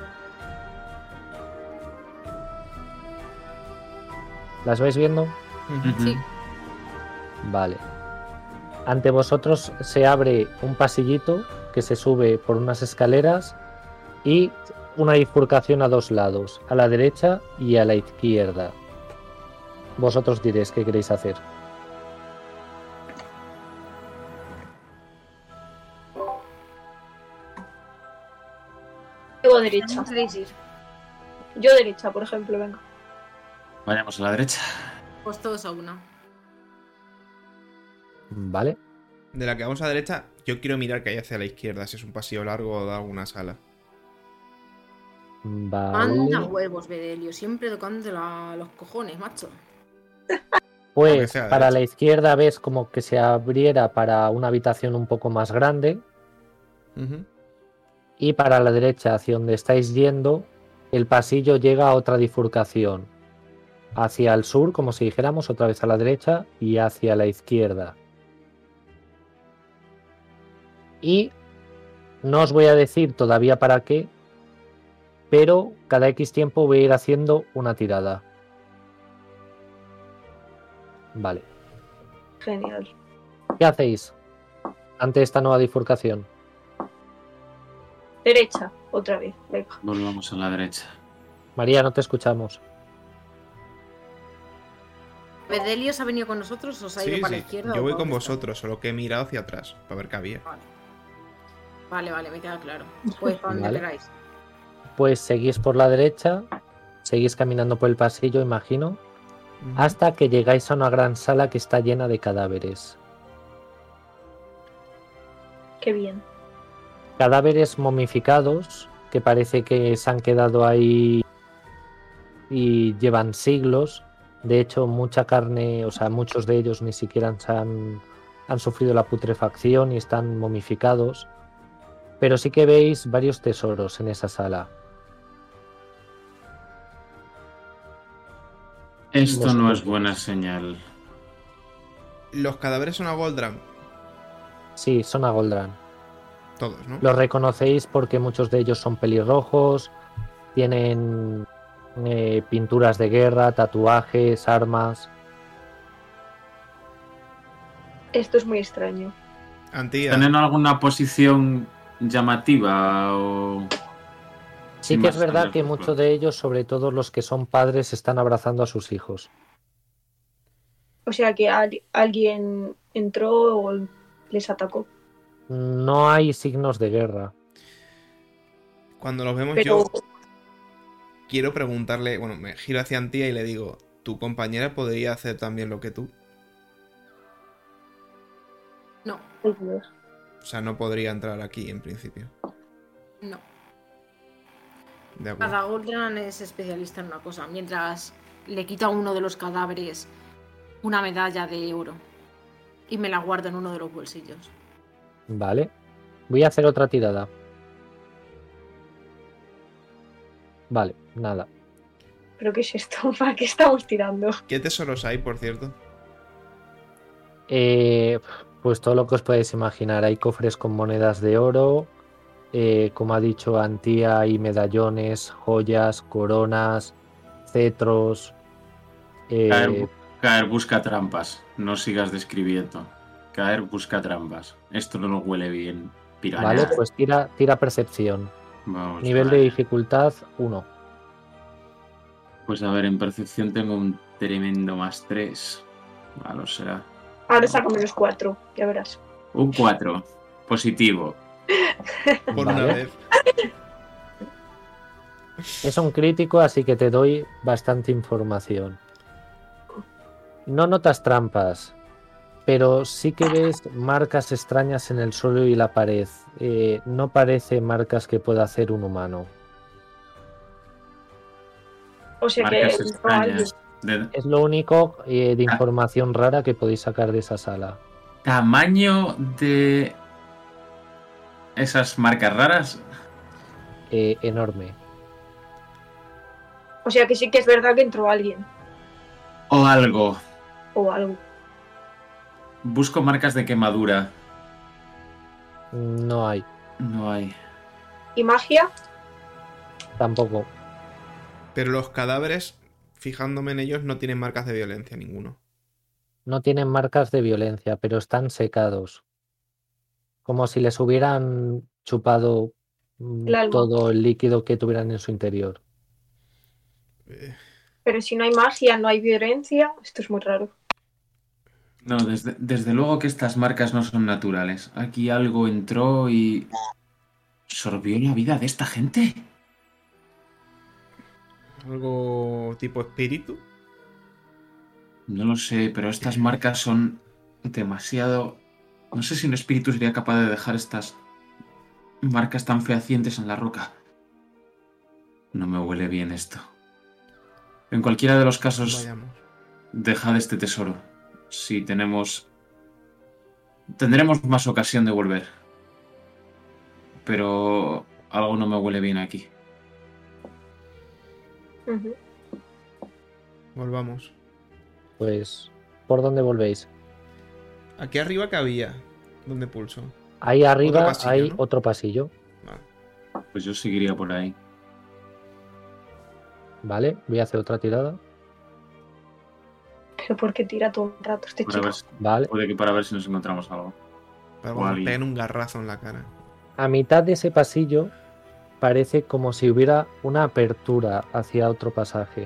¿Las vais viendo? Sí. Vale. Ante vosotros se abre un pasillito que se sube por unas escaleras y una bifurcación a dos lados, a la derecha y a la izquierda. Vosotros diréis qué queréis hacer. Digo, derecha. ¿Cómo queréis ir? Yo derecha, por ejemplo, venga. Vayamos a la derecha. Pues todos a una. Vale. De la que vamos a la derecha, yo quiero mirar que hay hacia la izquierda, si es un pasillo largo o da alguna sala. Anda Vale. huevos, Bedelio. Siempre tocando los cojones, macho. Pues Aunque sea para derecha. la izquierda ves como que se abriera para una habitación un poco más grande. Ujú. Y para la derecha, hacia donde estáis yendo, el pasillo llega a otra bifurcación. Hacia el sur, como si dijéramos, otra vez a la derecha y hacia la izquierda. Y no os voy a decir todavía para qué, pero cada X tiempo voy a ir haciendo una tirada. Vale. Genial. ¿Qué hacéis ante esta nueva bifurcación? Derecha, otra vez, venga. Volvamos a la derecha. María, no te escuchamos. ¿Bedelio se ha venido con nosotros o se ha ido Sí, para la sí. izquierda? Yo o voy para con dónde está? vosotros, solo que he mirado hacia atrás para ver qué había. Vale, me queda claro. Pues para donde Vale. queráis. Pues seguís por la derecha, seguís caminando por el pasillo, imagino, Ujú. hasta que llegáis a una gran sala que está llena de cadáveres. Qué bien. Cadáveres momificados que parece que se han quedado ahí y llevan siglos. De hecho, mucha carne, o sea, muchos de ellos ni siquiera han sufrido la putrefacción y están momificados. Pero sí que veis varios tesoros en esa sala. Esto no es Vosotros. buena señal. Los cadáveres son a Goldram. Sí, son a Goldran. Todos, ¿no? Los reconocéis porque muchos de ellos son pelirrojos, tienen pinturas de guerra, tatuajes, armas. Esto es muy extraño. Antía. ¿Tienen alguna posición llamativa o...? Sí sin que es más verdad allá, que pues, muchos de ellos, sobre todo los que son padres, están abrazando a sus hijos. O sea que alguien entró o les atacó. No hay signos de guerra. Cuando los vemos Pero yo quiero preguntarle, bueno, me giro hacia Antía y le digo, ¿tu compañera podría hacer también lo que tú? No, ay, Dios. O sea, no podría entrar aquí en principio. no. De acuerdo. Cada Goldran es especialista en una cosa. Mientras le quito a uno de los cadáveres una medalla de oro y me la guardo en uno de los bolsillos. Vale. Voy a hacer otra tirada. Vale, nada. ¿Pero qué es esto? ¿Para qué estamos tirando? ¿Qué tesoros hay, por cierto? Pues todo lo que os podéis imaginar. Hay cofres con monedas de oro. Como ha dicho Antía, hay medallones, joyas, coronas, cetros. Caer busca trampas. No sigas describiendo. Caer busca trampas. Esto no nos huele bien. Piraña. Vale, pues tira percepción. Vamos, Nivel de vale. dificultad 1. Pues a ver, en percepción tengo un tremendo +3. Malo será. Ahora saco -4, ya verás. Un 4. Positivo. Por Vale. una vez. Es un crítico, así que te doy bastante información. No notas trampas, pero sí que ves marcas extrañas en el suelo y la pared. No parece marcas que pueda hacer un humano. O sea Marcas que entró alguien. extrañas. De Es lo único de información rara que podéis sacar de esa sala. tamaño de esas marcas raras. Enorme. O sea que sí que es verdad que entró alguien. O algo. O algo. Busco marcas de quemadura. No hay. No hay. ¿Y magia? Tampoco. Pero los cadáveres, fijándome en ellos, no tienen marcas de violencia ninguno. No tienen marcas de violencia, pero están secados. Como si les hubieran chupado El alma. todo el líquido que tuvieran en su interior. Pero si no hay magia, no hay violencia, esto es muy raro. No, desde luego que estas marcas no son naturales. Aquí algo entró y... ¿Sorbió la vida de esta gente? ¿Algo tipo espíritu? No lo sé, pero estas marcas son demasiado... No sé si un espíritu sería capaz de dejar estas marcas tan fehacientes en la roca. No me huele bien esto. En cualquiera de los casos, Vayamos. dejad este tesoro. Si tenemos... Tendremos más ocasión de volver. Pero algo no me huele bien aquí. Ujú. Volvamos. Pues, ¿por dónde volvéis? Aquí arriba que había. ¿Dónde pulso? Ahí arriba pasillo, hay ¿no? otro pasillo, Vale. Pues yo seguiría por ahí. ¿vale? Voy a hacer otra tirada, Pero ¿por qué tira todo el rato este Para chico? ver si- ¿vale? Puede que para ver si nos encontramos algo. Para O cuando nos alguien. peguen un garrazo en la cara. A mitad de ese pasillo parece como si hubiera una apertura hacia otro pasaje.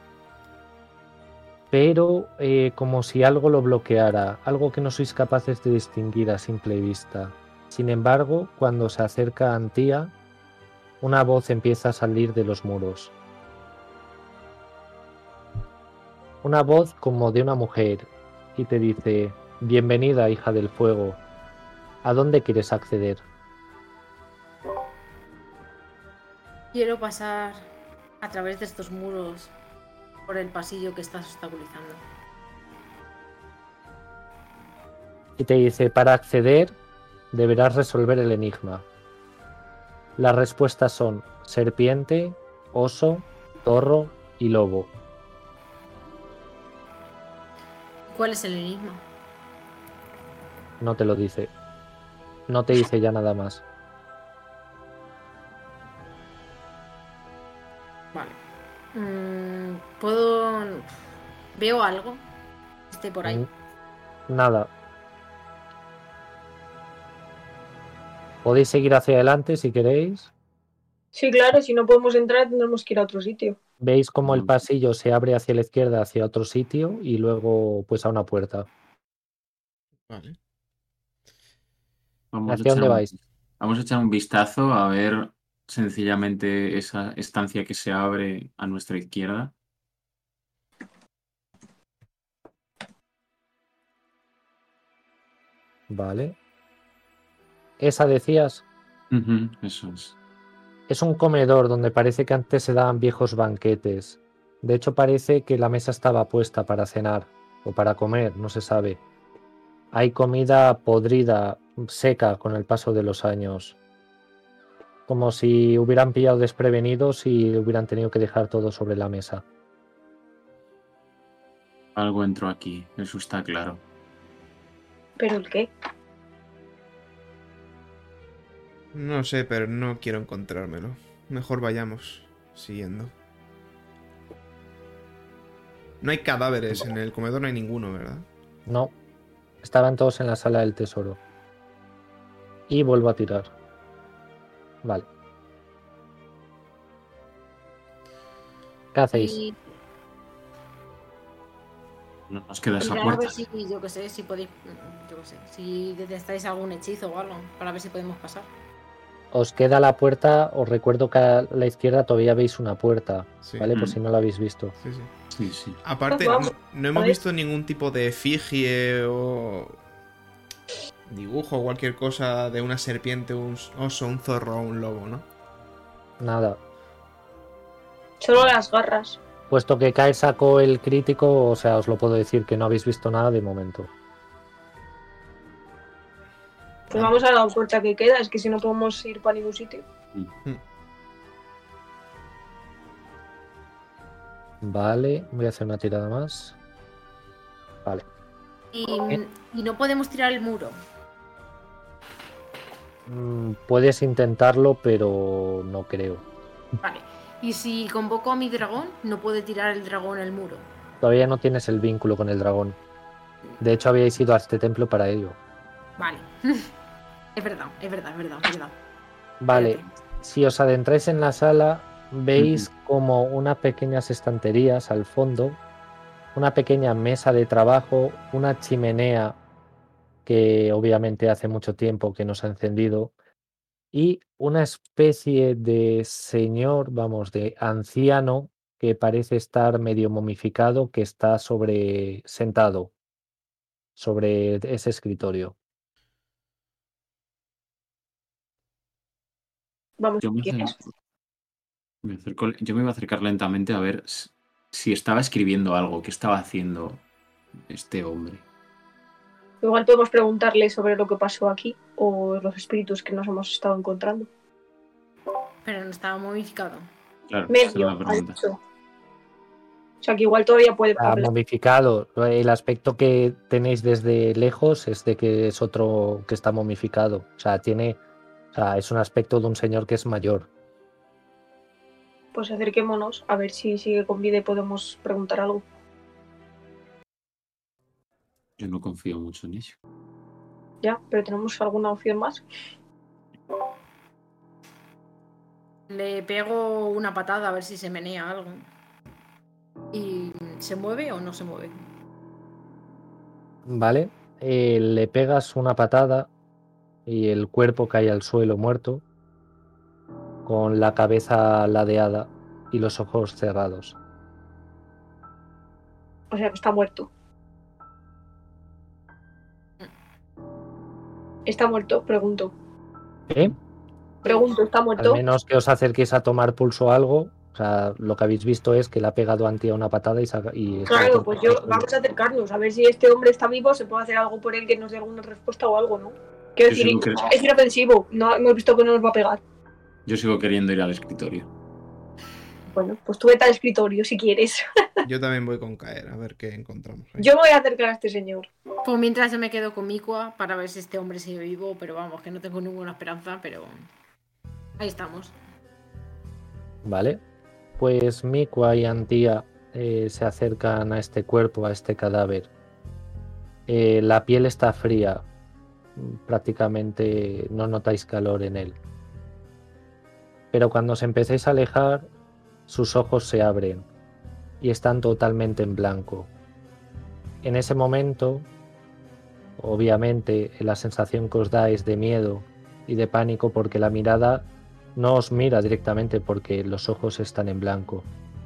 Pero como si algo lo bloqueara, algo que no sois capaces de distinguir a simple vista. Sin embargo, cuando se acerca a Antía, una voz empieza a salir de los muros. Una voz como de una mujer, y te dice: bienvenida, hija del fuego. ¿A dónde quieres acceder? Quiero pasar a través de estos muros por el pasillo que estás obstaculizando. Y te dice: para acceder deberás resolver el enigma. Las respuestas son serpiente, oso, zorro y lobo. ¿Cuál es el enigma? No te lo dice. No te dice ya nada más. Vale. ¿Puedo...? ¿Veo algo? Esté por ahí. Nada. Podéis seguir hacia adelante si queréis. Sí, claro, si no podemos entrar tendremos que ir a otro sitio. Veis como el pasillo se abre hacia la izquierda, hacia otro sitio y luego pues a una puerta. Vale. ¿Hacia dónde vais? Vamos a echar un vistazo a ver sencillamente esa estancia que se abre a nuestra izquierda. Vale. ¿Esa decías? Eso es. Es un comedor donde parece que antes se daban viejos banquetes. De hecho, parece que la mesa estaba puesta para cenar o para comer, no se sabe. Hay comida podrida, seca con el paso de los años. Como si hubieran pillado desprevenidos y hubieran tenido que dejar todo sobre la mesa. Algo entró aquí, eso está claro. ¿Pero el qué? No sé, pero no quiero encontrármelo. Mejor vayamos siguiendo. No hay cadáveres en el comedor, no hay ninguno, ¿verdad? No, estaban todos en la sala del tesoro. Y vuelvo a tirar. Vale. ¿Qué hacéis? Y No nos queda esa mirar a puerta. ver si, yo qué sé, si podéis, yo qué sé, si detectáis algún hechizo o algo, para ver si podemos pasar. Os queda la puerta, os recuerdo que a la izquierda todavía veis una puerta, Sí. ¿vale? Por si no la habéis visto. Sí, sí. Sí, sí. Aparte, Pues vamos, no hemos a ver. visto ningún tipo de efigie o dibujo o cualquier cosa de una serpiente, un oso, un zorro o un lobo, ¿no? Nada. Solo las garras. Puesto que Kae sacó el crítico, o sea, os lo puedo decir que no habéis visto nada de momento. Pues vamos a la puerta que queda, es que si no podemos ir para ningún sitio. Vale, voy a hacer una tirada más. Vale. Y no podemos tirar el muro. Puedes intentarlo, pero no creo. Vale. Y si convoco a mi dragón, no puede tirar el dragón el muro. Todavía no tienes el vínculo con el dragón. De hecho, habíais ido a este templo para ello. Vale. Es verdad, es verdad, es verdad, es verdad. Vale, Espérate. si os adentráis en la sala, veis como unas pequeñas estanterías al fondo, una pequeña mesa de trabajo, una chimenea que obviamente hace mucho tiempo que no se ha encendido, y una especie de señor, vamos, de anciano que parece estar medio momificado, que está sentado sobre ese escritorio. Vamos, Yo me, ¿qué es? yo me iba a acercar lentamente a ver si estaba escribiendo algo, qué estaba haciendo este hombre. Igual podemos preguntarle sobre lo que pasó aquí o los espíritus que nos hemos estado encontrando. Pero no estaba momificado. Claro, esa es Medio, la ha pregunta. dicho. O sea que igual todavía puede Está hablar. momificado. El aspecto que tenéis desde lejos es de que es otro que está momificado. O sea, es un aspecto de un señor que es mayor. Pues acerquémonos a ver si sigue con vida y podemos preguntar algo. Yo no confío mucho en ello. Ya, pero ¿tenemos alguna opción más? Le pego una patada a ver si se menea algo. ¿Y se mueve o no se mueve? ¿Vale? Le pegas una patada y el cuerpo cae al suelo muerto, con la cabeza ladeada y los ojos cerrados. O sea que está muerto. ¿Está muerto? Pregunto. ¿Eh? Pregunto, ¿está Al muerto? menos que os acerquéis a tomar pulso o algo. O sea, lo que habéis visto es que le ha pegado a Antía una patada y está Claro, pues yo muerto. vamos a acercarnos a ver si este hombre está vivo, se puede hacer algo por él que nos dé alguna respuesta o algo, ¿no? Quiero Yo decir, sigo es inofensivo, no hemos visto que no nos va a pegar. Yo sigo queriendo ir al escritorio. Bueno, pues tú vete al escritorio si quieres. Yo también voy con Caer, a ver qué encontramos. ahí. Yo me voy a acercar a este señor. Pues mientras yo me quedo con Mikua para ver si este hombre sigue vivo, pero vamos, que no tengo ninguna esperanza, pero ahí estamos. Vale. Pues Mikua y Antía se acercan a este cuerpo, a este cadáver. La piel está fría. Prácticamente no notáis calor en él. Pero cuando os empecéis a alejar, sus ojos se abren y están totalmente en blanco. En ese momento, obviamente, la sensación que os da es de miedo y de pánico porque la mirada no os mira directamente porque los ojos están en blanco.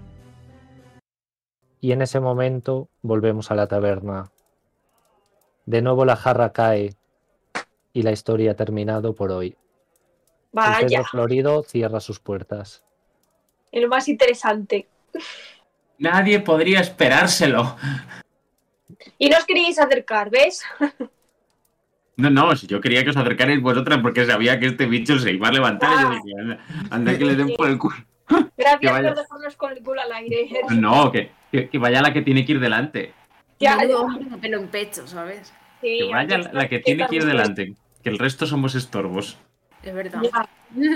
Y en ese momento volvemos a la taberna. De nuevo la jarra cae y la historia ha terminado por hoy. El Vaya, Pedro Florido cierra sus puertas. el más interesante. Nadie podría esperárselo. Y no os queríais acercar, ¿ves? No, si yo quería que os acercarais vosotras porque sabía que este bicho se iba a levantar y yo decía, anda que le den por el culo. Que Gracias vaya. por dejarnos con el culo al aire. No, que vaya la que tiene que ir delante. Ya, Menudo ya. hombre con pelo en pecho, ¿sabes? Sí, Que vaya antes la que tiene que ir delante. Que el resto somos estorbos. Es verdad. Ya.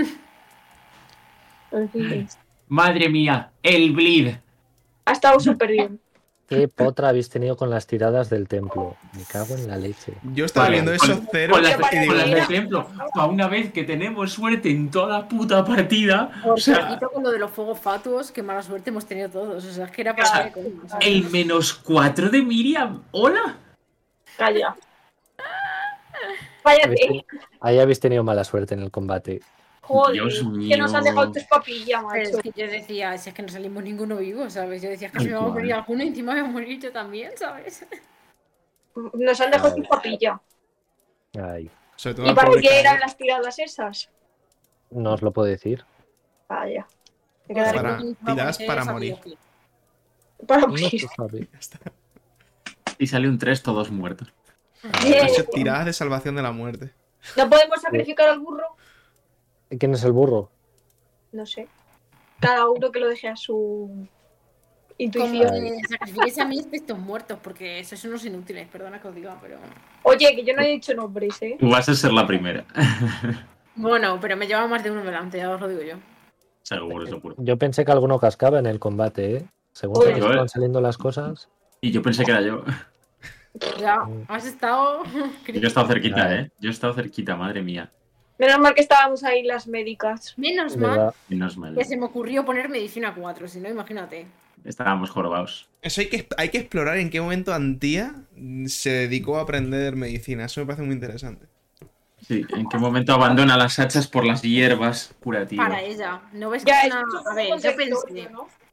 En fin, Madre mía, el bleed. ha estado súper bien. ¿Qué potra habéis tenido con las tiradas del templo? Me cago en la leche. Yo estaba Vale, viendo eso con- cero Con las, y digo, con las del mira. templo, para una vez que tenemos suerte en toda la puta partida. O sea, Ojito con lo de los fuegos fatuos, que mala suerte hemos tenido todos. O sea, es que era para Claro. qué coño, ¿sabes? el -4 de Miriam. ¿Hola? Calla. Cállate. Ahí habéis tenido mala suerte en el combate. Joder, Dios que nos han mío. dejado tus papillas, Pero macho. es que yo decía, si es que no salimos ninguno vivo, ¿sabes? Yo decía que Tal se me va a cual. morir alguno y encima me voy a morir yo también, ¿sabes? Nos han dejado tus papillas. Ay, sobre todo ¿Y al para pobre qué Caer, eran las tiradas esas? no os lo puedo decir. Vaya. Me quedaré Para- con- tiradas para morir. para No morir. se sabe. ya está. Y sale un 3 todos muertos. Bien. Eso, tiradas de salvación de la muerte. ¿No podemos sacrificar al burro? ¿Quién es el burro? No sé. Cada uno que lo deje a su Como intuición. sacrifiquéis a mí estos muertos, porque sois unos inútiles, perdona que os diga, pero... Oye, que yo no he dicho nombres, ¿eh? Tú vas a ser la primera. Bueno, pero me lleva más de uno delante, ya os lo digo yo. Seguro, seguro. Yo pensé que alguno cascaba en el combate, ¿eh? Según Oye, cómo estaban saliendo las cosas. Y yo pensé que era yo. Ya, has estado... Yo he estado cerquita, ¿eh? Yo he estado cerquita, madre mía. Menos mal que estábamos ahí las médicas. Menos De mal verdad. Menos mal. que se me ocurrió poner medicina 4, si no, imagínate. Estábamos jorobados. Eso hay que explorar en qué momento Antía se dedicó a aprender medicina. Eso me parece muy interesante. Sí, ¿en qué momento abandona las hachas por las hierbas curativas? Para ella. ¿No ves que Ya, es es una... mucho A ver, yo contradictorio, pensé... ¿no?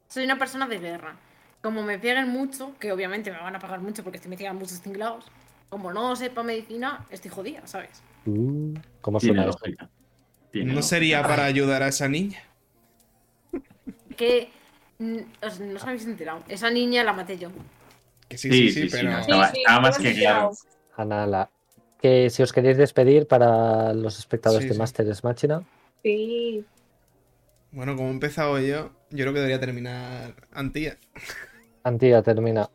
Soy una persona de guerra. Como me peguen mucho, que obviamente me van a pagar mucho porque estoy metida en muchos tinglados, como no sepa medicina, estoy jodida, ¿sabes? ¿Cómo Tiene suena esto? lógica. Tiene ¿No lógica. sería para ayudar a esa niña? Que no os habéis enterado. Esa niña la maté yo. Que sí, Sí, sí, sí, sí, pero... no, estaba más que claro. Anala, que si os queréis despedir para los espectadores Sí, de sí. Masters Machina, Sí. Bueno, como he empezado yo creo que debería terminar Antía. Antía termina.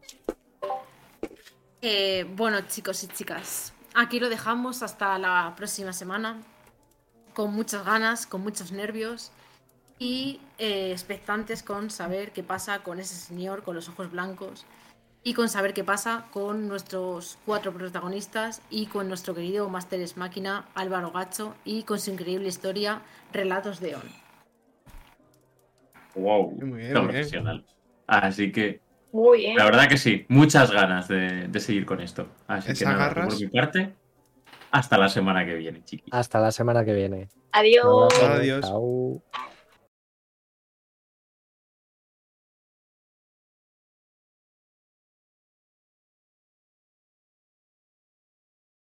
Bueno, chicos y chicas, aquí lo dejamos hasta la próxima semana. Con muchas ganas, con muchos nervios y expectantes con saber qué pasa con ese señor con los ojos blancos y con saber qué pasa con nuestros 4 protagonistas y con nuestro querido Máster Ex Máquina Álvaro Gacho y con su increíble historia Relatos de On. Wow, Muy bien, está muy bien. profesional. Así que, Muy bien. la verdad que sí, muchas ganas de seguir con esto. Así que Esas nada, garras. por mi parte, hasta la semana que viene, chiquis. Hasta la semana que viene. Un Adiós. abrazo. Adiós. Chao.